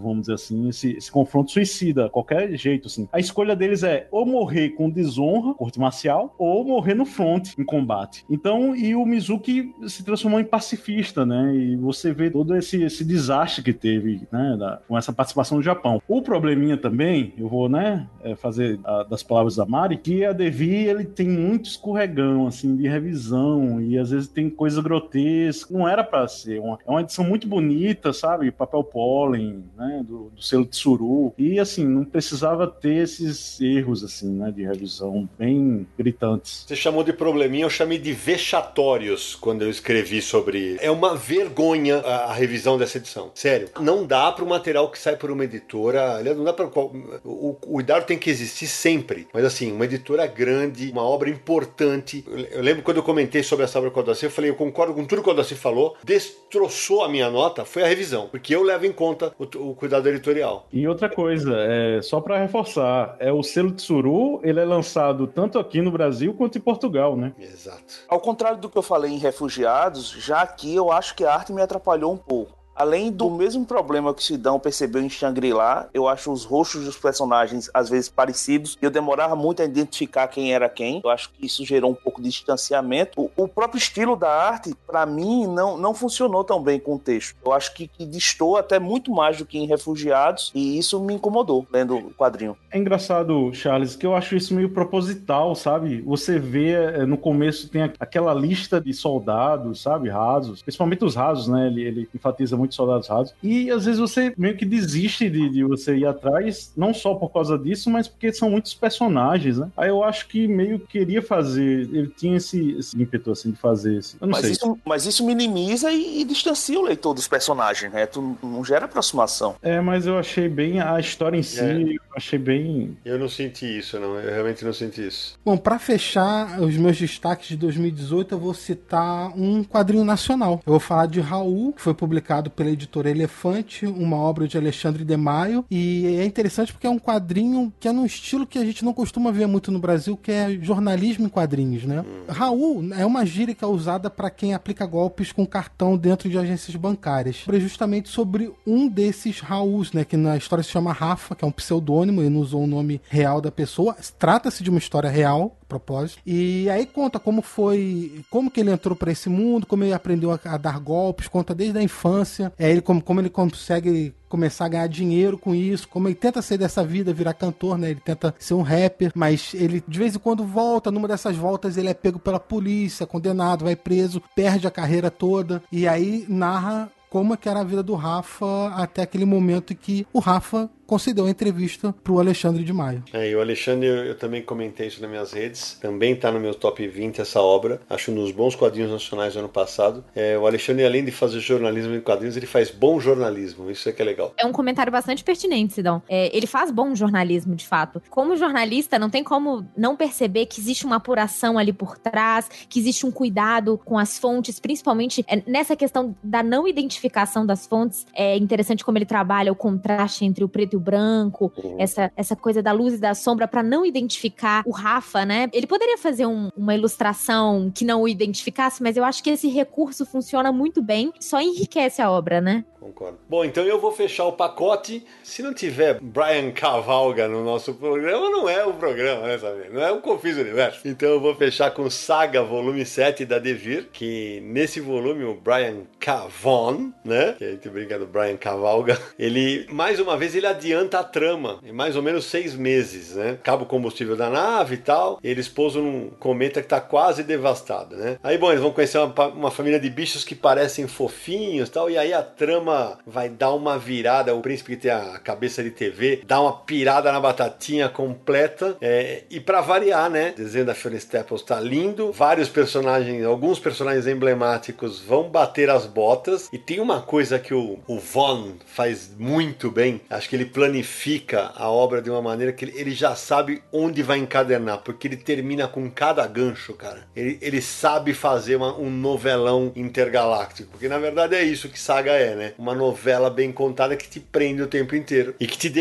vamos dizer assim, esse, esse confronto suicida, qualquer jeito, assim. A escolha deles é ou morrer com desonra, corte marcial, ou morrer no front, em combate. Então, e o Mizuki se transformou em pacifista, né? E você vê todo esse, esse desastre que teve, né? Da, com essa participação no Japão. O probleminha também, eu vou, né, fazer a, das palavras da Mari, que a Devi, ele tem muito escorregão, assim, de revisão, e às vezes tem coisa grotesca, não era pra ser. Uma, é uma edição muito bonita, sabe? Papel pólen, né? Do, do selo Tsuru. E, assim, não precisava ter esses erros, assim, né? De revisão bem gritantes. Você chamou de probleminha, eu chamei de vexatórios quando eu escrevi sobre... É uma vergonha a, a revisão dessa edição. Sério. Não dá para o material que sai por uma editora... Aliás, não dá para... O, o Idaro tem que existir sempre. Mas, assim, uma editora grande, uma obra importante. Eu, eu lembro quando eu comentei sobre essa obra com o Odacir, eu falei, eu concordo com tudo que o Odacir falou. Destroçou a minha nota, foi a revisão. Porque eu levo em conta o, o cuidado editorial. E outra coisa, é, só para reforçar, é o selo Tsuru, ele é lançado tanto aqui no Brasil quanto em Portugal, né? Exato. Ao contrário do que eu falei em Refugiados, já aqui eu acho que a arte me atrapalhou um pouco. Além do mesmo problema que o Sidão percebeu em Shangri-La, eu acho os rostos dos personagens às vezes parecidos e eu demorava muito a identificar quem era quem. Eu acho que isso gerou um pouco de distanciamento. O, o próprio estilo da arte, pra mim, não, não funcionou tão bem com o texto. Eu acho que, que destoa até muito mais do que em Refugiados e isso me incomodou lendo o quadrinho. É engraçado, Charles, que eu acho isso meio proposital, sabe? Você vê, no começo tem aquela lista de soldados, sabe? Rasos, principalmente os rasos, né? Ele, ele enfatiza muito soldados rasos. E às vezes você meio que desiste de, de você ir atrás, não só por causa disso, mas porque são muitos personagens, né? Aí eu acho que meio que queria fazer, ele tinha esse, esse ímpeto, assim, de fazer esse... Eu não mas sei. Isso, mas isso minimiza e, e distancia o leitor dos personagens, né? Tu não gera aproximação. É, mas eu achei bem a história em si, É. eu achei bem... Eu não senti isso, não. Eu realmente não senti isso. Bom, pra fechar os meus destaques de dois mil e dezoito, eu vou citar um quadrinho nacional. Eu vou falar de Raul, que foi publicado pela editora Elefante, uma obra de Alexandre de Maio, e é interessante porque é um quadrinho que é num estilo que a gente não costuma ver muito no Brasil, que é jornalismo em quadrinhos, né? Hum. Raul é uma gíria que é usada para quem aplica golpes com cartão dentro de agências bancárias. É justamente sobre um desses Rauls, né? Que na história se chama Rafa, que é um pseudônimo, ele não usou o nome real da pessoa. Trata-se de uma história real, a propósito. E aí conta como foi, como que ele entrou para esse mundo, como ele aprendeu a, a dar golpes, conta desde a infância, é ele como, como ele consegue começar a ganhar dinheiro com isso, como ele tenta sair dessa vida, virar cantor, né? Ele tenta ser um rapper, mas ele de vez em quando volta, numa dessas voltas ele é pego pela polícia, condenado, vai preso, perde a carreira toda, e aí narra como é que era a vida do Rafa até aquele momento em que o Rafa concedeu a entrevista pro Alexandre de Maio. É, e o Alexandre, eu, eu também comentei isso nas minhas redes, também tá no meu top vinte essa obra, acho nos bons quadrinhos nacionais do ano passado. É, o Alexandre, além de fazer jornalismo em quadrinhos, ele faz bom jornalismo, isso é que é legal. É um comentário bastante pertinente, Sidão. É, ele faz bom jornalismo, de fato. Como jornalista, não tem como não perceber que existe uma apuração ali por trás, que existe um cuidado com as fontes, principalmente é, nessa questão da não identificação das fontes. É interessante como ele trabalha o contraste entre o preto e o branco, uhum. essa, essa coisa da luz e da sombra para não identificar o Rafa, né? Ele poderia fazer um, uma ilustração que não o identificasse, mas eu acho que esse recurso funciona muito bem, só enriquece a obra, né? Concordo. Bom, então eu vou fechar o pacote. Se não tiver Brian Cavalga no nosso programa, não é o programa, né, sabe? Não é o Confins Universo. Então eu vou fechar com Saga, volume sete da Devir, que nesse volume o Brian Cavon, né? Que a gente brinca do Brian Cavalga, ele, mais uma vez, ele adianta a trama em mais ou menos seis meses, né? Acaba o combustível da nave e tal, eles pousam num cometa que tá quase devastado, né? Aí, bom, eles vão conhecer uma, uma família de bichos que parecem fofinhos e tal, e aí a trama vai dar uma virada, o príncipe que tem a cabeça de T V, dá uma pirada na batatinha completa, é, e pra variar, né, o desenho da Fiona Staples tá lindo, vários personagens, alguns personagens emblemáticos vão bater as botas, e tem uma coisa que o, o Von faz muito bem, acho que ele planifica a obra de uma maneira que ele, ele já sabe onde vai encadernar, porque ele termina com cada gancho, cara, ele, ele sabe fazer uma, um novelão intergaláctico, porque na verdade é isso que Saga é, né? Uma novela bem contada que te prende o tempo inteiro e que te deixa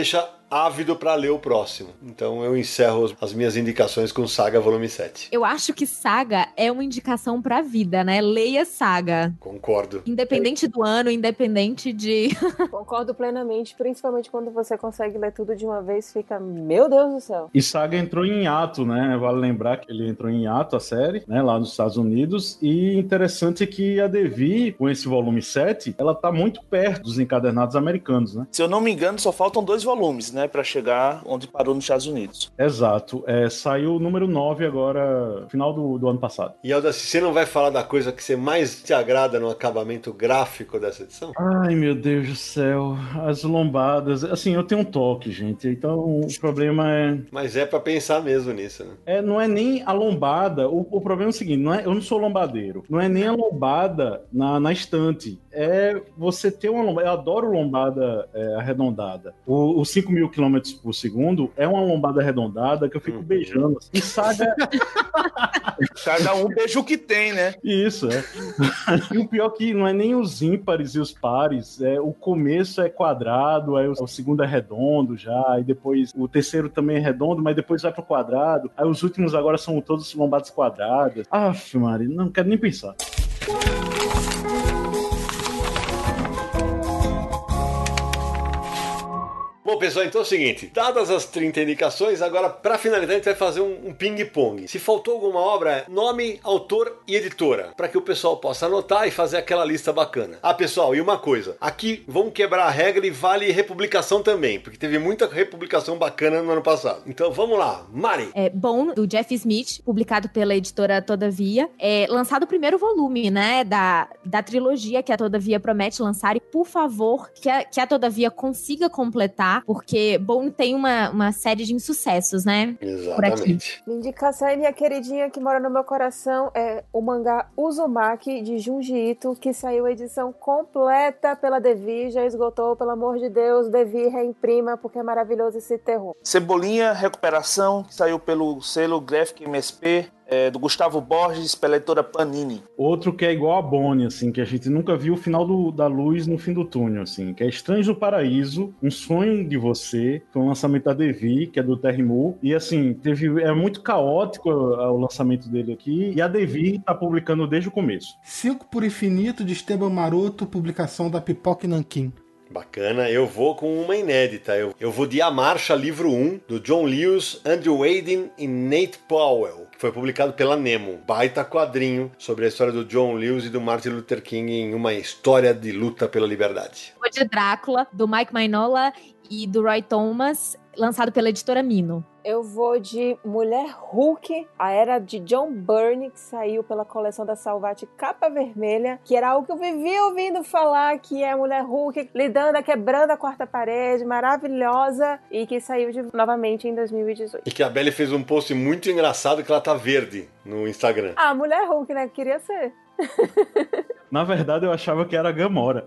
ávido pra ler o próximo. Então eu encerro as minhas indicações com Saga volume sete. Eu acho que Saga é uma indicação pra vida, né? Leia Saga. Concordo. Independente do ano, independente de... Concordo plenamente, principalmente quando você consegue ler tudo de uma vez, fica, meu Deus do céu. E Saga entrou em hiato, né? Vale lembrar que ele entrou em hiato, a série, né? Lá nos Estados Unidos. E interessante que a Devi, com esse volume sete, ela tá muito perto dos encadernados americanos, né? Se eu não me engano, só faltam dois volumes, né? Pra chegar onde parou nos Estados Unidos. Exato. É, saiu o número nove agora, final do, do ano passado. E Alda, você não vai falar da coisa que você mais te agrada no acabamento gráfico dessa edição? Ai, meu Deus do céu. As lombadas. Assim, eu tenho um toque, gente. Então, o problema é... Mas é pra pensar mesmo nisso, né? É, não é nem a lombada. O, o problema é o seguinte, não é, eu não sou lombadeiro. Não é nem a lombada na, na estante. É você ter uma lombada. Eu adoro lombada é, arredondada. O, o cinco mil quilômetros por segundo é uma lombada arredondada que eu fico Uhum. beijando. Assim. E Saga... Cada um beija o que tem, né? Isso, é. E o pior que não é nem os ímpares e os pares. É, o começo é quadrado, aí o, o segundo é redondo já, e depois o terceiro também é redondo, mas depois vai pro quadrado. Aí os últimos agora são todos lombadas quadradas. Aff, Mari, não quero nem pensar. Bom, pessoal, então é o seguinte, dadas as trinta indicações, agora pra finalizar a gente vai fazer um, um ping-pong. Se faltou alguma obra, nome, autor e editora, para que o pessoal possa anotar e fazer aquela lista bacana. Ah, pessoal, e uma coisa, aqui vamos quebrar a regra e vale republicação também, porque teve muita republicação bacana no ano passado. Então vamos lá, Mari. É Bone, do Jeff Smith, publicado pela editora Todavia. É lançado o primeiro volume, né, da, da trilogia que a Todavia promete lançar. E, por favor, que a, que a Todavia consiga completar, porque Bone tem uma, uma série de insucessos, né? Exatamente. Minha indicação é minha queridinha que mora no meu coração, é o mangá Uzumaki, de Junji Ito, que saiu a edição completa pela Devi, já esgotou, pelo amor de Deus, Devi reimprima, porque é maravilhoso esse terror. Cebolinha, Recuperação, que saiu pelo selo Graphic M S P, é, do Gustavo Borges, pela editora Panini. Outro que é igual a Bonnie, assim, que a gente nunca viu o final do, da luz no fim do túnel, assim, que é Estranhos do Paraíso, Um Sonho de Você, foi um lançamento da Devi, que é do Terry Moore, e assim, teve, é muito caótico o lançamento dele aqui, e a Devi tá publicando desde o começo. Cinco por Infinito, de Esteban Maroto, publicação da Pipoca e Nanquim. Bacana, eu vou com uma inédita. Eu, eu vou de A Marcha, livro um, do John Lewis, Andrew Wading e Nate Powell, que foi publicado pela Nemo. Baita quadrinho sobre a história do John Lewis e do Martin Luther King em uma história de luta pela liberdade. O de Drácula, do Mike Mignola e do Roy Thomas, lançado pela editora Mino. Eu vou de Mulher Hulk, a era de John Byrne, que saiu pela coleção da Salvat Capa Vermelha, que era algo que eu vivia ouvindo falar, que é a Mulher Hulk lidando, quebrando a quarta parede, maravilhosa, e que saiu de, novamente em dois mil e dezoito. E que a Belly fez um post muito engraçado que ela tá verde no Instagram. Ah, Mulher Hulk, né? Queria ser. Na verdade, eu achava que era a Gamora.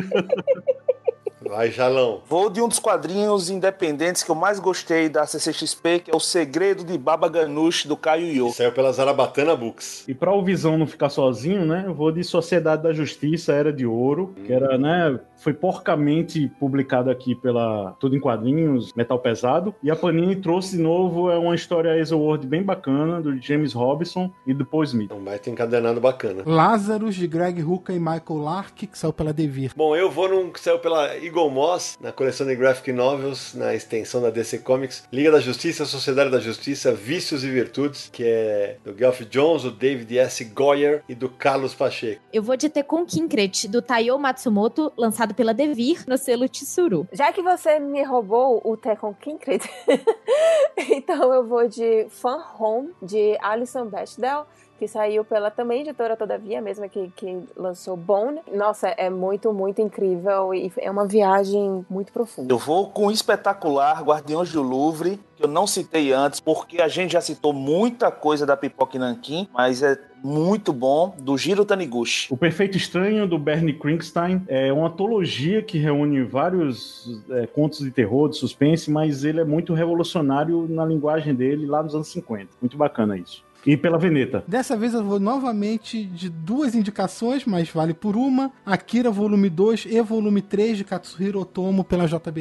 Vai, Jalão. Vou de um dos quadrinhos independentes que eu mais gostei da C C X P, que é O Segredo de Baba Ganoush, do Caio Io. Saiu pela Zarabatana Books. E para o Visão não ficar sozinho, né, eu vou de Sociedade da Justiça, Era de Ouro, hum. que era, né, foi porcamente publicado aqui pela Tudo em Quadrinhos, Metal Pesado, e a Panini trouxe de novo é uma história Exo-World bem bacana, do James Robinson e do Paul Smith. Um baita encadernado bacana. Lazarus, de Greg Rucka e Michael Lark, que saiu pela Devir. Bom, eu vou num que saiu pela Eagle Moss, na coleção de Graphic Novels, na extensão da D C Comics, Liga da Justiça, Sociedade da Justiça, Vícios e Virtudes, que é do Geoff Johns, do David S. Goyer e do Carlos Pacheco. Eu vou de Tekon Kinkret, do Taiyo Matsumoto, lançado pela Devir, no selo Tsuru. Já que você me roubou o Tekon Kinkret, então eu vou de Fan Home, de Alison Bechdel, que saiu pela também editora Todavia, mesma que, que lançou Bone. Nossa, é muito, muito incrível e é uma viagem muito profunda. Eu vou com o espetacular Guardiões do Louvre, que eu não citei antes, porque a gente já citou muita coisa da Pipoca e Nanquim, mas é muito bom, do Jiro Taniguchi. O Perfeito Estranho, do Bernie Krigstein, é uma antologia que reúne vários é, contos de terror, de suspense, mas ele é muito revolucionário na linguagem dele lá nos anos cinquenta. Muito bacana isso. E pela Veneta. Dessa vez eu vou novamente de duas indicações, mas vale por uma. Akira volume dois e volume três de Katsuhiro Otomo pela J B C.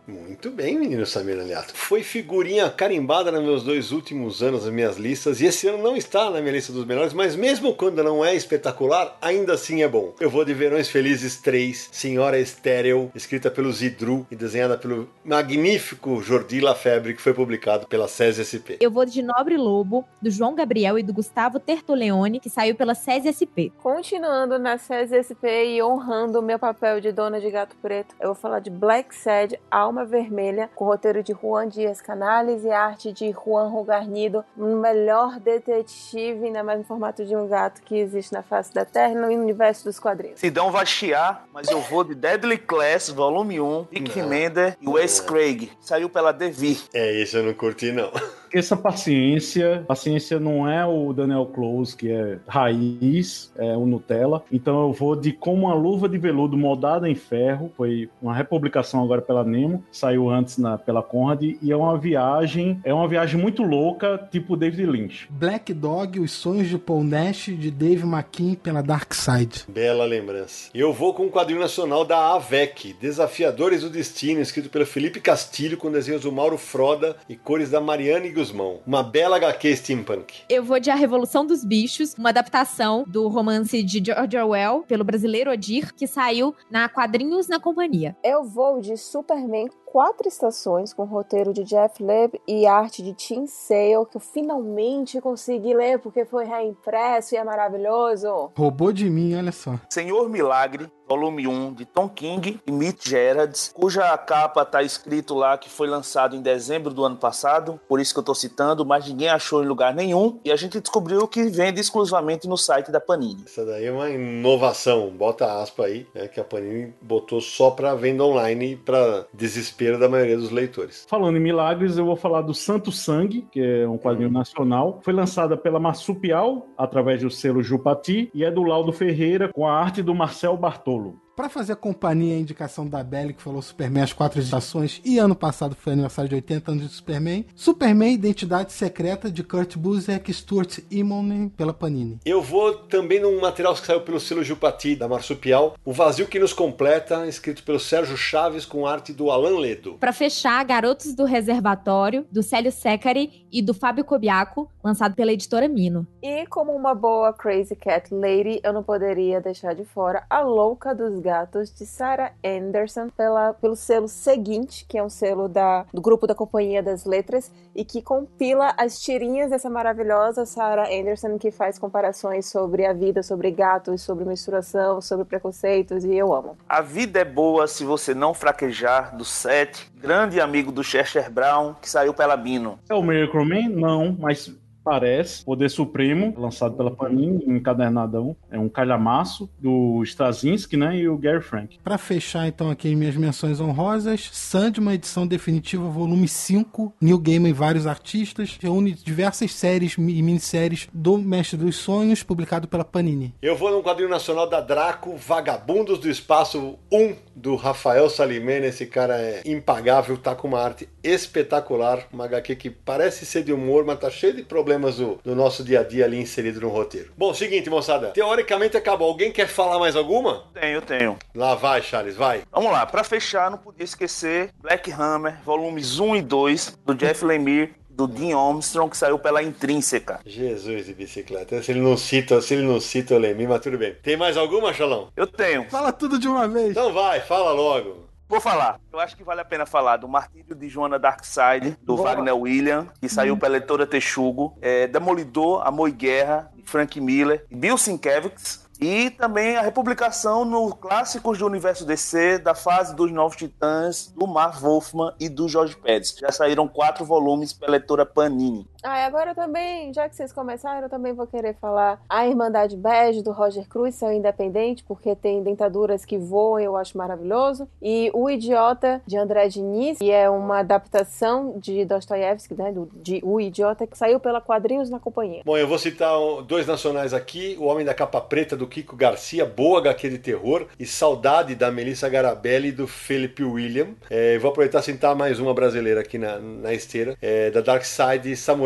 Muito bem, menino Samir Aliato. Foi figurinha carimbada nos meus dois últimos anos nas minhas listas, e esse ano não está na minha lista dos melhores, mas mesmo quando não é espetacular, ainda assim é bom. Eu vou de Verões Felizes três, Senhora Estéril, escrita pelo Zidru e desenhada pelo magnífico Jordi Lafebre, que foi publicado pela SESI S P. Eu vou de Nobre Lobo, do João Gabriel e do Gustavo Tertoleone, que saiu pela SESI S P. Continuando na SESI S P e honrando o meu papel de dona de Gato Preto, eu vou falar de Black Sad, Alma Vermelha, com roteiro de Juan Dias Canales e arte de Juan Rugarnido, o melhor detetive, ainda mais no formato de um gato que existe na face da Terra no universo dos quadrinhos. Sidão vai chiar, mas eu vou de Deadly Class, volume um, Dick Mender e Wes Craig. Saiu pela Devir. É, isso eu não curti, não. Essa paciência, paciência não é o Daniel Close, que é raiz, é o Nutella. Então eu vou de Como uma Luva de Veludo Moldada em Ferro. Foi uma republicação agora pela Nemo, saiu antes na, pela Conrad, e é uma viagem, é uma viagem muito louca, tipo David Lynch. Black Dog, Os Sonhos de Paul Nash, de Dave McKean, pela Dark Side. Bela lembrança. Eu vou com o quadrinho nacional da A V E C, Desafiadores do Destino, escrito pelo Felipe Castilho, com desenhos do Mauro Froda e cores da Mariana Guzmão. Uma bela agá quê steampunk. Eu vou de A Revolução dos Bichos, uma adaptação do romance de George Orwell, pelo brasileiro Odir, que saiu na Quadrinhos na Companhia. Eu vou de Superman Quatro Estações, com roteiro de Jeff Loeb e arte de Tim Sale, que eu finalmente consegui ler porque foi reimpresso e é maravilhoso. Roubou de mim, olha só. Senhor Milagre, volume um, de Tom King e Mitch Gerads, cuja capa tá escrito lá que foi lançado em dezembro do ano passado, por isso que eu tô citando, mas ninguém achou em lugar nenhum, e a gente descobriu que vende exclusivamente no site da Panini. Essa daí é uma inovação, bota aspa aí, né, que a Panini botou só pra venda online, pra desespero da maioria dos leitores. Falando em milagres, eu vou falar do Santo Sangue, que é um quadrinho hum. nacional. Foi lançada pela Marsupial, através do selo Jupati, e é do Laudo Ferreira, com a arte do Marcel Bartolo. Pra fazer companhia à indicação da Belly, que falou Superman As Quatro Estações, e ano passado foi aniversário de oitenta anos de Superman, Superman Identidade Secreta, de Kurt Busiek e Stuart Immonen, pela Panini. Eu vou também num material que saiu pelo selo Jupati, da Marsupial, O Vazio que Nos Completa, escrito pelo Sérgio Chaves, com arte do Alan Ledo. Pra fechar, Garotos do Reservatório, do Célio Secari e do Fábio Cobiaco, lançado pela editora Mino. E como uma boa Crazy Cat Lady, eu não poderia deixar de fora A Louca dos Gatos, de Sarah Anderson, pela, pelo selo Seguinte, que é um selo da, do grupo da Companhia das Letras, e que compila as tirinhas dessa maravilhosa Sarah Anderson, que faz comparações sobre a vida, sobre gatos, sobre menstruação, sobre preconceitos, e eu amo. A Vida é Boa Se Você Não Fraquejar, do Seth, grande amigo do Chester Brown, que saiu pela Bino. É o Miracle Man? Não, mas... parece. Poder Supremo, lançado pela Panini, encadernadão. É um calhamaço do Straczynski, né? E o Gary Frank. Pra fechar, então, aqui minhas menções honrosas, Sandman, edição definitiva, volume cinco, Neil Gaiman e vários artistas, reúne diversas séries e minisséries do Mestre dos Sonhos, publicado pela Panini. Eu vou num quadrinho nacional da Draco, Vagabundos do Espaço um, do Rafael Salimene. Esse cara é impagável, tá com uma arte espetacular, uma agá quê que parece ser de humor, mas tá cheio de problemas Do, do nosso dia a dia ali inserido no roteiro. Bom, seguinte, moçada, teoricamente acabou. Alguém quer falar mais alguma? Tenho, tenho. Lá vai, Charles, vai. Vamos lá, pra fechar, não podia esquecer Black Hammer, volumes um e dois, do Jeff Lemire, do Dean Armstrong, que saiu pela Intrínseca. Jesus de bicicleta. Se ele não cita, se ele não cita o Lemire, mas tudo bem. Tem mais alguma, Xalão? Eu tenho. Fala tudo de uma vez. Então vai, fala logo. Vou falar. Eu acho que vale a pena falar do Martírio de Joana Darkside, do Boa. Wagner William, que saiu hum. pela editora Texugo, é, Demolidor, Amor e Guerra, de Frank Miller, e Bill Sienkiewicz, e também a republicação no Clássicos do Universo D C, da fase dos Novos Titãs, do Marv Wolfman e do Jorge Pérez. Já saíram quatro volumes pela editora Panini. Ah, e agora também, já que vocês começaram, eu também vou querer falar A Irmandade Bege, do Roger Cruz, saiu independente, porque tem dentaduras que voam, eu acho maravilhoso. E O Idiota, de André Diniz, que é uma adaptação de Dostoiévski, né, do, de O Idiota, que saiu pela Quadrinhos na Companhia. Bom, eu vou citar dois nacionais aqui, O Homem da Capa Preta, do Kiko Garcia, boa agá quê de terror, e Saudade, da Melissa Garabelli e do Philip William. É, vou aproveitar e citar mais uma brasileira aqui na, na esteira, é, da Dark Side, Samurai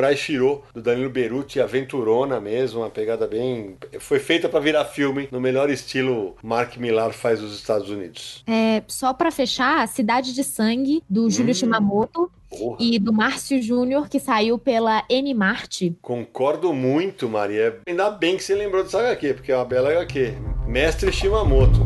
Samurai Shiro, do Danilo Beruti, aventurona mesmo, uma pegada bem... Foi feita pra virar filme, no melhor estilo Mark Millar faz os Estados Unidos. É, só pra fechar, Cidade de Sangue, do Júlio Hum. Shimamoto. Porra. E do Márcio Júnior, que saiu pela N-Mart. Concordo muito, Maria. Ainda bem que você lembrou dessa agá quê, porque é uma bela agá quê. Mestre Shimamoto.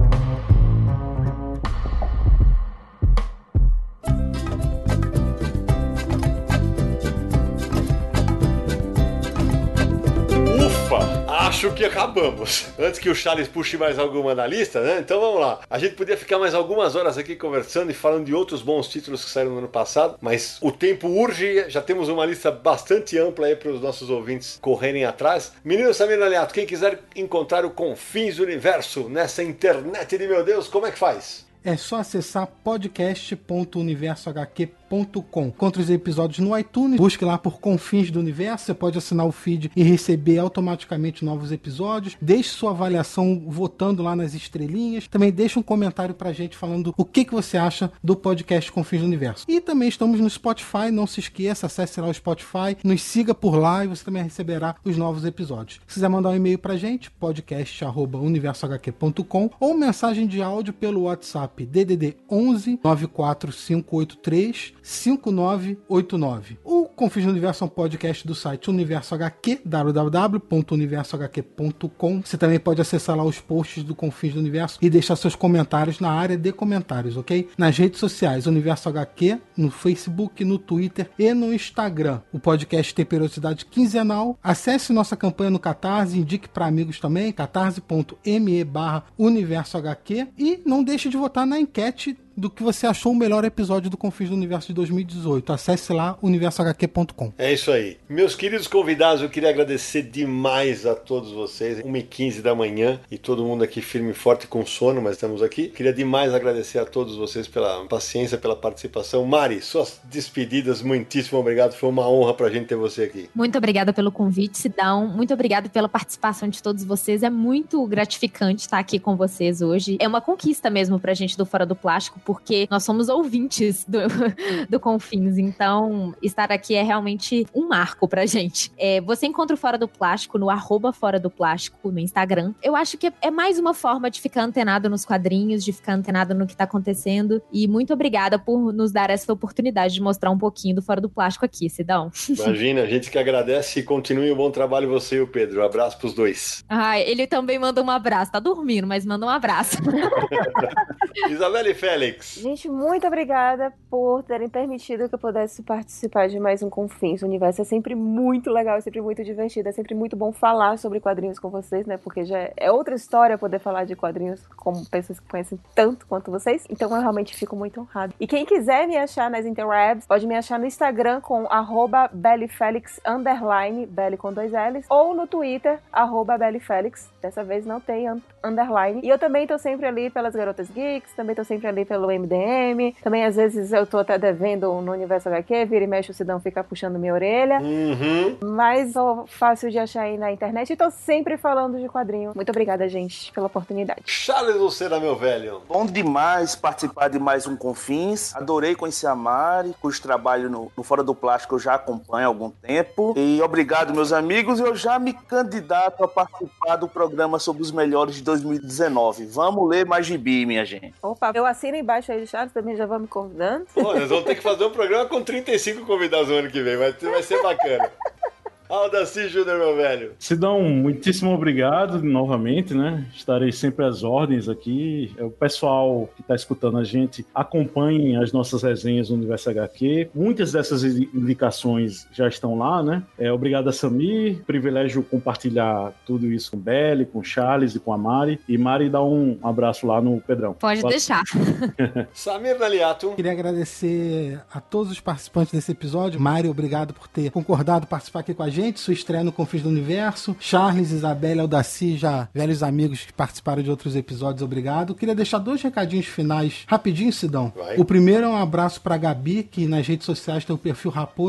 Ufa! Acho que acabamos. Antes que o Charles puxe mais alguma na lista, né? Então vamos lá. A gente podia ficar mais algumas horas aqui conversando e falando de outros bons títulos que saíram no ano passado, mas o tempo urge, já temos uma lista bastante ampla aí para os nossos ouvintes correrem atrás. Menino Samir Naliato, quem quiser encontrar o Confins do Universo nessa internet de meu Deus, como é que faz? É só acessar podcast ponto universo agá quê ponto com. Encontre os episódios no iTunes, busque lá por Confins do Universo, você pode assinar o feed e receber automaticamente novos episódios. Deixe sua avaliação votando lá nas estrelinhas. Também deixe um comentário pra gente falando o que, que você acha do podcast Confins do Universo. E também estamos no Spotify, não se esqueça, acesse lá o Spotify, nos siga por lá e você também receberá os novos episódios. Se quiser mandar um e-mail pra gente, podcast arroba universo agá quê ponto com ou mensagem de áudio pelo WhatsApp D D D onze nove quatro cinco oito três cinco nove oito nove. O Confins do Universo é um podcast do site Universo agá quê, w w w ponto universo agá quê ponto com. Você também pode acessar lá os posts do Confins do Universo e deixar seus comentários na área de comentários, ok? Nas redes sociais, Universo agá quê, no Facebook, no Twitter e no Instagram. O podcast tem periodicidade quinzenal. Acesse nossa campanha no Catarse, indique para amigos também, catarse ponto me barra universo agá quê, e não deixe de votar na enquete do que você achou o melhor episódio do Confins do Universo de dois mil e dezoito. Acesse lá universo agá quê ponto com. É isso aí. Meus queridos convidados, eu queria agradecer demais a todos vocês. uma e quinze da manhã e todo mundo aqui firme e forte com sono, mas estamos aqui. Queria demais agradecer a todos vocês pela paciência, pela participação. Mari, suas despedidas, muitíssimo obrigado. Foi uma honra pra gente ter você aqui. Muito obrigada pelo convite, Sidão. Muito obrigada pela participação de todos vocês. É muito gratificante estar aqui com vocês hoje. É uma conquista mesmo pra gente do Fora do Plástico, porque nós somos ouvintes do, do Confins, então estar aqui é realmente um marco pra gente. É, você encontra o Fora do Plástico no arroba Fora do Plástico no Instagram. Eu acho que é mais uma forma de ficar antenado nos quadrinhos, de ficar antenado no que tá acontecendo, e muito obrigada por nos dar essa oportunidade de mostrar um pouquinho do Fora do Plástico aqui, Sidão. Imagina, a gente que agradece e continue um bom trabalho você e o Pedro. Um abraço pros dois. Ah, ele também manda um abraço, tá dormindo, mas manda um abraço. Isabelle Félix. Gente, muito obrigada por terem permitido que eu pudesse participar de mais um Confins. O universo é sempre muito legal, é sempre muito divertido, é sempre muito bom falar sobre quadrinhos com vocês, né? Porque já é outra história poder falar de quadrinhos com pessoas que conhecem tanto quanto vocês. Então eu realmente fico muito honrado. E quem quiser me achar nas interwebs, pode me achar no Instagram com arroba bellyfelix, underline, belly com dois L's, ou no Twitter, arroba bellyfelix. Dessa vez não tem underline. E eu também tô sempre ali pelas Garotas Geeks, também tô sempre ali pelo M D M. Também, às vezes, eu tô até devendo no Universo agá quê, vira e mexe o Sidão fica puxando minha orelha. Uhum. Mas sou fácil de achar aí na internet e tô sempre falando de quadrinho. Muito obrigada, gente, pela oportunidade. Charles Lucena, meu velho. Bom demais participar de mais um Confins. Adorei conhecer a Mari, cujo trabalho no, no Fora do Plástico eu já acompanho há algum tempo. E obrigado, meus amigos. Eu já me candidato a participar do programa sobre os melhores de dois mil e dezenove. Vamos ler mais gibi, minha gente. Opa, eu assino embaixo aí do Charles, também já vou me convidando. Pô, nós vamos ter que fazer um programa com trinta e cinco convidados no ano que vem, vai, vai ser bacana. Aldaci Júnior, meu velho. Sidão, muitíssimo obrigado novamente, né? Estarei sempre às ordens aqui. O pessoal que está escutando a gente, acompanhem as nossas resenhas no Universo agá quê. Muitas dessas indicações já estão lá, né? É, obrigado a Samir, privilégio compartilhar tudo isso com o Belly, com o Charles e com a Mari. E Mari, dá um abraço lá no Pedrão. Pode Valeu. deixar. Samir Naliato. Queria agradecer a todos os participantes desse episódio. Mari, obrigado por ter concordado participar aqui com a gente. Sua estreia no Confins do Universo. Charles, Isabelle, Aldaci, já velhos amigos que participaram de outros episódios, obrigado. Queria deixar dois recadinhos finais rapidinho, Sidão. Vai. O primeiro é um abraço pra Gabi, que nas redes sociais tem o perfil Raposa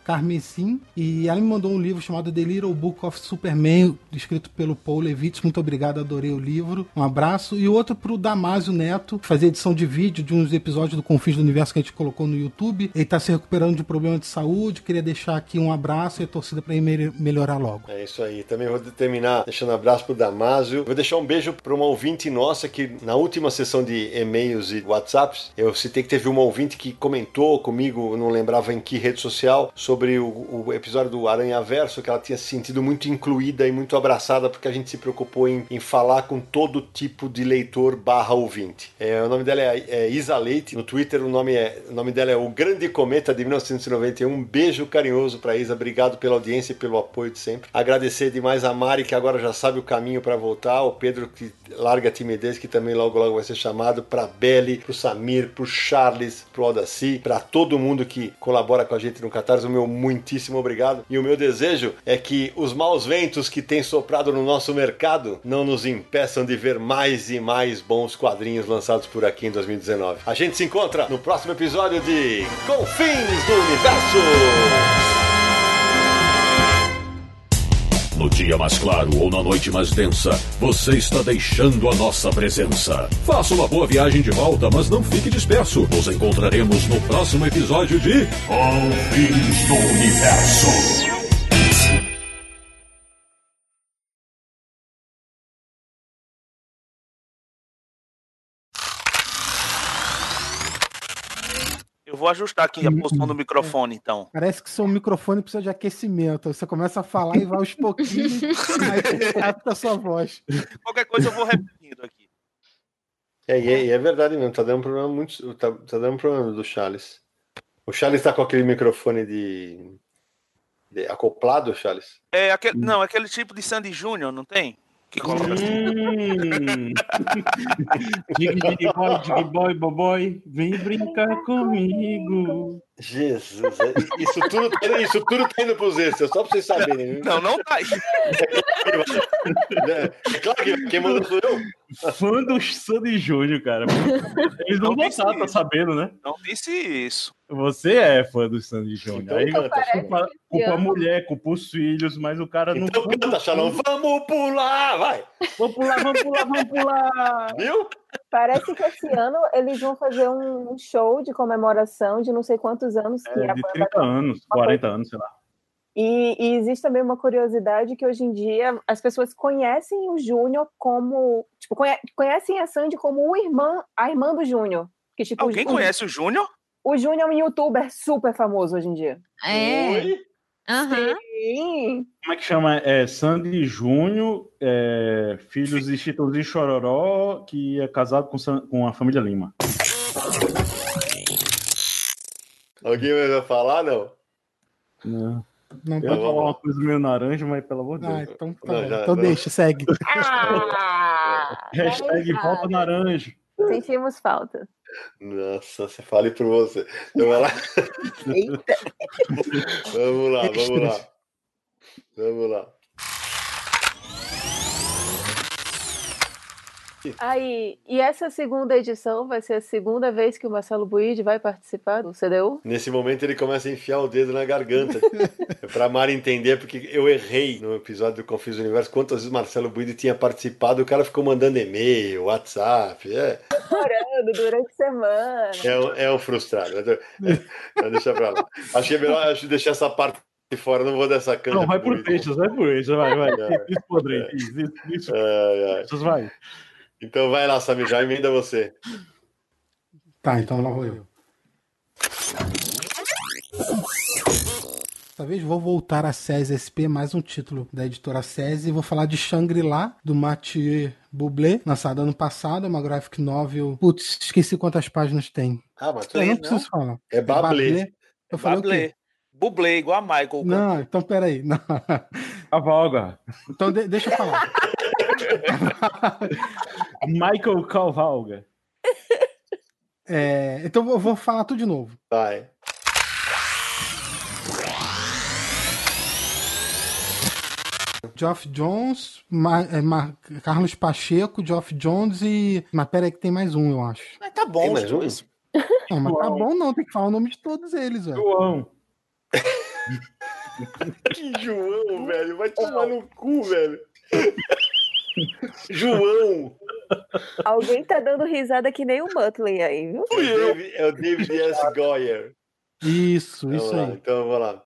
Carmesim, e ela me mandou um livro chamado The Little Book of Superman, escrito pelo Paul Levitz. Muito obrigado, adorei o livro. Um abraço. E outro pro Damásio Neto, fazer edição de vídeo de uns episódios do Confins do Universo que a gente colocou no YouTube. Ele tá se recuperando de um problema de saúde. Queria deixar aqui um abraço e a torcida pra ele me- melhorar logo. É isso aí. Também vou terminar deixando um abraço pro Damásio. Vou deixar um beijo para uma ouvinte nossa que na última sessão de e-mails e WhatsApps, eu citei que teve uma ouvinte que comentou comigo, não lembrava em que rede social, sobre o, o episódio do Aranhaverso, que ela tinha se sentido muito incluída e muito abraçada porque a gente se preocupou em, em falar com todo tipo de leitor barra ouvinte. É, o nome dela é, é Isa Leite. No Twitter o nome, é, o nome dela é O Grande Cometa de mil novecentos e noventa e um. Um beijo carinhoso para Isa. Obrigado pela audiência e pelo apoio de sempre. Agradecer demais a Mari, que agora já sabe o caminho para voltar. O Pedro, que larga a timidez, que também logo logo vai ser chamado. Para Beli, pro Samir, pro Charles, pro Aldaci, para todo mundo que colabora com a gente no Catarse, o meu muitíssimo obrigado. E o meu desejo é que os maus ventos que têm soprado no nosso mercado não nos impeçam de ver mais e mais bons quadrinhos lançados por aqui em dois mil e dezenove. A gente se encontra no próximo episódio de Confins do Universo. No dia mais claro ou na noite mais densa, você está deixando a nossa presença. Faça uma boa viagem de volta, mas não fique disperso. Nos encontraremos no próximo episódio de Confins do Universo. Eu vou ajustar aqui a posição do microfone, então. Parece que seu microfone precisa de aquecimento. Você começa a falar e vai aos pouquinhos, aí você capta a sua voz. Qualquer coisa eu vou repetindo aqui. É, e é, e é verdade mesmo, tá dando um problema muito. Tá, tá dando um problema do Charles. O Charles tá com aquele microfone de. de acoplado, Charles? É aquele, não, aquele tipo de Sandy Júnior, não tem? Que coloca assim. Hum. Dig, dig, boy, dig, boy, boy, vem brincar comigo. Jesus, é- isso tudo, tá indo- isso tudo tá indo pros extras, só pra vocês saberem. Viu? Não, não tá. É claro que quem manda sou eu. Fã do Sandy Júnior, cara. Eles não Não botaram, disse tá isso. sabendo, né? Não disse isso. Você é fã do Sandy Júnior. Então Aí canta, culpa, culpa a mulher, culpa os filhos, mas o cara não. Então canta, Xalão, vamos pular, vai! Vamos pular, vamos pular, vamos pular! Viu? Parece que esse ano eles vão fazer um show de comemoração de não sei quantos anos que É, a de banda trinta anos, quarenta anos, sei lá. E, e existe também uma curiosidade que hoje em dia as pessoas conhecem o Júnior como, tipo, conhe- conhecem a Sandy como o irmã, a irmã do Júnior. Que, tipo, Alguém o, conhece o Júnior? O Júnior é um youtuber super famoso hoje em dia. É. Oi? Aham. Sim. Como é que chama? É Sandy Júnior, é, filhos de Chitãozinho e Chororó, que é casado com, San- com a família Lima. Alguém vai falar, não? Não. Não, Eu pode... ia falar uma coisa meio naranja, mas pelo amor de Ah, Deus. então tá Não, bom. já- Então não. deixa, segue. Ah, Hashtag volta naranja. sentimos falta. Nossa, você fale por você. Então vai lá. Eita. Vamos lá, vamos lá. Vamos lá. Aí, e essa segunda edição vai ser a segunda vez que o Marcelo Buide vai participar do C D U? Nesse momento ele começa a enfiar o dedo na garganta. É pra Mari entender, porque eu errei no episódio do Confins do Universo quantas vezes Marcelo Buide tinha participado. O cara ficou mandando e-mail, WhatsApp. É, Chorando durante a semana. é, um, é um frustrado. É, é, deixa pra lá. Achei melhor acho, deixar essa parte fora. Não vou dessa canja. Não, vai pro por Buide. textos, vai por textos, vai, vai. É. Isso, podre, isso, isso, isso, Ai, ai. isso, vai. Então vai lá, Samir, já emenda você. Tá, então lá vou eu. Dessa vez vou voltar a SESI S P, mais um título da editora SESI, e vou falar de Shangri-La, do Mathieu Bublé, lançado ano passado, é uma graphic novel. Putz, esqueci quantas páginas tem. Ah, mas tu Eu não não? preciso falar. É Bablé. Eu falei o quê? Bublé. Bublé, igual a Michael. Não, então peraí. Não. Cavalga. Então de- deixa eu falar. Michael Cavalga. É, então eu vou falar tudo de novo. Vai. Geoff Jones, Ma- é, Ma- Carlos Pacheco, Geoff Jones e... Mas pera aí que tem mais um, eu acho. Mas tá bom, Tem os mais um? dois. Não, mas tá bom não, tem que falar o nome de todos eles, velho. João. Que João, velho. Vai tomar no cu, velho. João. Alguém tá dando risada que nem o Muttley aí, viu? É o David, é o David S. Goyer. Isso, Vamos isso lá, aí. então vamos lá.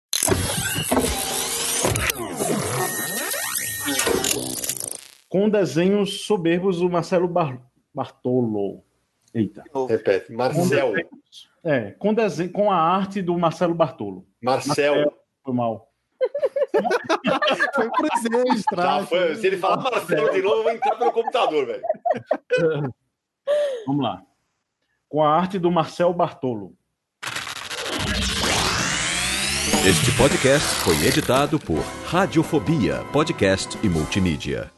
Com desenhos soberbos do Marcelo Bar... Bartolo. Eita. Repete. Marcel. É, com, desenho, com a arte do Marcelo Bartolo. Marcel. Marcelo, foi mal. Foi pro extra. Já foi. Se ele falar Marcelo de novo, eu vou entrar pelo computador, velho. Vamos lá. Com a arte do Marcelo Bartolo. Este podcast foi editado por Radiofobia, podcast e multimídia.